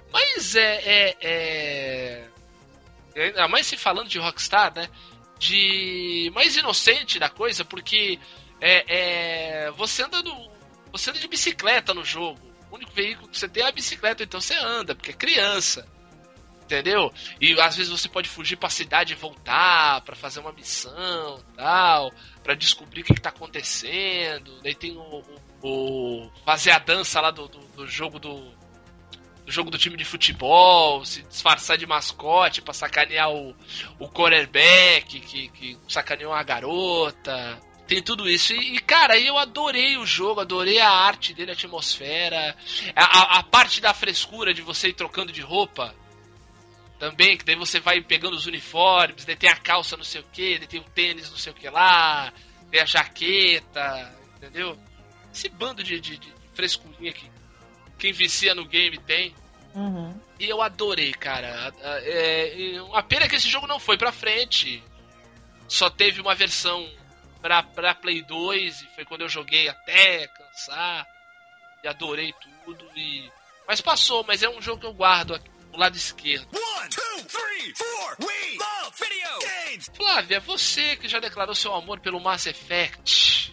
ainda mais se falando de Rockstar, né? Mais inocente da coisa, porque você anda de bicicleta no jogo. O único veículo que você tem é a bicicleta, então você anda, porque é criança. Entendeu? E às vezes você pode fugir pra cidade e voltar pra fazer uma missão tal, pra descobrir o que tá acontecendo. Daí tem fazer a dança lá do jogo do jogo do time de futebol, se disfarçar de mascote pra sacanear o quarterback que sacaneou a garota. Tem tudo isso. E cara, eu adorei o jogo, adorei a arte dele, a atmosfera, a parte da frescura de você ir trocando de roupa também, que daí você vai pegando os uniformes, daí tem a calça não sei o que, daí tem o tênis não sei o que lá, tem a jaqueta, entendeu? Esse bando de frescurinha que quem vicia no game tem. E eu adorei, cara. Uma pena que esse jogo não foi pra frente. Só teve uma versão pra Play 2, e foi quando eu joguei até cansar. E adorei tudo. Mas passou, mas é um jogo que eu guardo aqui do lado esquerdo.
1, 2, 3, 4, we love video games!
Flávia, você que já declarou seu amor pelo Mass Effect.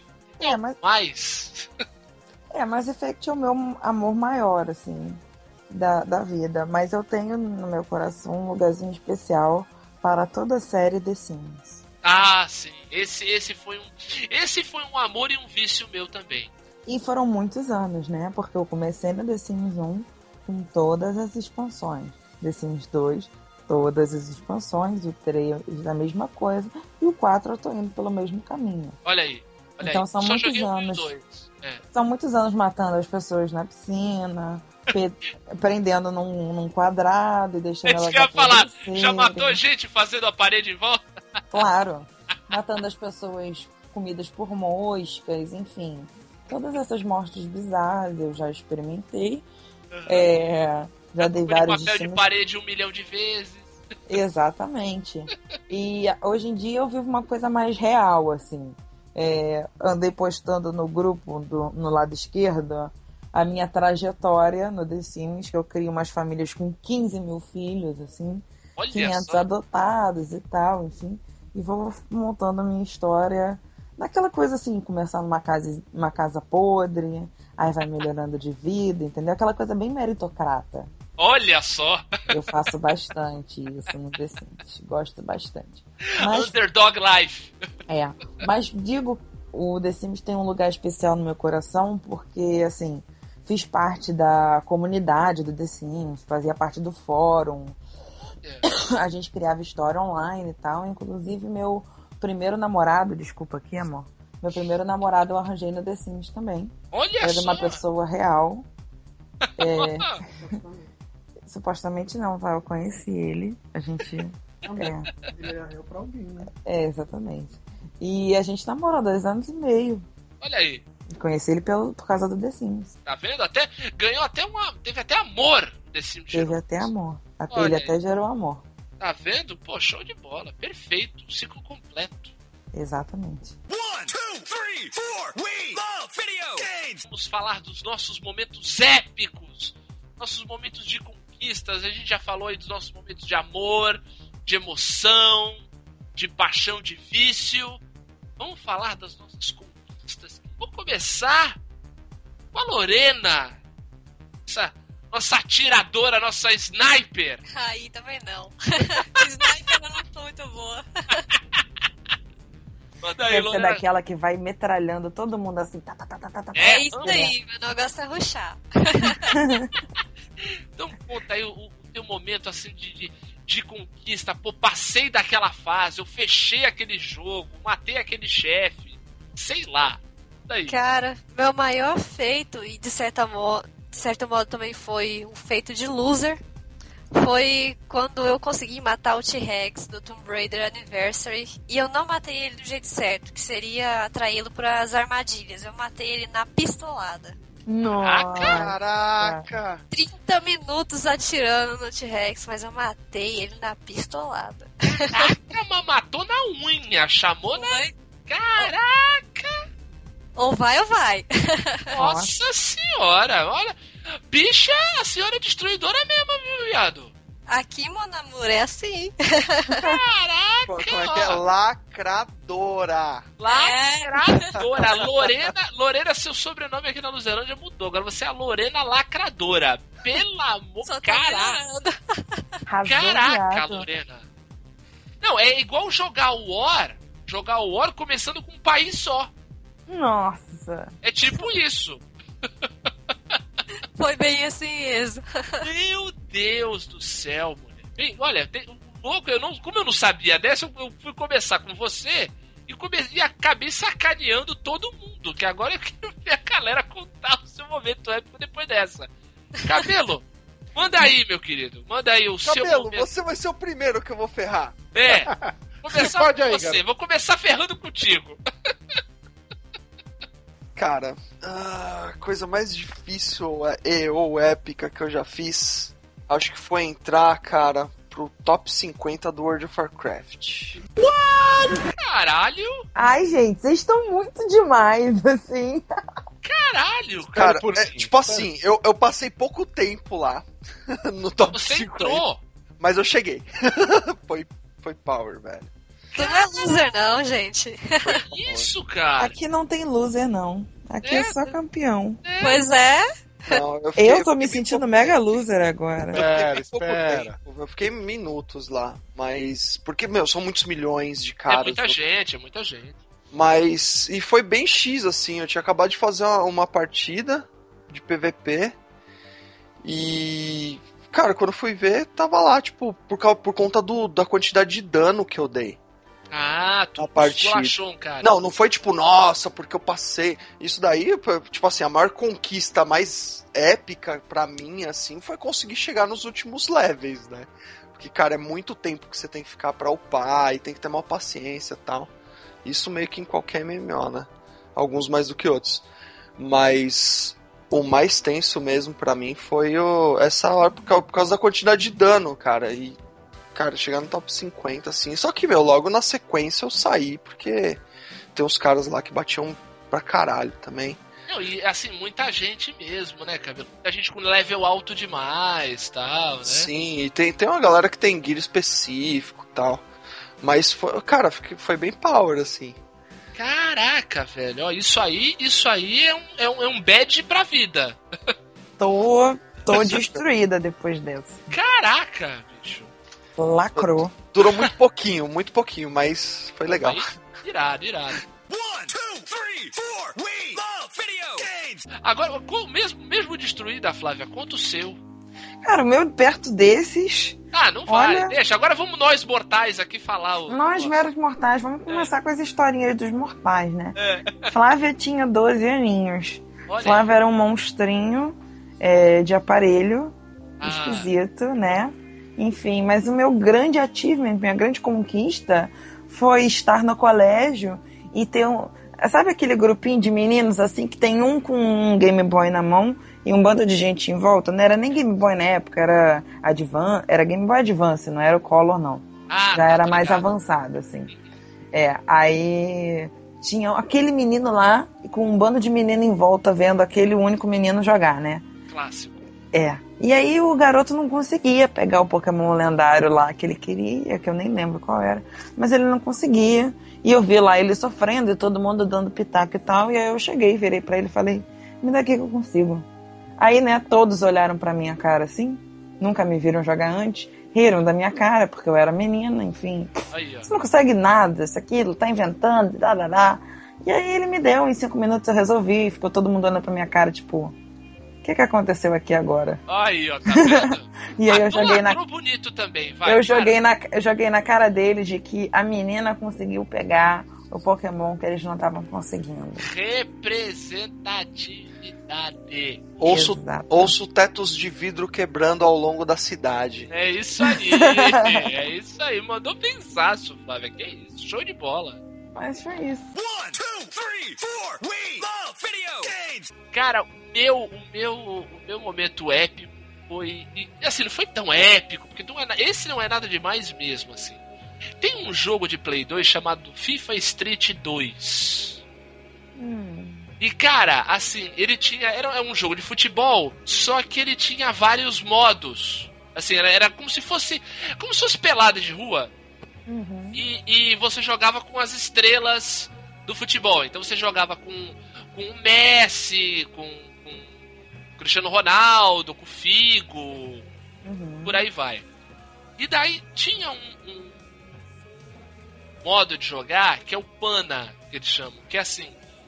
Mass Effect é o meu amor maior, assim, da vida. Mas eu tenho no meu coração um lugarzinho especial para toda a série The Sims.
Ah, sim. Esse foi um amor e um vício meu também.
E foram muitos anos, né? Porque eu comecei no The Sims 1 com todas as expansões. The Sims 2, todas as expansões. O 3, a mesma coisa. E o 4 eu tô indo pelo mesmo caminho.
Olha aí.
Então são muitos anos. São muitos anos matando as pessoas na piscina, prendendo num quadrado e deixando elas apodrecerem.
Já matou gente fazendo a parede em volta?
Claro. Matando as pessoas comidas por moscas, enfim. Todas essas mortes bizarras eu já experimentei. Já dei vários
papel de parede 1 milhão de vezes.
Exatamente. E hoje em dia eu vivo uma coisa mais real, assim. Andei postando no grupo no lado esquerdo a minha trajetória no The Sims, que eu crio umas famílias com 15 mil filhos, assim.
Olha
500
só.
adotados e tal, enfim. E vou montando a minha história naquela coisa assim, começar numa casa podre, aí vai melhorando de vida, entendeu? Aquela coisa bem meritocrata.
Olha só!
Eu faço bastante isso no The Sims. Gosto bastante. Mas,
Underdog Life.
mas digo, o The Sims tem um lugar especial no meu coração porque, assim, fiz parte da comunidade do The Sims, fazia parte do fórum. A gente criava história online e tal. Inclusive, meu primeiro namorado, desculpa aqui, amor. Meu primeiro namorado eu arranjei no The Sims também.
Olha
Era
só!
uma pessoa real. Supostamente não, tá? Eu conheci ele. A gente.
Ele é real pra alguém, né?
Exatamente. E a gente namorou 2 anos e meio.
Olha aí.
Conheci ele por causa do The Sims.
Tá vendo? Ganhou até teve até amor desse time.
Teve até amor.
Olha
Ele
aí.
até gerou amor.
Tá vendo? Pô, show de bola. Perfeito. Ciclo completo.
Exatamente.
1, 2, 3, 4, we love video games!
Vamos falar dos nossos momentos épicos. Nossos momentos de conquistas. A gente já falou aí dos nossos momentos de amor, de emoção, de paixão, de vício. Vamos falar das nossas conquistas. Vou começar com a Lorena. Essa nossa atiradora, nossa sniper.
Aí também não. Sniper eu não tô muito boa.
Manda aí,
Deve ser
Lorena.
daquela que vai metralhando todo mundo assim. Tá.
É isso aí, meu negócio é rushar.
Então conta aí o teu momento assim de conquista. Pô, passei daquela fase, eu fechei aquele jogo, matei aquele chefe, sei lá. Daí.
Cara, meu maior feito, e de certo modo também foi um feito de loser, foi quando eu consegui matar o T-Rex do Tomb Raider Anniversary. E eu não matei ele do jeito certo, que seria atraí-lo para as armadilhas. Eu matei ele na pistolada.
Nossa.
Caraca!
30 minutos atirando no T-Rex, mas eu matei ele na pistolada.
Caraca, mas matou na unha, chamou na... Caraca!
Ou vai ou vai.
Nossa senhora, olha... Bicha, a senhora é destruidora mesmo, viu, viado?
Aqui, Mon Amour, é assim.
Caraca!
Como é que é? Lacradora.
Lacradora. Lorena, seu sobrenome aqui na Luzerlândia mudou. Agora você é a Lorena Lacradora. Pelo amor... Caraca! Caraca, Lorena. Não, é igual jogar o War. Jogar o War começando com um país só.
Nossa.
É tipo isso.
Foi bem assim mesmo.
Meu Deus do céu, mulher. Bem, olha, louco, como eu não sabia dessa, eu fui começar com você e acabei sacaneando todo mundo. Que agora eu quero ver a galera contar o seu momento épico depois dessa. Cabelo, manda aí, meu querido. Manda aí o seu
Cabelo,
momento.
você vai ser o primeiro que eu vou ferrar.
Vou começar
Pode
com
aí,
você.
garoto.
Vou começar ferrando contigo.
Cara, a coisa mais difícil ou épica que eu já fiz, acho que foi entrar, cara, pro top 50 do World of Warcraft.
Caralho!
Ai, gente, vocês estão muito demais, assim.
Caralho!
Cara,
por mim.
tipo assim, eu passei pouco tempo lá no top
Você
50,
entrou!
mas eu cheguei. Foi power, velho.
Tu não é loser não, gente.
Isso, cara!
Aqui não tem loser, não. Aqui é só campeão.
Pois é.
Não,
Eu tô me sentindo mega loser agora.
Eu fiquei minutos lá, mas... Porque, são muitos milhões de
É
caras.
muita gente, é muita gente.
Mas... E foi bem X, assim. Eu tinha acabado de fazer uma partida de PVP. E... Cara, quando eu fui ver, tava lá, tipo, por conta da quantidade de dano que eu dei.
Ah, tu achou um cara.
Não foi tipo, nossa, porque eu passei. Isso daí, tipo assim, a maior conquista mais épica pra mim, assim, foi conseguir chegar nos últimos levels, né? Porque, cara, é muito tempo que você tem que ficar pra upar e tem que ter uma paciência e tal. Isso meio que em qualquer MMO, né? Alguns mais do que outros. Mas o mais tenso mesmo pra mim foi essa hora por causa da quantidade de dano, cara. E, cara, chegar no top 50, assim. Só que, logo na sequência eu saí, porque tem uns caras lá que batiam pra caralho também.
Não, e assim, muita gente mesmo, né, Cabelo? Muita gente com level alto demais, tal, né?
Sim, e tem uma galera que tem gear específico e tal. Mas, foi bem power, assim.
Caraca, velho, ó, isso aí é um badge pra vida.
Tô destruída depois dessa.
Caraca, bicho.
Lacrou.
Durou muito pouquinho, mas foi legal.
Irado.
1, 2, 3, 4, we love video games!
Agora, mesmo destruída, Flávia, conta o seu.
Cara, o meu perto desses...
Ah, não vai, deixa. Agora vamos nós mortais aqui falar.
Nós meros mortais, vamos começar com as historinhas dos mortais, né? Flávia tinha 12 aninhos.
Olha
Flávia era um monstrinho de aparelho, esquisito, né? Enfim, mas o meu grande achievement, minha grande conquista foi estar no colégio e ter sabe aquele grupinho de meninos assim que tem um com um Game Boy na mão e um bando de gente em volta? Não era nem Game Boy na época, era Game Boy Advance, não era o Color não. Já era mais avançado, assim. Aí tinha aquele menino lá com um bando de menino em volta vendo aquele único menino jogar, né?
Clássico.
E aí o garoto não conseguia pegar o Pokémon lendário lá que ele queria, que eu nem lembro qual era, mas ele não conseguia. E eu vi lá ele sofrendo e todo mundo dando pitaco e tal, e aí eu cheguei, virei pra ele e falei, me dá aqui que eu consigo. Aí, né, todos olharam pra minha cara assim, nunca me viram jogar antes, riram da minha cara, porque eu era menina, enfim.
Aí,
você não consegue nada, isso aqui, tá inventando, E aí ele me deu, em 5 minutos eu resolvi, ficou todo mundo olhando pra minha cara, tipo... O que aconteceu aqui agora?
Aí, ó, tá vendo?
E aí eu joguei
bonito também, vai.
Eu joguei na cara dele de que a menina conseguiu pegar o Pokémon que eles não estavam conseguindo.
Representatividade.
Ouço tetos de vidro quebrando ao longo da cidade.
É isso aí. Mandou pensar, Flávia. Que isso? Show de bola.
Mas foi isso.
1, 2, 3, 4, we love video games!
Cara, o meu momento épico foi... Assim, não foi tão épico, porque esse não é nada demais mesmo, assim. Tem um jogo de Play 2 chamado FIFA Street 2. E, cara, assim, ele tinha... Era um jogo de futebol, só que ele tinha vários modos. Assim, era como se fosse pelada de rua.
Uhum.
E você jogava com as estrelas do futebol. Então você jogava com o Messi, com o Cristiano Ronaldo, com o Figo, por aí vai. E daí tinha um modo de jogar que é o Pana, que eles chamam, que é assim: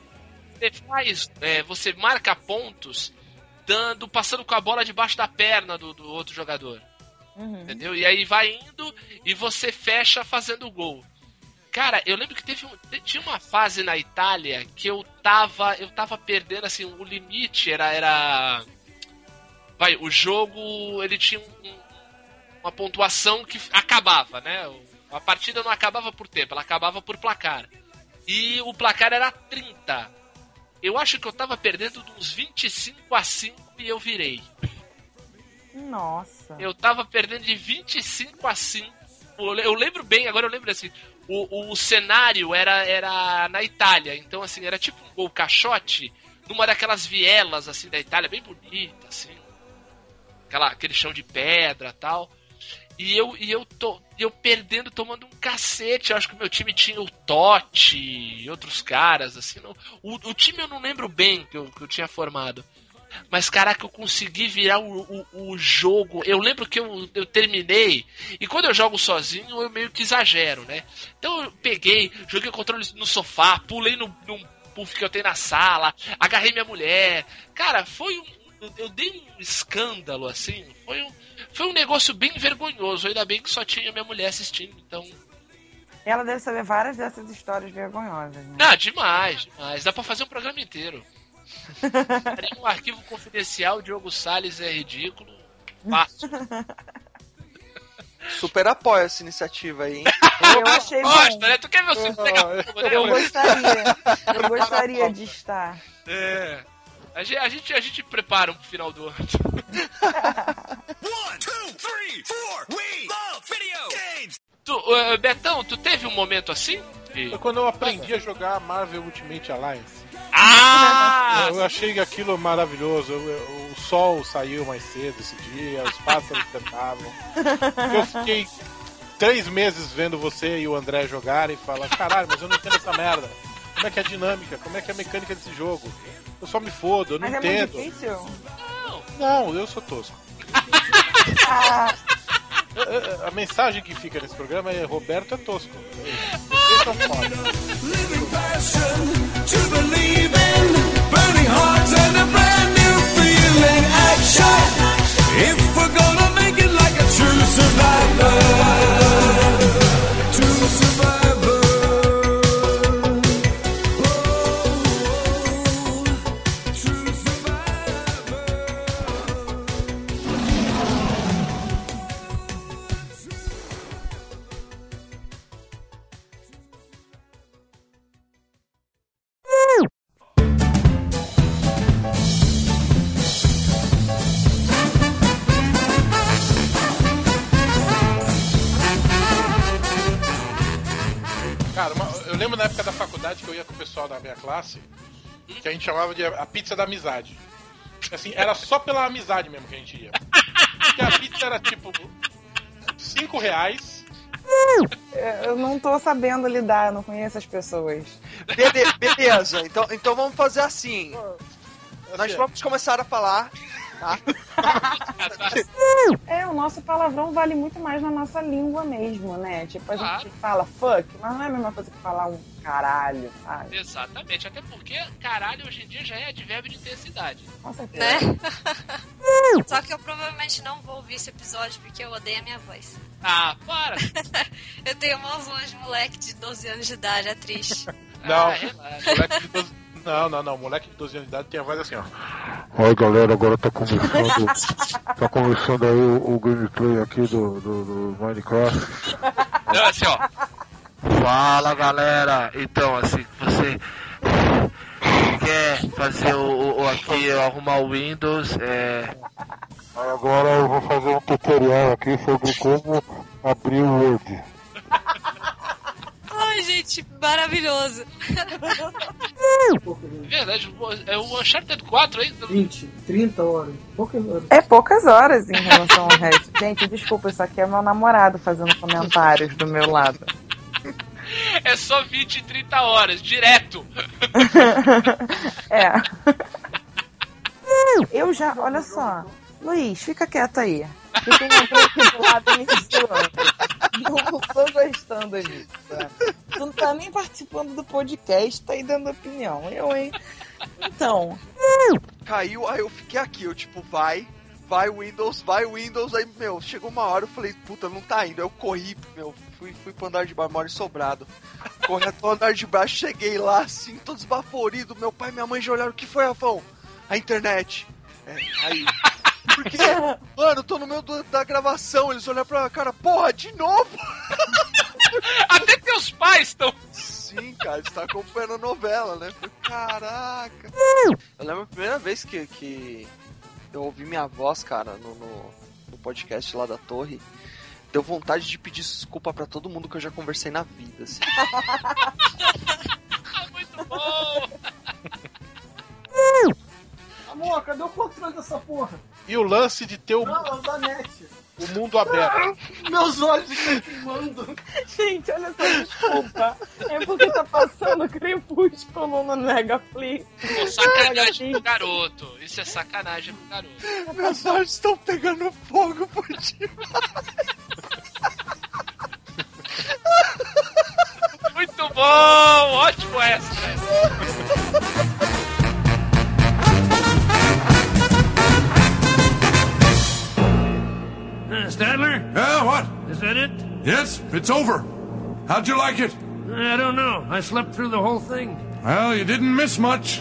você marca pontos passando com a bola debaixo da perna do outro jogador. Entendeu? E aí vai indo e você fecha fazendo gol. Cara, eu lembro que tinha uma fase na Itália que eu tava perdendo, assim, o limite era o jogo, ele tinha uma pontuação que acabava, né? A partida não acabava por tempo, ela acabava por placar. E o placar era 30. Eu acho que eu tava perdendo de uns 25-5 e eu virei.
Nossa.
Eu tava perdendo de 25-5. Eu lembro bem, agora eu lembro assim. O cenário era na Itália. Então, assim, era tipo um gol caixote numa daquelas vielas, assim, da Itália, bem bonita, assim. Aquele chão de pedra e tal. E eu perdendo, tomando um cacete. Eu acho que o meu time tinha o Totti e outros caras, assim. Não, o time eu não lembro bem que eu tinha formado. Mas, caraca, eu consegui virar o jogo. Eu lembro que eu terminei, e quando eu jogo sozinho, eu meio que exagero, né? Então eu peguei, joguei o controle no sofá, pulei num puff que eu tenho na sala, agarrei minha mulher. Cara, eu dei um escândalo, assim. Foi um negócio bem vergonhoso. Ainda bem que só tinha minha mulher assistindo, então...
Ela deve saber várias dessas histórias vergonhosas, né?
Ah, demais. Dá pra fazer um programa inteiro. Daria um arquivo confidencial, Diogo Salles é ridículo. Fácil.
Super apoio essa iniciativa aí, hein?
Eu achei
Gosta,
bom.
né? Tu quer ver você pegar fogo, né?
Eu gostaria de estar.
É. A gente prepara pro final do ano.
1, 2, 3, 4, we love video games!
Betão, tu teve um momento assim?
Foi quando eu aprendi a jogar Marvel Ultimate Alliance.
Ah!
Eu achei aquilo maravilhoso. O sol saiu mais cedo esse dia, os pássaros cantavam. Eu fiquei 3 meses vendo você e o André jogarem e falar, caralho, mas eu não entendo essa merda. Como é que é a dinâmica? Como é que é a mecânica desse jogo? Eu só me fodo, eu não entendo.
É muito difícil?
Não, eu sou tosco. A mensagem que fica nesse programa é Roberto é tosco. Esse é o foda.
Living passion to believe in, burning hearts and a brand new feeling. Action, if we're gonna make it like a true survivor. True survivor. True survivor.
Cara, eu lembro na época da faculdade que eu ia com o pessoal da minha classe, que a gente chamava de a pizza da amizade. Assim, era só pela amizade mesmo que a gente ia. Porque a pizza era tipo R$5.
Eu não tô sabendo lidar, eu não conheço as pessoas.
Beleza, então vamos fazer assim. Nós vamos começar a falar, tá?
O nosso palavrão vale muito mais na nossa língua mesmo, né? Tipo, a gente fala fuck, mas não é a mesma coisa que falar um caralho, sabe?
Exatamente, até porque caralho hoje em dia já é advérbio de intensidade.
Com certeza.
Né? Só que eu provavelmente não vou ouvir esse episódio porque eu odeio a minha voz.
Ah, para!
Eu tenho uma voz de moleque de 12 anos de idade, é triste.
Não,
Relaxa.
moleque de 12 anos de idade tem a voz assim, ó.
Oi galera, agora tá começando aí o gameplay aqui do Minecraft.
Não, assim, ó.
Fala galera, então assim, você quer fazer aqui, arrumar o Windows,
Agora eu vou fazer um tutorial aqui sobre como abrir o Word.
Ai, gente, maravilhoso.
Verdade, é o Uncharted 4 aí.
20, 30 horas, poucas horas.
É poucas horas em relação ao resto. Gente, desculpa, isso aqui é meu namorado fazendo comentários do meu lado.
É só 20 e 30 horas, direto.
Eu já, olha só. Luiz, fica quieto aí. Eu tenho alguém aqui do lado me zoando. Não tô gostando disso. Tu não tá nem participando do podcast, tá aí dando opinião. Eu, hein? Então.
Caiu, aí eu fiquei aqui, eu tipo, vai Windows, aí, meu, chegou uma hora, eu falei, puta, não tá indo, aí eu corri, meu, fui pro andar de baixo, moro em Sobrado, corri até o andar de baixo, cheguei lá, assim, todo esbaforido, meu pai e minha mãe já olharam, o que foi, Rafão? A internet. Aí, porque, mano, eu tô no meio da gravação, eles olharam pra cara, porra, de novo?
Até teus pais estão...
Sim, cara, eles estão acompanhando a novela, né? Caraca. Eu lembro a primeira vez que eu ouvi minha voz, cara, no podcast lá da Torre. Deu vontade de pedir desculpa pra todo mundo que eu já conversei na vida, assim.
Muito bom!
porra? Cadê o controle dessa porra?
E o lance de ter o
da net.
mundo aberto.
Meus olhos estão queimando.
Gente, olha só, desculpa. É porque tá passando Crepúsculo no Netflix.
Pô, sacanagem pro garoto. Isso é sacanagem pro garoto.
Meus olhos estão pegando fogo por ti.
Muito bom! Ótimo essa, velho.
Stadler?
Yeah, what?
Is that it?
Yes, it's over. How'd you like it?
I don't know. I slept through the whole thing.
Well, you didn't miss much.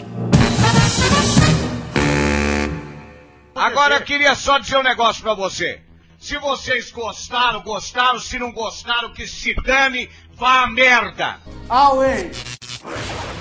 Agora eu queria só dizer um negócio pra você. Se vocês gostaram, gostaram. Se não gostaram, que se dane, vá à merda.
Away.